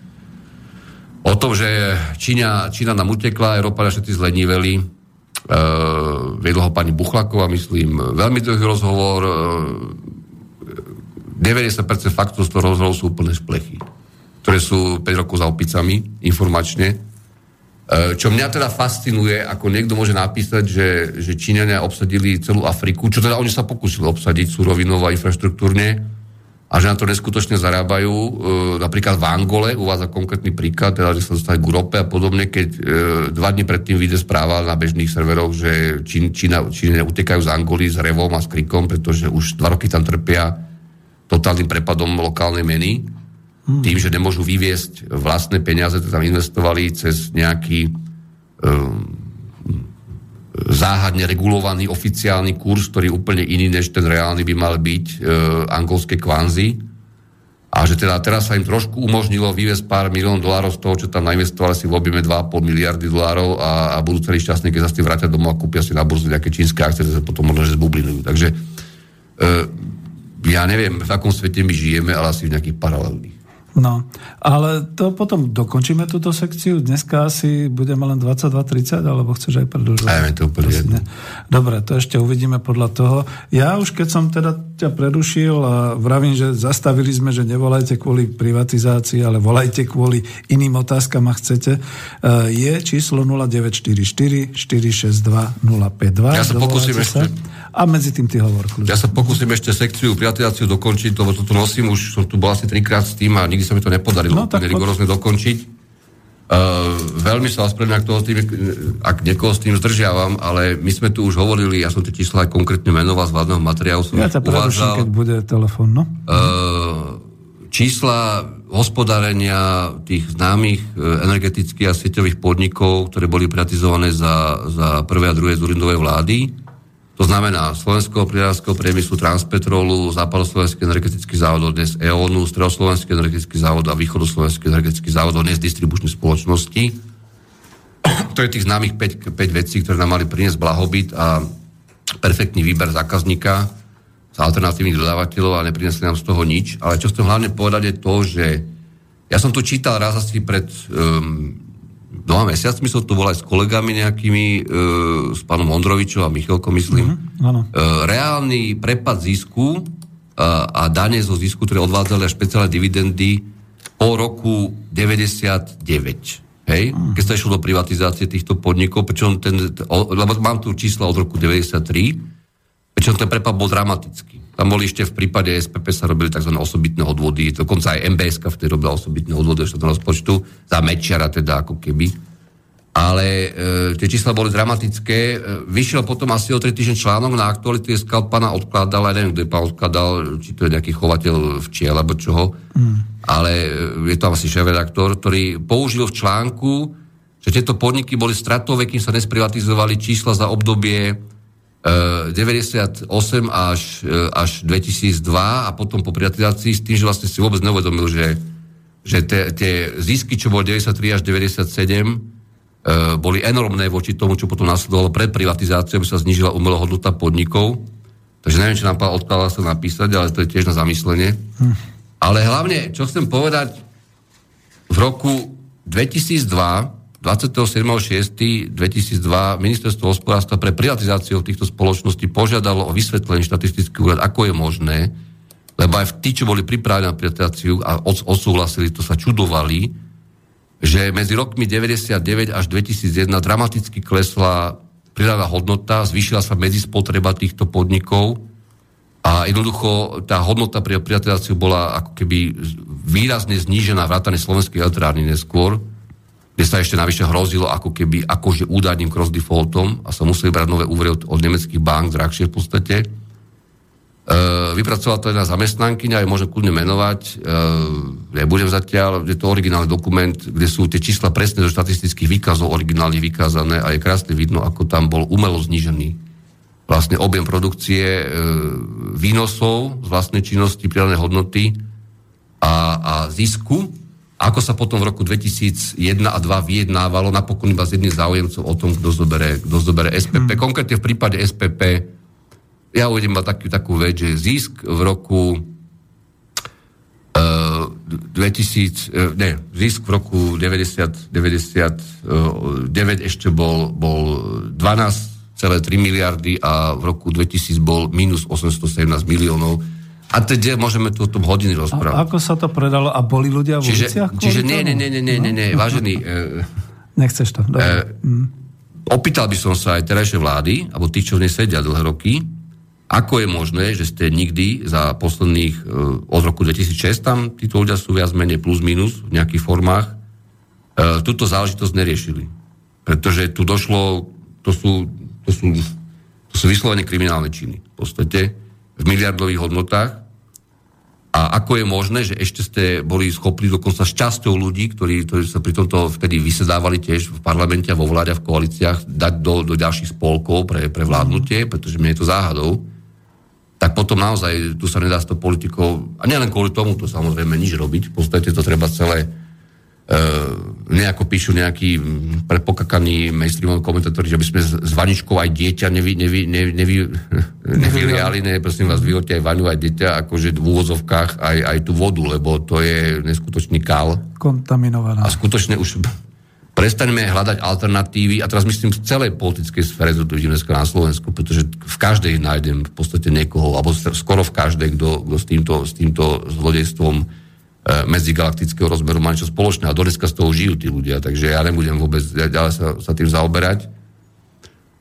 o tom, že Čína, Čína nám utekla, Európa všetci zleníveli. Uh, vedla ho pani Buchlaková, myslím, veľmi dlhý rozhovor, uh, deväťdesiat percent faktov z toho rozhovoru sú úplne šplechy, ktoré sú päť rokov za opicami, informačne. Čo mňa teda fascinuje, ako niekto môže napísať, že, že Číňania obsadili celú Afriku, čo teda oni sa pokúsili obsadiť súrovinovo a infraštruktúrne a že na to neskutočne zarábajú. Napríklad v Angole, uvádza konkrétny príklad, teda, že sa dostali k Európe a podobne, keď dva dni predtým vyjde správa na bežných serveroch, že Čína, Číňania utekajú z Angoly s revom a s krikom, pretože už dva roky tam trpia totálnym prepadom lokálnej meny, hmm. tým, že nemôžu vyviesť vlastné peniaze, to tam investovali cez nejaký um, záhadne regulovaný oficiálny kurz, ktorý je úplne iný, než ten reálny by mal byť uh, angolské kvanzy. A že teda teraz sa im trošku umožnilo vyviesť pár milión dolárov z toho, čo tam nainvestovali si v objeme dva a pol miliardy dolárov a, a budú celý šťastní, keď sa s tým vrátia domov a kúpia si na burze nejaké čínske akcie, ktoré sa potom možno že zbublinujú. Takže uh, ja neviem, v akom svete my žijeme, ale asi v nejakých paralelných. No, ale to potom dokončíme túto sekciu. Dneska asi budeme len dvadsaťdva tridsať, alebo chceš aj predĺžovať? Aj, to úplne jedno. Dobre, to ešte uvidíme podľa toho. Ja už keď som teda ťa prerušil a vravím, že zastavili sme, že nevolajte kvôli privatizácii, ale volajte kvôli iným otázkam, ak chcete, je číslo nula deväť štyri štyri štyri šesť dva nula päť dva. Ja sa pokúsim ešte... A medzi tým ty hovor. Kľúč. Ja sa pokúsim ešte sekciu privatizáciu dokončiť, lebo toto nosím, už som tu bol asi trikrát s tým a nikdy sa mi to nepodarilo no, úplne rigorózne dokončiť. Uh, veľmi sa ospravedlňujem, ak, toho s tým, ak niekoho s tým zdržiavam, ale my sme tu už hovorili, ja som tie čísla aj konkrétne menoval z vládneho materiálu. Ja ťa preruším, keď bude telefón, no? Uh, čísla hospodárenia tých známych energetických a sieťových podnikov, ktoré boli privatizované za, za prvé a druhé Dzurindovej vlády, to znamená Slovenského plynárenského priemyslu, Transpetrolu, Západoslovenský energetický závod, dnes EONu, Stredoslovenský energetický závod a Východoslovenský energetický závod, dnes distribučné spoločnosti. To je tých známych päť, päť vecí, ktoré nám mali priniesť blahobyt a perfektný výber zákazníka z alternatívnych dodávateľov a neprinesli nám z toho nič. Ale čo chcem hlavne povedať je to, že ja som tu čítal raz asi pred um, dvoma mesiacmi, som tu bol aj s kolegami nejakými, e, s pánom Ondrovičom a Michalkom, myslím. Mm-hmm, e, reálny prepad zisku a, a dane zo zisku, ktoré odvádzali a špeciálne dividendy po roku deväťdesiatdeväť. Hej? Mm. Keď sa išlo do privatizácie týchto podnikov, pričom ten, o, lebo mám tu čísla od roku deväťdesiattri, pričom ten prepad bol dramatický. Tam boli ešte v prípade es pé pé sa robili tzv. Osobitné odvody, dokonca aj em bé es ká vtedy robila osobitné odvody do rozpočtu, za Mečiara teda ako keby. Ale e, tie čísla boli dramatické. E, vyšiel potom asi o tri týždne článok na Aktuality es ká, pána odkladal, aj neviem, kto je pán odkladal, či to je nejaký chovateľ včiel, alebo čoho. Mm. Ale e, je to asi šéfredaktor, ktorý použil v článku, že tieto podniky boli stratové, kým sa nesprivatizovali čísla za obdobie deväťdesiatosem až, až dvetisícdva a potom po privatizácii s tým, že vlastne si vôbec neuvedomil, že, že te, tie zisky, čo boli deväťdesiattri až deväťdesiatsedem, boli enormné voči tomu, čo potom nasledovalo pred privatizáciou, aby sa znížila umelá hodnota podnikov. Takže neviem, čo nám pán odkladal sa napísať, ale to je tiež na zamyslenie. Hm. Ale hlavne, čo chcem povedať, v roku dvetisícdva dvadsiateho siedmeho šiesteho dvetisícdva ministerstvo hospodárstva pre privatizáciu týchto spoločností požiadalo o vysvetlenie štatistický úrad, ako je možné, lebo aj tí, čo boli pripravení na privatizáciu a odsúhlasili, to sa čudovali, že medzi rokmi deväťdesiatdeväť až dvetisícjeden dramaticky klesla pridaná hodnota, zvýšila sa medzispotreba týchto podnikov a jednoducho tá hodnota pri privatizáciu bola ako keby výrazne znížená vrátane slovenskej elektrárny neskôr, kde sa ešte navyše hrozilo ako keby akože údajným cross-defaultom a sa museli brať nové úvery od, od nemeckých bank, drahšie v podstate. E, vypracovala to jedna zamestnankyňa, aj môžem kľudne menovať, e, nebudem zatiaľ, je to originálny dokument, kde sú tie čísla presne zo štatistických výkazov originálne vykázané a je krásne vidno, ako tam bol umelo znížený vlastne objem produkcie, e, výnosov z vlastnej činnosti, pridanej hodnoty a, a zisku. Ako sa potom v roku dvetisícjeden a dva vyjednávalo napokon iba s jedným záujemcom o tom, kto zobere, kto zobere es pé pé. Hmm. Konkrétne v prípade es pé pé ja uvedem iba takú, takú vec, že zisk v roku uh, dvetisíc, uh, ne, zisk v roku deväťdesiat, deväťdesiatdeväť ešte bol, bol dvanásť celé tri miliardy a v roku dvetisíc bol minus osemstosedemnásť miliónov. A teda môžeme tu o tom hodiny rozprávať. A ako sa to predalo? A boli ľudia v uliciach? Čiže nie, nie, nie, nie, nie, nie, no? Vážený... E, Nechceš to. E, mm. Opýtal by som sa aj terajšej vlády, alebo tých, čo v nej sedia dlhé roky, ako je možné, že ste nikdy za posledných, e, od roku dvetisícšesť, tam títo ľudia sú viac menej plus minus v nejakých formách, e, túto záležitosť neriešili. Pretože tu došlo, to sú, to sú, to sú vyslovene kriminálne činy. V podstate v miliardových hodnotách. A ako je možné, že ešte ste boli schopní dokonca s časťou ľudí, ktorí, ktorí sa pri tomto vtedy vysedávali tiež v parlamente a vo vláde a v koalíciách, dať do, do ďalších spolkov pre, pre vládnutie, pretože mne je to záhadou, tak potom naozaj tu sa nedá s tou politikou, a nielen kvôli tomu to samozrejme nič robiť, v podstate to treba celé Uh, nejako píšu nejakí prepokakaní mainstreamoví komentátori, že by sme s vaničkou aj dieťa nevy, nevy, nevy, nevy, nevyliali, ne, prosím vás, vyhoďte aj vaňu, aj dieťa, akože v úvodzovkách aj, aj tú vodu, lebo to je neskutočný kál. Kontaminovaná. A skutočne už prestaňme hľadať alternatívy, a teraz myslím v celej politickej sfére, to vidím dneska na Slovensku, pretože v každej nájdem v podstate niekoho, alebo skoro v každej, kto, kto s týmto, s týmto zlodejstvom medzigalaktického rozmeru má niečo spoločné a dodneska z toho žijú tí ľudia, takže ja nebudem vôbec ďalej sa, sa tým zaoberať.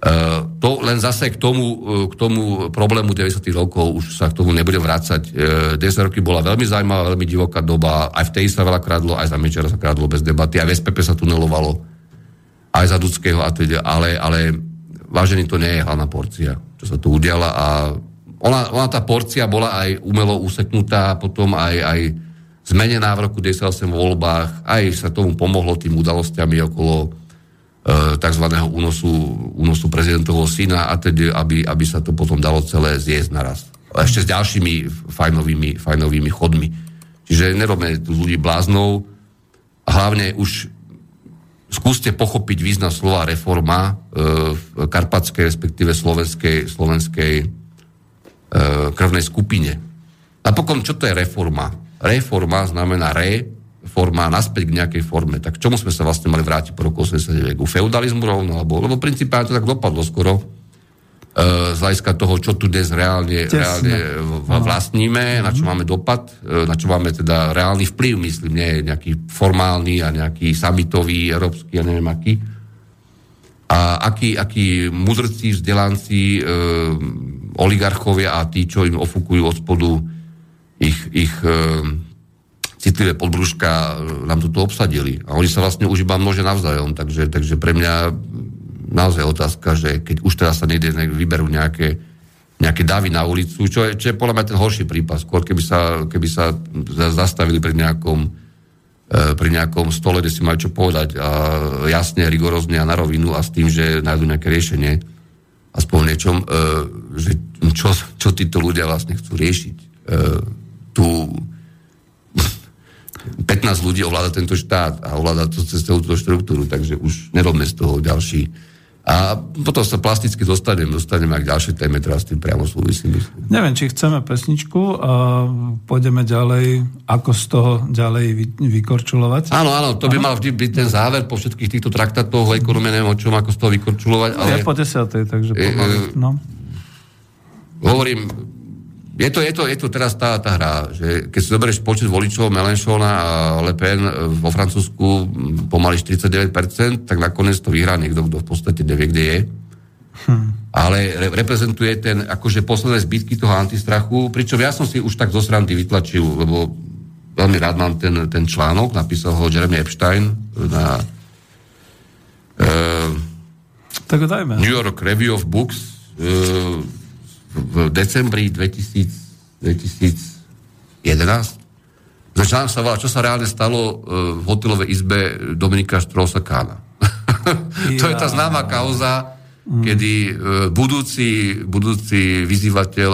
To len zase k tomu, k tomu problému deväťdesiatych rokov, už sa k tomu nebudem vrácať. deväťdesiate roky bola veľmi zaujímavá, veľmi divoká doba, aj v tej sa veľa kradlo, aj za Mečera sa kradlo bez debaty, aj v es pé pé sa tunelovalo, aj za Dudského a teda, ale, ale vážený, to nie je hlavná porcia, čo sa tu udiala a ona, ona tá porcia bola aj umelo useknutá, potom aj, aj zmenená v roku deväťdesiatosem v voľbách, aj sa tomu pomohlo tým udalostiami okolo takzvaného únosu, únosu prezidentovho syna a teda, aby, aby sa to potom dalo celé zjesť naraz. A ešte s ďalšími fajnovými, fajnovými chodmi. Čiže nerobme tu ľudí bláznou a hlavne už skúste pochopiť význam slova reforma e, v karpatskej, respektíve slovenskej, slovenskej e, krvnej skupine. Napokon, čo to je reforma? Reforma znamená re, forma naspäť k nejakej forme. Tak čomu sme sa vlastne mali vrátiť po roku osemdesiatdeväť? Ku feudalizmu rovno? Lebo, lebo principálne to tak dopadlo skoro. E, z hľadiska toho, čo tu dnes reálne, reálne vlastníme, na čo máme dopad, e, na čo máme teda reálny vplyv, myslím, nie nejaký formálny a nejaký summitový, európsky a neviem aký. A akí, akí mudrci, vzdelanci, e, oligarchovia a tí, čo im ofúkujú od spodu ich, ich e, citlivé podbrúška, nám to tu obsadili. A oni sa vlastne už iba množia navzájom. Takže, takže pre mňa naozaj otázka, že keď už teraz sa niekde vyberú nejaké, nejaké davy na ulicu, čo je, čo je podľa mňa ten horší prípad. Skôr keby sa, keby sa zastavili pri nejakom, pri nejakom stole, kde si majú čo povedať a jasne, rigorózne a na rovinu a s tým, že nájdu nejaké riešenie aspoň v niečom, že čo, čo títo ľudia vlastne chcú riešiť. Tu pätnásť ľudí ovláda tento štát a ovláda to cez túto štruktúru, takže už nerobme z toho ďalší. A potom sa plasticky dostanem, dostanem aj k ďalšej téme, teraz s tým priamo súvisím. Neviem, či chceme pesničku a pôjdeme ďalej, ako z toho ďalej vy, vykorčulovať. Áno, áno, to by mal vždy byť ten záver po všetkých týchto traktátoch o ekonomii, neviem o čom, ako z toho vykorčulovať. Ale je po desiatej, takže pomaly, no. Hovorím, Je to, je, to, je to teraz tá, tá hra, že keď si zoberieš počet voličov Mélenchona a Le Pen vo Francúzsku pomaly štyridsaťdeväť percent, tak nakoniec to vyhrá niekto, kto v podstate nevie, kde je. Hm. Ale re- reprezentuje ten akože posledné zbytky toho antistrachu, pričom ja som si už tak zo srandy vytlačil, lebo veľmi rád mám ten, ten článok, napísal ho Jeremy Epstein na e, tak dajme. New York Review of Books e, v decembri dvetisícjedenásť. Začal sa volať, čo sa reálne stalo v hotelovej izbe Dominika Strauss-Kahna. Ja. To je tá známa kauza, mm. kedy budúci, budúci vyzývateľ,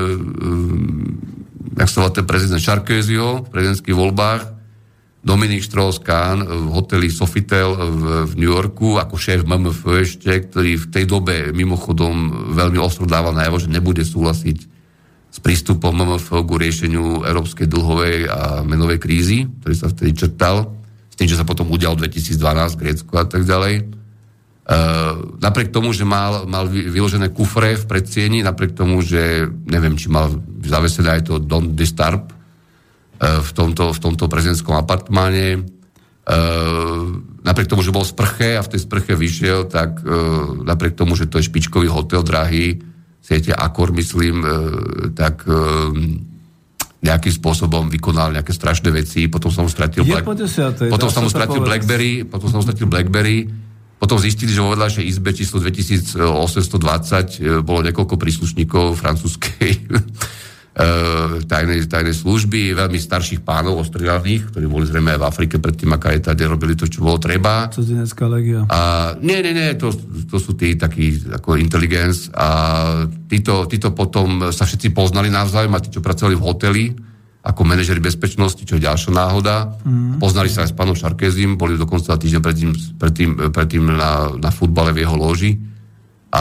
jak sa volá ten prezident Sarkozyho v prezidentských voľbách, Dominik Strauss-Kahn v hoteli Sofitel v New Yorku ako šéf em em ef ešte, ktorý v tej dobe mimochodom veľmi ostro dával najavo, že nebude súhlasiť s prístupom em em ef k riešeniu európskej dlhovej a menovej krízy, ktorý sa vtedy črtal, s tým, že sa potom udial v dvetisícdvanásť Grécko a tak ďalej. E, napriek tomu, že mal, mal vyložené kufre v predsieni, napriek tomu, že neviem, či mal zavesené aj to Don't Disturb v tomto, v tomto prezidentskom apartmáne. E, napriek tomu, že bol v sprche a v tej sprche vyšiel, tak e, napriek tomu, že to je špičkový hotel drahý, siete Accor, myslím, e, tak e, nejakým spôsobom vykonal nejaké strašné veci, potom som mu stratil, Black, po desiatej, potom som mu stratil Blackberry, potom som mu stratil Blackberry, potom zistili, že vo vedľajšej izbe číslo dvetisícosemstodvadsať bolo niekoľko príslušníkov francúzskej tajnej, tajnej služby, veľmi starších pánov ostrieľaných, ktorí boli zrejme aj v Afrike predtým, aká je tady, robili to, čo bolo treba. Cudzinecká legia. A nie, nie, nie, to, to sú tí takí ako intelligence a títo, títo potom sa všetci poznali navzájom a tí, čo pracovali v hoteli ako manažeri bezpečnosti, čo je ďalšia náhoda. Mm. Poznali sa aj s pánom Sarkozym, boli dokonca týždeň predtým, predtým, predtým na, na futbale v jeho loži. A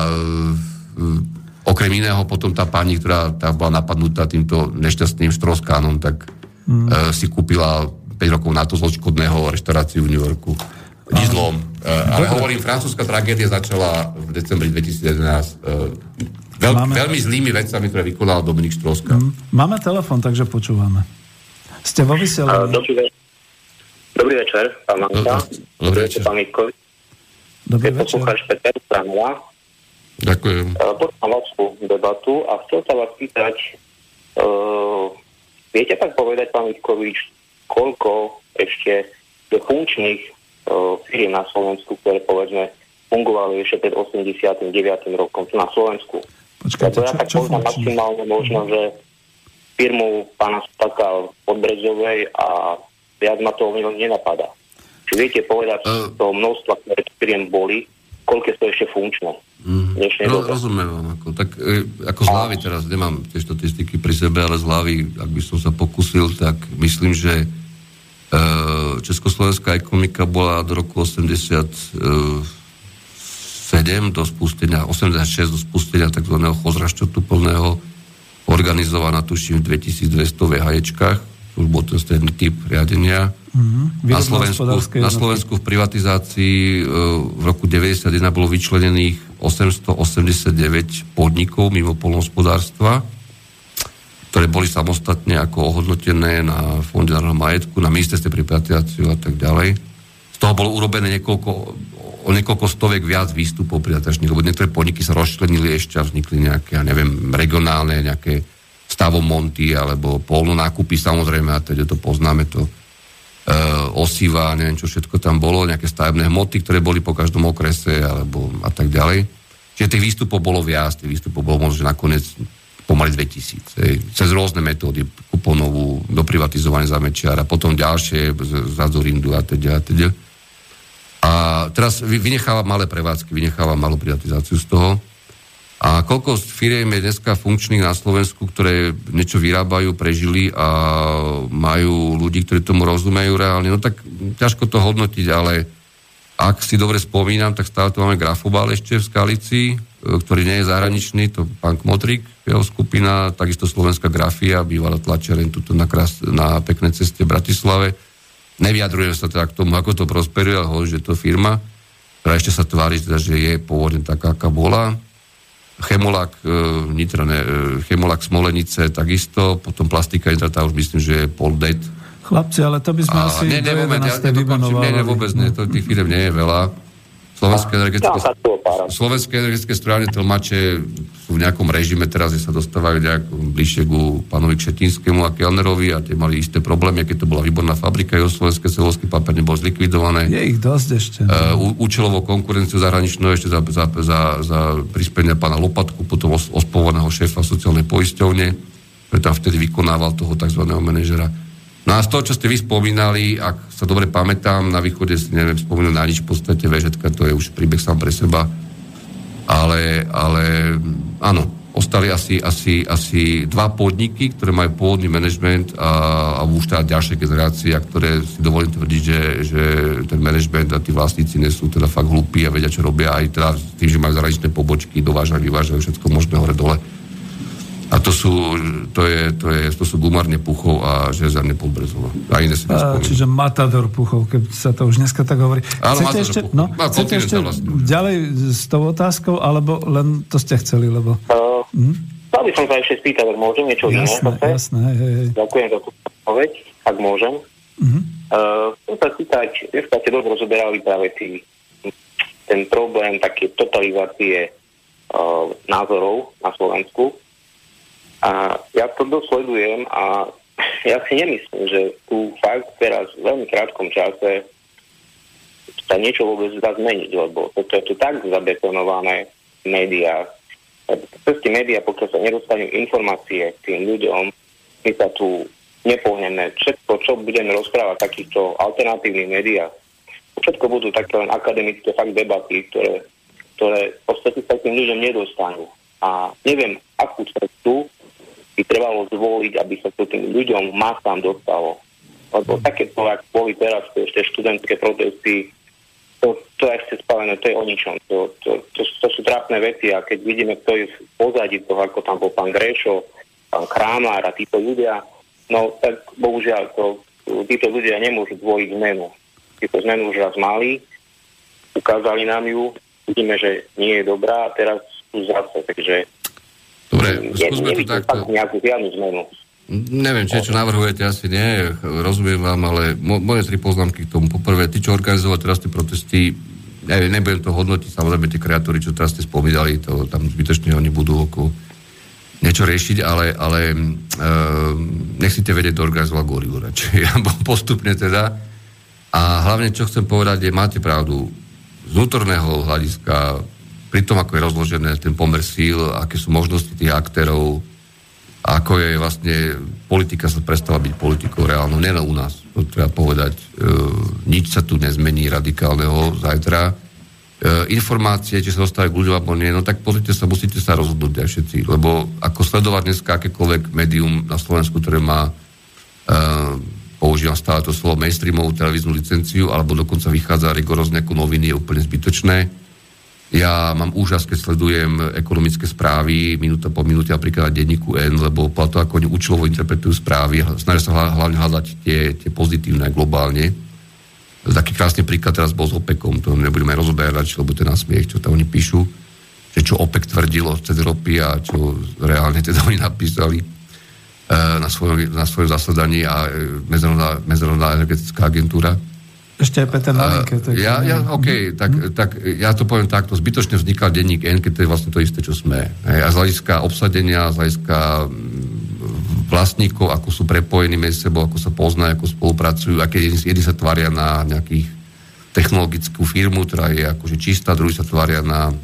okrem iného potom tá pani, ktorá tá bola napadnutá týmto nešťastným Strauss-Kahnom, tak mm. e, si kúpila päť rokov na to z odškodného reštauráciu v New Yorku. Nič zlom. E, ale hovorím, francúzska tragédia začala v decembri dvetisícjedenásť e, veľ, Máme... veľmi zlými vecami, ktoré vykonal Dominik Strauss-Kahn. Mm. Máme telefon, takže počúvame. Ste vo vysielaní. Dobrý, ve- Dobrý večer, pán Manka. Dobrý večer. Pán Mitkovi. Dobrý večer. Poslúchač Peter Stranova. Ďakujem. Počúvam vašu debatu a chcel sa vás pýtať, uh, viete tak povedať, pán Vitkovič, koľko ešte je funkčných uh, firiem na Slovensku, ktoré povedzme fungovali ešte pred osemdesiatym deviatym rokom na Slovensku? Počkajte, ja tak poznám maximálne možno, že firmu pána Spaka v Podbrezovej a viac ma to nenapadá. Či viete povedať uh, to množstva, ktoré firiem boli, koľko sú ešte funkčné? Mm, ro, rozumiem vám. Ako, tak, e, ako z hlavy teraz nemám tie štatistiky pri sebe, ale z hlavy, ak by som sa pokusil, tak myslím, že e, československá ekonomika bola do roku osemdesiatsedem do spustenia, osemdesiatšesť do spustenia tzv. Chozraštotu plného organizovaná, tuším, v dvetisícdvesto VHčkách. Už bol ten stredný typ riadenia. Mm-hmm. Na, Slovensku, na Slovensku v privatizácii e, v roku deväťdesiatjeden bolo vyčlenených osemstoosemdesiatdeväť podnikov mimo poľnohospodárstva, ktoré boli samostatne ako ohodnotené na Fonde národného majetku, na ministerstve privatizáciu a tak ďalej. Z toho bolo urobené niekoľko, o niekoľko stoviek viac výstupov privatizačných, lebo niektoré podniky sa rozčlenili ešte a vznikli nejaké, ja neviem, regionálne, nejaké stavomonty alebo polnonákupy, samozrejme, a teda to poznáme, to e, osiva, neviem čo všetko tam bolo, nejaké stavebné hmoty, ktoré boli po každom okrese alebo a tak ďalej. Čiže tých výstupov bolo viac, tých výstupov bolo možno, že nakoniec pomaly dvetisíc. Hej, cez rôzne metódy, kuponovú, doprivatizovanie za Mečiara, potom ďalšie za Zorindu a teda a teda. A teraz vynecháva malé prevádzky, vynecháva malú privatizáciu z toho. A koľko firiem je dneska funkčných na Slovensku, ktoré niečo vyrábajú, prežili a majú ľudí, ktorí tomu rozumejú reálne, no tak ťažko to hodnotiť, ale ak si dobre spomínam, tak stále tu máme Grafobal ešte v Skalici, ktorý nie je zahraničný, to pán Kmotrík, jeho skupina, takisto Slovenská grafia, bývala tlačiareň tuto na, krás, na peknej ceste v Bratislave. Nevyjadrujem sa teda k tomu, ako to prosperuje, ale hovorí, že to firma, ktorá ešte sa tvári, teda, že je pôvodne taká, aká bola. Chemolak, e, Nitra, ne, Chemolak Smolenice, takisto, potom Plastika Nitra, tá už myslím, že je pol dead. Chlapci, ale to by sme a, asi nie, do jedenástej ja, vybanovali. Nie, nie, vôbec nie, to tých firm nie je veľa. Slovenské energetické, Slovenské energetické strojárne tlmače sú v nejakom režime, teraz sa dostávajú nejak bližšie ku pánovi Kšetínskému a Kellnerovi a tie mali isté problémy, keď to bola výborná fabrika, jeho slovenské celovský papier nebolo zlikvidované. Je ich dosť ešte. Uh, účelovou konkurenciu zahraničnú ešte za, za, za, za prispenia pána Lopatku, potom os, ospovaného šéfa sociálnej poisťovne, ktorý tam vtedy vykonával toho tzv. Manažera. No a z toho, čo ste vy spomínali, ak sa dobre pamätám, na východe si neviem spomínať na nič, v podstate VŽtka, to je už príbeh sám pre seba, ale, ale áno, ostali asi, asi, asi dva podniky, ktoré majú pôvodný manažment a, a už teda ďalšie generácie, ktoré si dovolím tvrdiť, že, že ten manažment a tí vlastníci nie sú teda fakt hlúpi a vedia, čo robia, aj teda tým, že majú zahraničné pobočky, dovážajú, vyvážajú všetko možné hore dole. A to sú, to je, to je, to sú Gumárne Puchov a Železárne Podbrezova. A iné si nespomínam. Čiže Matador Puchov, keď sa to už dneska tak hovorí. Áno, chcete ešte, no, chcete ešte ďalej s tou otázkou, alebo len to ste chceli, lebo... Uh, hm? Chcel by som sa ešte spýtať, ak môžem, niečo iné. Jasné, jasné, hej, hej. Ďakujem za tú odpoveď, ak môžem. Uh-huh. Uh, chcem sa spýtať, dneska ste dosť rozoberali práve tý, ten problém také totalizácie uh, názorov na Slovensku. A ja to dosledujem a ja si nemyslím, že tu fakt teraz v veľmi krátkom čase sa niečo vôbec dá zmeniť, lebo toto je tu tak zabetonované v médiách. Cez tie médiá, pokiaľ sa nedostanú informácie tým ľuďom, my sa tu nepohneme. Všetko, čo budeme rozprávať v takýchto alternatívnych médiách, všetko budú také len akademické fakt debaty, ktoré, ktoré v podstate sa tým ľuďom nedostanú. A neviem, akú cestu by trebalo zvoliť, aby sa to tým ľuďom masám dostalo. Lebo takéto, ak boli teraz ešte študentské protesty, to, to je ešte spálené, to je o ničom. To, to, to, to sú trápne veci a keď vidíme, kto je v pozadí toho, ako tam bol pán Grešo, pán Krámár a títo ľudia, no tak bohužiaľ to, títo ľudia nemôžu zvoliť zmenu. Títo zmenu už raz mali, ukázali nám ju, vidíme, že nie je dobrá a teraz tu zase, takže dobre, skúsme to takto. Nejakú žiadnu zmenu. Neviem, či čo navrhujete, asi nie, rozumiem vám, ale mo- moje tri poznámky k tomu. Poprvé, tí, čo organizovali teraz tie protesty, neviem, nebudem to hodnotiť, samozrejme tie kreatúry, čo teraz ste spomínali, to tam zbytočne oni budú okolo niečo riešiť, ale, ale e, nechcete vedieť doorganizovať gorilu radšej. Ja bol postupne teda. A hlavne, čo chcem povedať, je, máte pravdu, z vnútorného hľadiska, pri tom, ako je rozložené ten pomer síl, aké sú možnosti tých aktérov, ako je vlastne, politika sa prestala byť politikou reálnou, nie u nás, to treba povedať, e, nič sa tu nezmení radikálneho zajtra. E, informácie, či sa dostávajú k ľuďom alebo nie, no tak pozrite sa, musíte sa rozhodnúť aj všetci, lebo ako sledovať dneska akékoľvek médium na Slovensku, ktoré má, e, používam stále to slovo, mainstreamovú televíznu licenciu, alebo dokonca vychádza rigorózne ako noviny, je úplne zbytočné. Ja mám úžas, keď sledujem ekonomické správy minúta po minúte, napríklad na denníku N, lebo po to, ako oni účelovo interpretujú správy, snažia sa hlavne hľadať tie, tie pozitívne globálne. Taký krásny príklad teraz bol s OPECom, to nebudeme aj rozoberať, lebo to je nasmiech, čo tam oni píšu, že čo OPEC tvrdilo cez ropy a čo reálne teda oni napísali na svojom, na svojom zasadaní a Medzinárodná, Medzinárodná energetická agentúra. Ešte aj Peter na linke. Tak ja, ja, OK, tak, mm. tak ja to poviem takto. Zbytočne vznikal denník N, keď to je vlastne to isté, čo sme. A z hľadiska obsadenia, z hľadiska vlastníkov, ako sú prepojení medzi sebou, ako sa poznajú, ako spolupracujú, aké jedni sa tvária na nejakých technologickú firmu, ktorá je akože čistá, druhý sa tvária na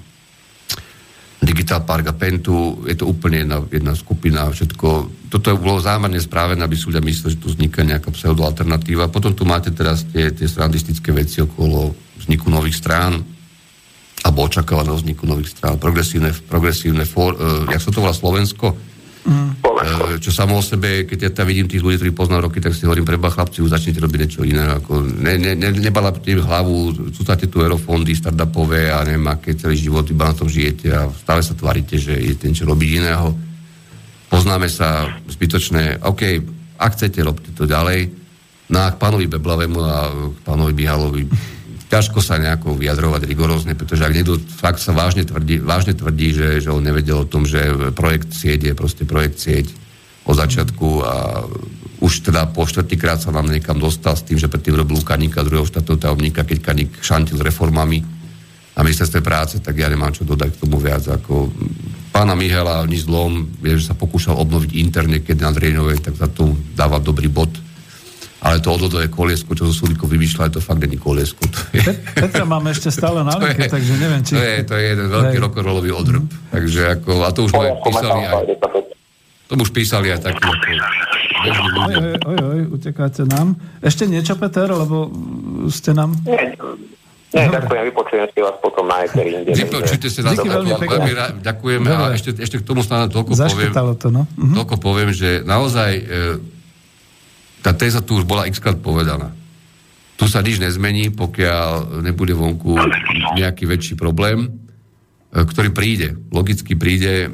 Digital Park a Pentu, je to úplne jedna, jedna skupina, všetko. Toto bolo zámerne správené, aby si ľudia mysleli, že tu vzniká nejaká pseudoalternatíva. Potom tu máte teraz tie, tie srandistické veci okolo vzniku nových strán, alebo očakávaného vzniku nových strán. Progresívne, progresívne for, uh, jak sa to volá, Slovensko? Mm. Uh, čo samo o sebe, keď ja tam vidím tých ľudí, ktorí poznám roky, tak si hovorím, preba chlapci, už začnete robiť niečo iné. Ako, ne, ne, ne, nebala tým hlavu, cúcate tu eurofondy, startupové a neviem, aké celý život, iba na tom žijete a stále sa tvárite, že idete niečo robiť iného. Poznáme sa zbytočné, OK, ak chcete, robte to ďalej. No a k pánovi Beblavému a k pánovi Bihalovi ťažko sa nejako vyjadrovať rigorózne, pretože ak niekto fakt sa vážne tvrdí, vážne tvrdí že, že on nevedel o tom, že projekt sieť je proste projekt sieť od začiatku a už teda po štvrtýkrát sa nám niekam dostal s tým, že predtým robil Kaníka, druhého štátneho tajomníka, keď Kaník šantil s reformami na ministerstve práce, tak ja nemám čo dodať k tomu viac. Ako pána Mihala nič zlom, vie, že sa pokúšal obnoviť interne, keď na Drieňovej, tak za to dáva dobrý bod. Ale to odhodové koliesko, čo zo Sulíkov vymýšľa, to fakt není koliesko. Petra máme ešte stále na linke, takže neviem, či... To je, to je jeden veľký rock'n'rollový odrb. Takže ako, a to už máme písali aj... To už písali aj taký, ako... Oj, oj, oj, oj, utekáte nám. Ešte niečo, Peter, lebo ste nám... Nie, nie ďakujem, vypočujem si vás potom na éteri. Vypočujte si nás, ďakujeme a ešte, ešte k tomu snáď toľko poviem. Zašpetalo to, no. Uh-huh. Toľko poviem, že naozaj... E, tá téza tu už bola x-krát povedaná. Tu sa nič nezmení, pokiaľ nebude vonku nejaký väčší problém, ktorý príde. Logicky príde.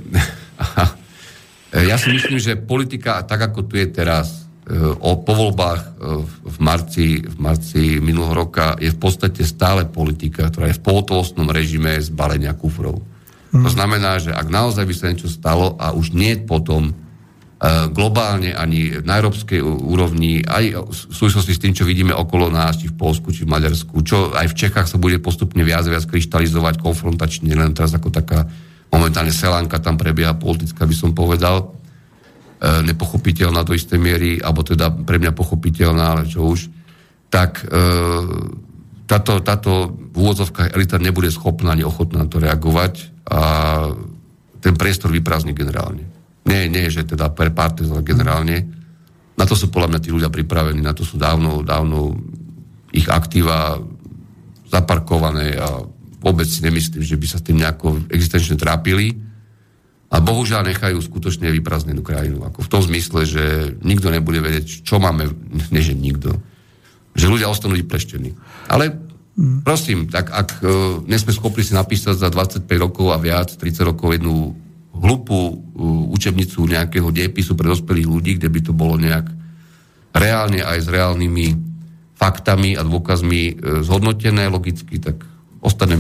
Ja si myslím, že politika, tak ako tu je teraz, o, po voľbách v marci, v marci minulého roka, je v podstate stále politika, ktorá je v pohotovostnom režime zbalenia kufrov. Hmm. To znamená, že ak naozaj by sa niečo stalo a už nie potom globálne ani na európskej úrovni, aj v súvislosti s tým, čo vidíme okolo nás, či v Poľsku, či v Maďarsku, čo aj v Čechách sa bude postupne viac a viac kryštalizovať konfrontačne, len teraz ako taká momentálne selánka tam prebieha politická, by som povedal, e, nepochopiteľná do istej miery, alebo teda pre mňa pochopiteľná, ale čo už, tak e, táto, táto v úvodzovkách elita nebude schopná ani ochotná na to reagovať a ten priestor vyprázdni generálne. Nie, nie, že teda pre partes, ale generálne. Na to sú podľa mňa tí ľudia pripravení, na to sú dávno, dávno ich aktíva zaparkované a vôbec si nemyslím, že by sa s tým nejako existenčne trápili a bohužiaľ nechajú skutočne vyprázdnenú krajinu. Ako v tom zmysle, že nikto nebude vedieť, čo máme, nie že nikto. Že ľudia ostanú vypleštení. Ale prosím, tak ak uh, nesme schopní si napísať za dvadsaťpäť rokov a viac, tridsať rokov jednu hlupú uh, učebnicu nejakého dejepisu pre dospelých ľudí, kde by to bolo nejak reálne aj s reálnymi faktami a dôkazmi uh, zhodnotené logicky, tak ostaneme v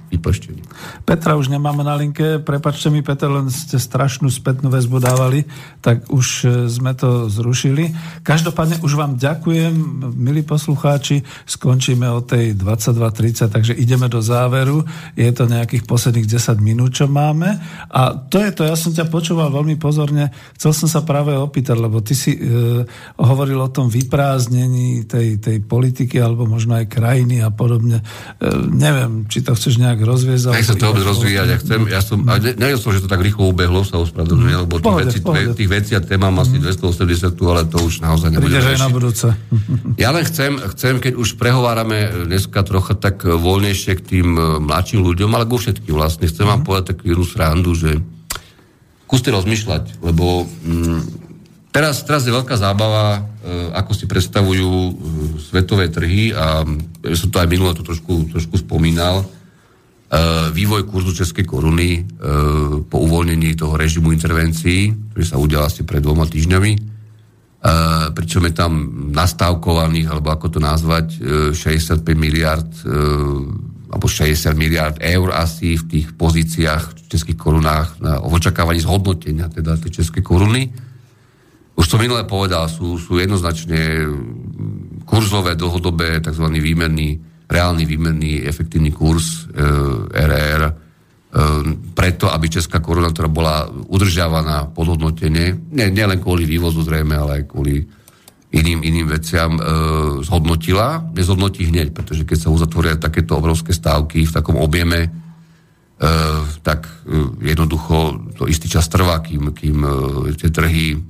vypleštený. Petra už nemáme na linke, prepáčte mi, Peter, len ste strašnú spätnú väzbu dávali, tak už sme to zrušili. Každopádne už vám ďakujem, milí poslucháči, skončíme o tej dvadsaťdva tridsať, takže ideme do záveru, je to nejakých posledných desať minút, čo máme a to je to, ja som ťa počúval veľmi pozorne, chcel som sa práve opýtať, lebo ty si e, hovoril o tom vyprázdnení tej, tej politiky alebo možno aj krajiny a podobne. E, neviem, či to chceš nejak rozviezť. Nech sa to vôbec rozvíjať. Ja chcem, ja som, a ne, neviem som, že to tak rýchlo ubehlo, sa ospravedlňujem, lebo tých, veci, tých vecí a tém mám asi dvestoosemdesiat, ale to už naozaj nebudem rešiť. Na budúce. Ja len chcem, chcem, keď už prehovárame dneska trocha tak voľnejšie k tým mladším ľuďom, ale ku všetkým vlastne, chcem vám povedať takú jednu srandu, že skúste rozmýšľať, lebo mm, teraz, teraz je veľká zábava, e, ako si predstavujú e, svetové trhy a ja som to aj minule tu trošku, trošku spomínal, vývoj kurzu českej koruny po uvoľnení toho režimu intervencií, ktorý sa udial asi pred dvoma týždňami. Pričom je tam nastávkovaných, alebo ako to nazvať, šesťdesiatpäť miliard alebo šesťdesiat miliard eur asi v tých pozíciách v českých korunách na očakávaní zhodnotenia teda tej českej koruny. Už som minule povedal, sú, sú jednoznačne kurzové, dlhodobé, tzv. Výmenný reálny výmenný efektívny kurz e, er er e, preto, aby česká koruna, ktorá bola udržiavaná podhodnotenie, nie, nie len kvôli vývozu zrejme, ale aj kvôli iným, iným veciam, e, zhodnotila. Nezhodnotí hneď, pretože keď sa uzatvoria takéto obrovské stávky v takom objeme, e, tak e, jednoducho to istý čas trvá, kým, kým e, tie trhy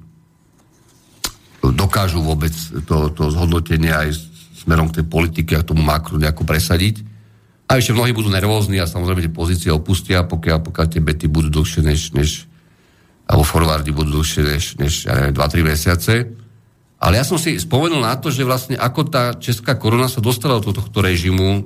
dokážu vôbec to, to zhodnotenie aj smerom k tej politike a k tomu makru nejako presadiť. A ešte mnohí budú nervózni a samozrejme tie pozície opustia, pokiaľ, pokiaľ tie bety budú dlhšie než, než alebo forwardy budú dlhšie než, než ja neviem, dva tri mesiace. Ale ja som si spomenul na to, že vlastne ako tá česká koruna sa dostala do tohto režimu e,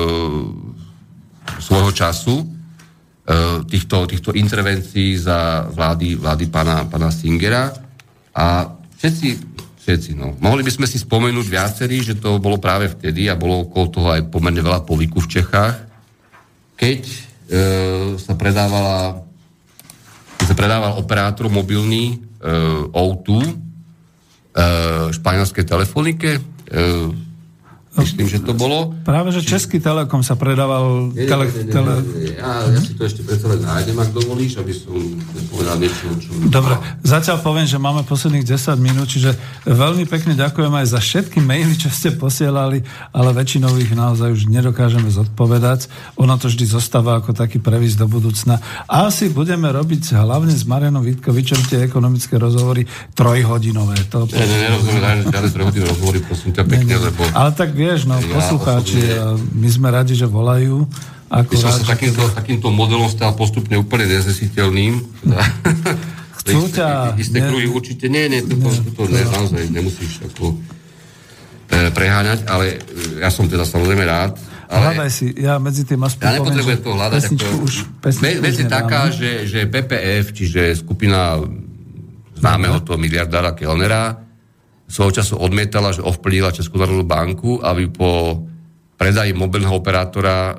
svojho času, e, týchto, týchto intervencií za vlády, vlády pána, pána Singera. A všetci Všetci, no. Mohli by sme si spomenúť viacerí, že to bolo práve vtedy a bolo okolo toho aj pomerne veľa povyku v Čechách, keď e, sa predávala keď sa predával operátor mobilný e, ó dva e, španielskej telefonike. E, myslím, že to bolo. Práve, že Český Telekom sa predával... Nie, tele, nie, nie, tele... nie, nie. Ja, ja si to ešte predsa len nájdem, ak dovolíš, aby som povedal niečo, čo... Dobre, zatiaľ poviem, že máme posledných desať minút, čiže veľmi pekne ďakujem aj za všetky maily, čo ste posielali, ale väčšinou ich naozaj už nedokážeme zodpovedať. Ono to vždy zostáva ako taký previs do budúcna. A asi budeme robiť hlavne s Marianom Vítkovičom tie ekonomické rozhovory trojhodinové. To nie, nie, nerozumiem, žiadne trojhodinové rozhovory, prosím ťa pekne, lebo... Ale tak vieš, no, ja poslucháči, osobne... my sme radi, že volajú. My som sa takýmto, takýmto modelom stal postupne úplne neznesiteľným. Chcú ťa... Isté kruhy určite, nie, nie, to, to, to ne, naozaj nemusíš ako e, preháňať, ale ja som teda samozrejme rád. Ale hľadaj si, ja medzi tým aspoň ja nepotrebujem to hľadať. Vec je taká, že, že pé pé ef, čiže skupina známeho toho miliardára Kellnera, svojho času odmietala, že ovplyvnila Českú národnú banku, aby po predaji mobilného operátora e,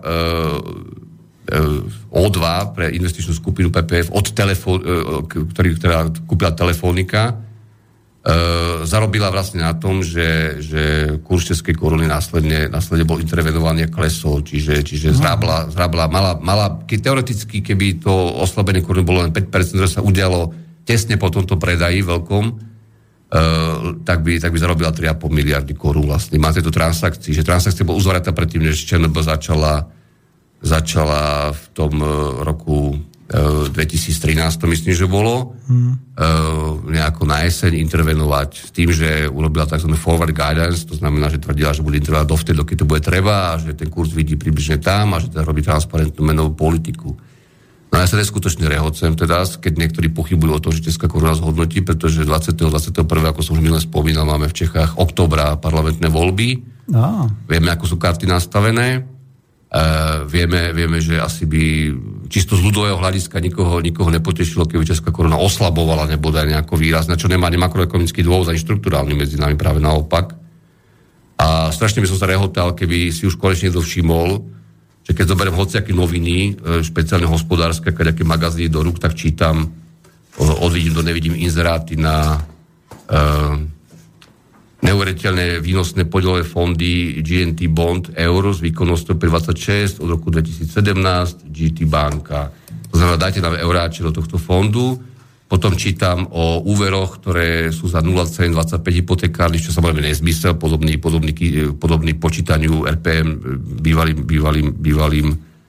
e, ó dva pre investičnú skupinu pé pé ef, od telefón, e, ktorý, ktorá kúpila Telefónika, e, zarobila vlastne na tom, že, že kurz českej koruny následne, následne bol intervenovaný a klesol, čiže, čiže zrábla, zrábla mala, mala, keď teoreticky, keby to oslabenie koruny bolo len päť percent, ktoré sa udialo tesne po tomto predaji veľkom, Uh, tak, by, tak by zarobila tri a pol miliardy korún vlastne. Máte tu transakcií, že transakcia bola uzavretá predtým, než ČNB začala, začala v tom uh, roku uh, dvetisíctrinásť, to myslím, že bolo, hmm. uh, nejako na jeseň intervenovať s tým, že urobila tzv. Forward guidance, to znamená, že tvrdila, že bude intervenovať dovtedy, dokedy to bude treba a že ten kurz vidí približne tam a že teda robí transparentnú menovú politiku. No ja sa neskutočne rehocem teda, keď niektorí pochybujú o tom, že česká koruna zhodnotí, pretože dvadsiateho dvadsiateho prvého ako som už minule spomínal, máme v Čechách októbra parlamentné voľby. No. Vieme, ako sú karty nastavené. E, vieme, vieme, že asi by čisto z ľudového hľadiska nikoho, nikoho nepotešilo, keby česká koruna oslabovala, nebo aj nejako výrazne, čo nemá ani makroekonomický dôvod, ani štruktúrálny medzi nami, práve naopak. A strašne by som sa rehotal, keby si už konečne niekto všimol, že keď zoberiem hociaké noviny, špeciálne hospodárske, keď aké magazíny do rúk, tak čítam, odvidím do nevidím inzeráty na uh, neuveriteľné výnosné podielové fondy gé en té Bond Euro s výkonnosťou päť dvadsaťšesť od roku dvetisícsedemnásť, gé té banka. To znamená, dajte nám euráče do tohto fondu. Potom čítam o úveroch, ktoré sú za nula celá dvadsaťpäť hypotekárnych, čo samozrejme nezmysel, podobný, podobný, podobný počítaniu er pé em bývalým, bývalým, bývalým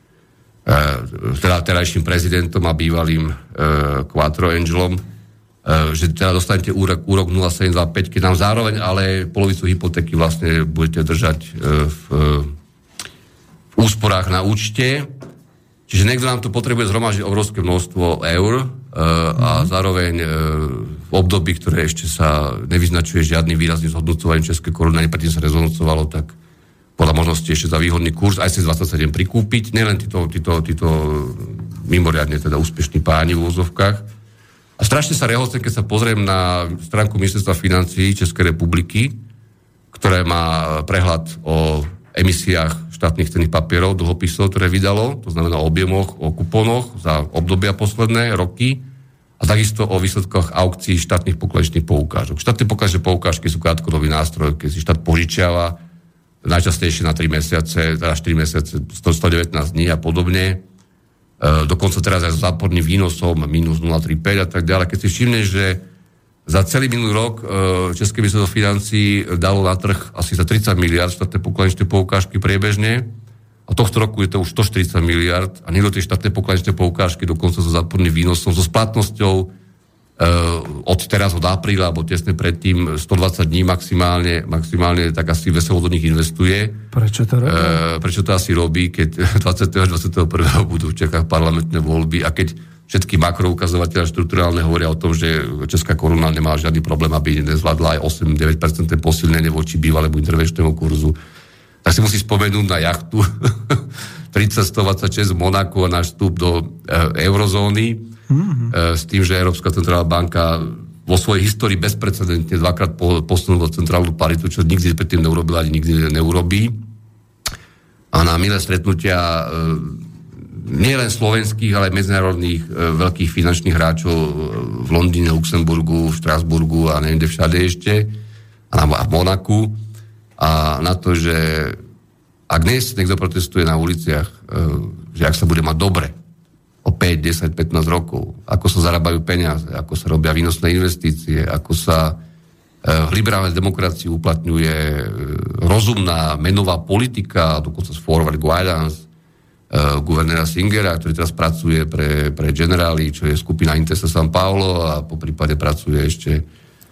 eh, teda terajším prezidentom a bývalým eh, Quattro Angelom, eh, že teda dostanete úrok, úrok nula celá dvadsaťpäť, keď nám zároveň ale polovicu hypotéky vlastne budete držať eh, v, v úsporách na účte. Čiže niekto nám tu potrebuje zhromažiť obrovské množstvo eur e, a mm. zároveň e, v období, ktoré ešte sa nevyznačuje žiadnym výrazným zhodnocovaním českej koruny, ani predtým sa rezonocovalo, tak podľa možnosti ešte za výhodný kurz aj cez dvadsaťsedem prikúpiť. Nielen títo, títo, títo mimoriadne teda úspešní páni v úzovkách. A strašne sa rehocem, keď sa pozriem na stránku Ministerstva financií Českej republiky, ktoré má prehľad o emisiách štátnych cenných papierov, dlhopisov, ktoré vydalo, to znamená o objemoch, o kuponoch za obdobia posledné roky a takisto o výsledkoch aukcií štátnych pokladačných poukážok. Štátne pokladačné poukážky sú krátkodobý nástroj, keď si štát požičiava najčastejšie na tri mesiace, teda štyri mesiace, sto devätnásť dní a podobne. E, dokonca teraz aj s záporným výnosom minus nula celá tridsaťpäť a tak ďalej. Keď si všimneš, že za celý minulý rok e, České ministerstvo financií dalo na trh asi za tridsať miliárd štátne pokladničné poukážky priebežne a tohto roku je to už stoštyridsať miliárd a niekto tie štátne pokladničné poukážky dokonca so záporným výnosom, so splatnosťou e, od teraz, od apríla, alebo tesne predtým stodvadsať dní maximálne, maximálne tak asi veselo do nich investuje. Prečo to robí? E, prečo to asi robí, keď dvadsiateho až dvadsiateho prvého budú v Čechách parlamentné voľby a keď všetky makroukazovateľe štruktúrálne hovoria o tom, že česká koruna nemá žiadny problém, aby nezvládla aj osem až deväť percent posilnenie voči bývalému intervenčnému kurzu. Tak si musí spomenúť na jachtu tridsať sto dvadsaťšesť v Monaku a náš vstup do e, eurozóny mm-hmm. e, s tým, že Európska centrálna banka vo svojej histórii bezprecedentne dvakrát po, posunula centrálnu paritu, čo nikdy predtým neurobila, ani nikdy neurobí. A na milé stretnutia e, nie len slovenských, ale aj medzinárodných e, veľkých finančných hráčov v Londýne, Luxemburgu, v Štrasburgu a neviem, kde všade ešte, a, na, a v Monaku. A na to, že ak dnes niekto protestuje na uliciach, e, že ak sa bude mať dobre o päť, desať, pätnásť rokov, ako sa zarábajú peniaze, ako sa robia výnosné investície, ako sa e, v liberálnej demokracii uplatňuje e, rozumná menová politika, dokonca z forward guidance, guvernéra Singera, ktorý teraz pracuje pre, pre Generali, čo je skupina Intesa San Paolo a po prípade pracuje ešte e,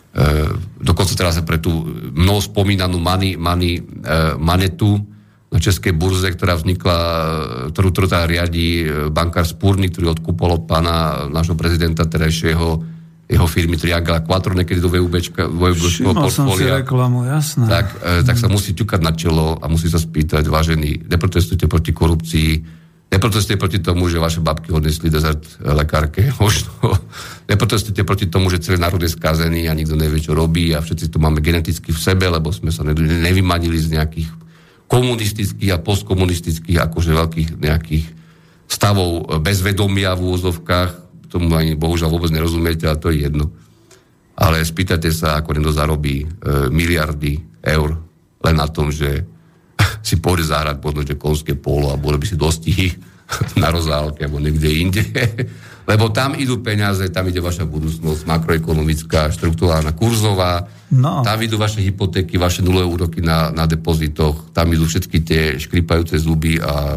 dokonca teraz pre tú mnoho spomínanú money, money, e, manetu na českej burze, ktorá vznikla, ktorú, ktorú tá riadí bankár Spurný, ktorý odkúpol od pána nášho prezidenta terajšieho jeho firmy Triangela Quattro, niekedy do VUBčka, VUBčkového portfólia. Všimol som si reklamu, jasné. Tak, e, tak sa musí ťukať na čelo a musí sa spýtať, vážení, neprotestujte proti korupcii, neprotestujte proti tomu, že vaše babky odnesli dezert lekárke, možno. Neprotestujte proti tomu, že celý národ je skazený a nikto nevie, čo robí a všetci to máme geneticky v sebe, lebo sme sa nevymanili z nejakých komunistických a postkomunistických, akože veľkých nejakých stavov bezvedomia v úvozovkách. Tomu ani bohužiaľ vôbec nerozumiete, a to je jedno. Ale spýtajte sa, ako niekto zarobí e, miliardy eur len na tom, že si pôjde zahrať možno, že konské polo a bude by si dostihy na rozálke alebo niekde inde. Lebo tam idú peniaze, tam ide vaša budúcnosť makroekonomická, štruktúrálna, kurzová, no. Tam idú vaše hypotéky, vaše nulové úroky na, na depozitoch, tam idú všetky tie škripajúce zuby a e,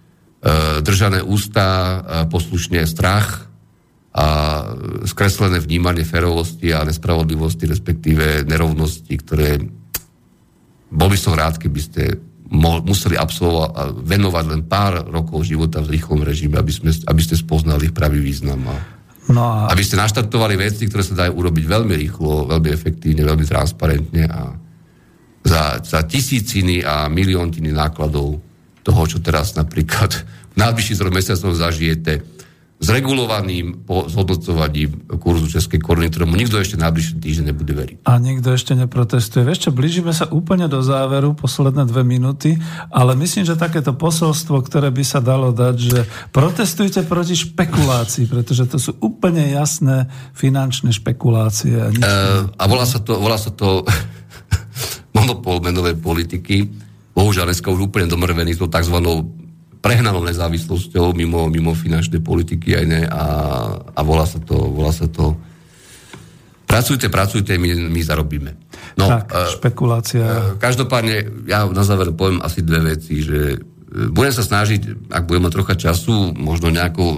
držané ústa, a poslušne strach a skreslené vnímanie férovosti a nespravodlivosti, respektíve nerovnosti, ktoré bol by som rád, keby ste mo- museli absolvovať a venovať len pár rokov života v rýchlom režime, aby, sme, aby ste spoznali ich pravý význam. A no a... aby ste naštartovali veci, ktoré sa dajú urobiť veľmi rýchlo, veľmi efektívne, veľmi transparentne a za, za tisíciny a milióntiny nákladov toho, čo teraz napríklad v najbližších troch mesiacoch zažijete s regulovaným zhodnocovaním kurzu českej koruny, ktorému nikto ešte najbližší týždeň nebude veriť. A nikto ešte neprotestuje. Vieš čo, blížime sa úplne do záveru, posledné dve minúty, ale myslím, že takéto posolstvo, ktoré by sa dalo dať, že protestujte proti špekulácii, pretože to sú úplne jasné finančné špekulácie. A, uh, a volá sa to, volá sa to monopol menovej politiky. Bohužiaľ, dneska už úplne domrvený tou takzvanou prehnanou nezávislosťou mimo, mimo finančnej politiky aj ne, a, a volá sa to, volá sa to pracujte, pracujte, my, my zarobíme. No, tak, uh, špekulácia. Uh, každopádne, ja na záver poviem asi dve veci, že budem sa snažiť, ak budem mať trocha času, možno nejako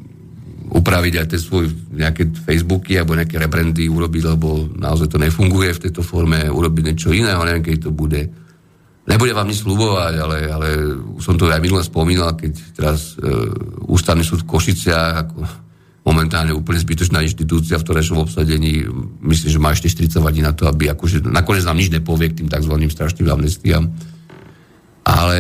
upraviť aj tie svoje nejaké Facebooky alebo nejaké rebrandy urobiť, lebo naozaj to nefunguje v tejto forme, urobiť niečo iného, neviem, keď to bude. Nebudem vám nič sľubovať, ale, ale už som to aj minule spomínal, keď teraz e, ústavný súd v Košiciach, ako momentálne úplne zbytočná inštitúcia v terajšom obsadení, myslím, že má ešte štyridsať hodín na to, aby akože nakoniec nám nič nepovie k tým takzvaným strašným amnestiám. Ale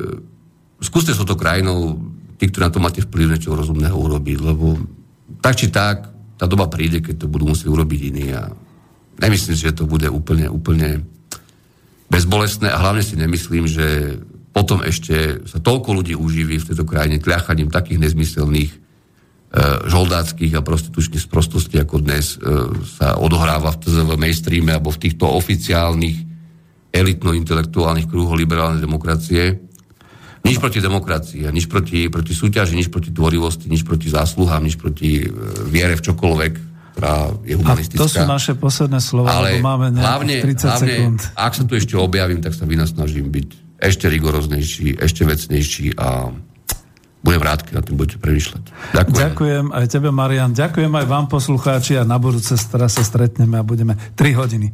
skúste s touto krajinou, tí, ktorí na to máte vplyv, niečo rozumného urobiť, lebo tak či tak, tá doba príde, keď to budú musieť urobiť iní a nemyslím si, že to bude úplne, úplne bezbolestné a hlavne si nemyslím, že potom ešte sa toľko ľudí uživí v tejto krajine tľachaním takých nezmyselných e, žoldáckých a prostitučných sprostostí, ako dnes e, sa odohráva v té zet vé mainstreame alebo v týchto oficiálnych elitno-intelektuálnych kruhoch liberálnej demokracie. Nič proti demokracii, nič proti, proti súťaži, nič proti tvorivosti, nič proti zásluhám, nič proti e, viere v čokoľvek, ktorá je humanistická. A to sú naše posledné slova, ale lebo máme nejakých tridsať hlavne, sekúnd. Ak sa tu ešte objavím, tak sa vynasnažím byť ešte rigoroznejší, ešte vecnejší a budem rád, keď na tým budete premýšľať. Ďakujem. Ďakujem aj tebe, Marian. Ďakujem aj vám, poslucháči, a na budúce sa stretneme a budeme tri hodiny.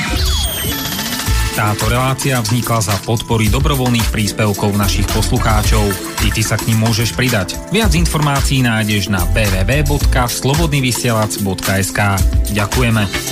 Táto relácia vznikla za podpory dobrovoľných príspevkov našich poslucháčov. I ty sa k nim môžeš pridať. Viac informácií nájdeš na w w w bodka slobodnyvysielac bodka es ka. Ďakujeme.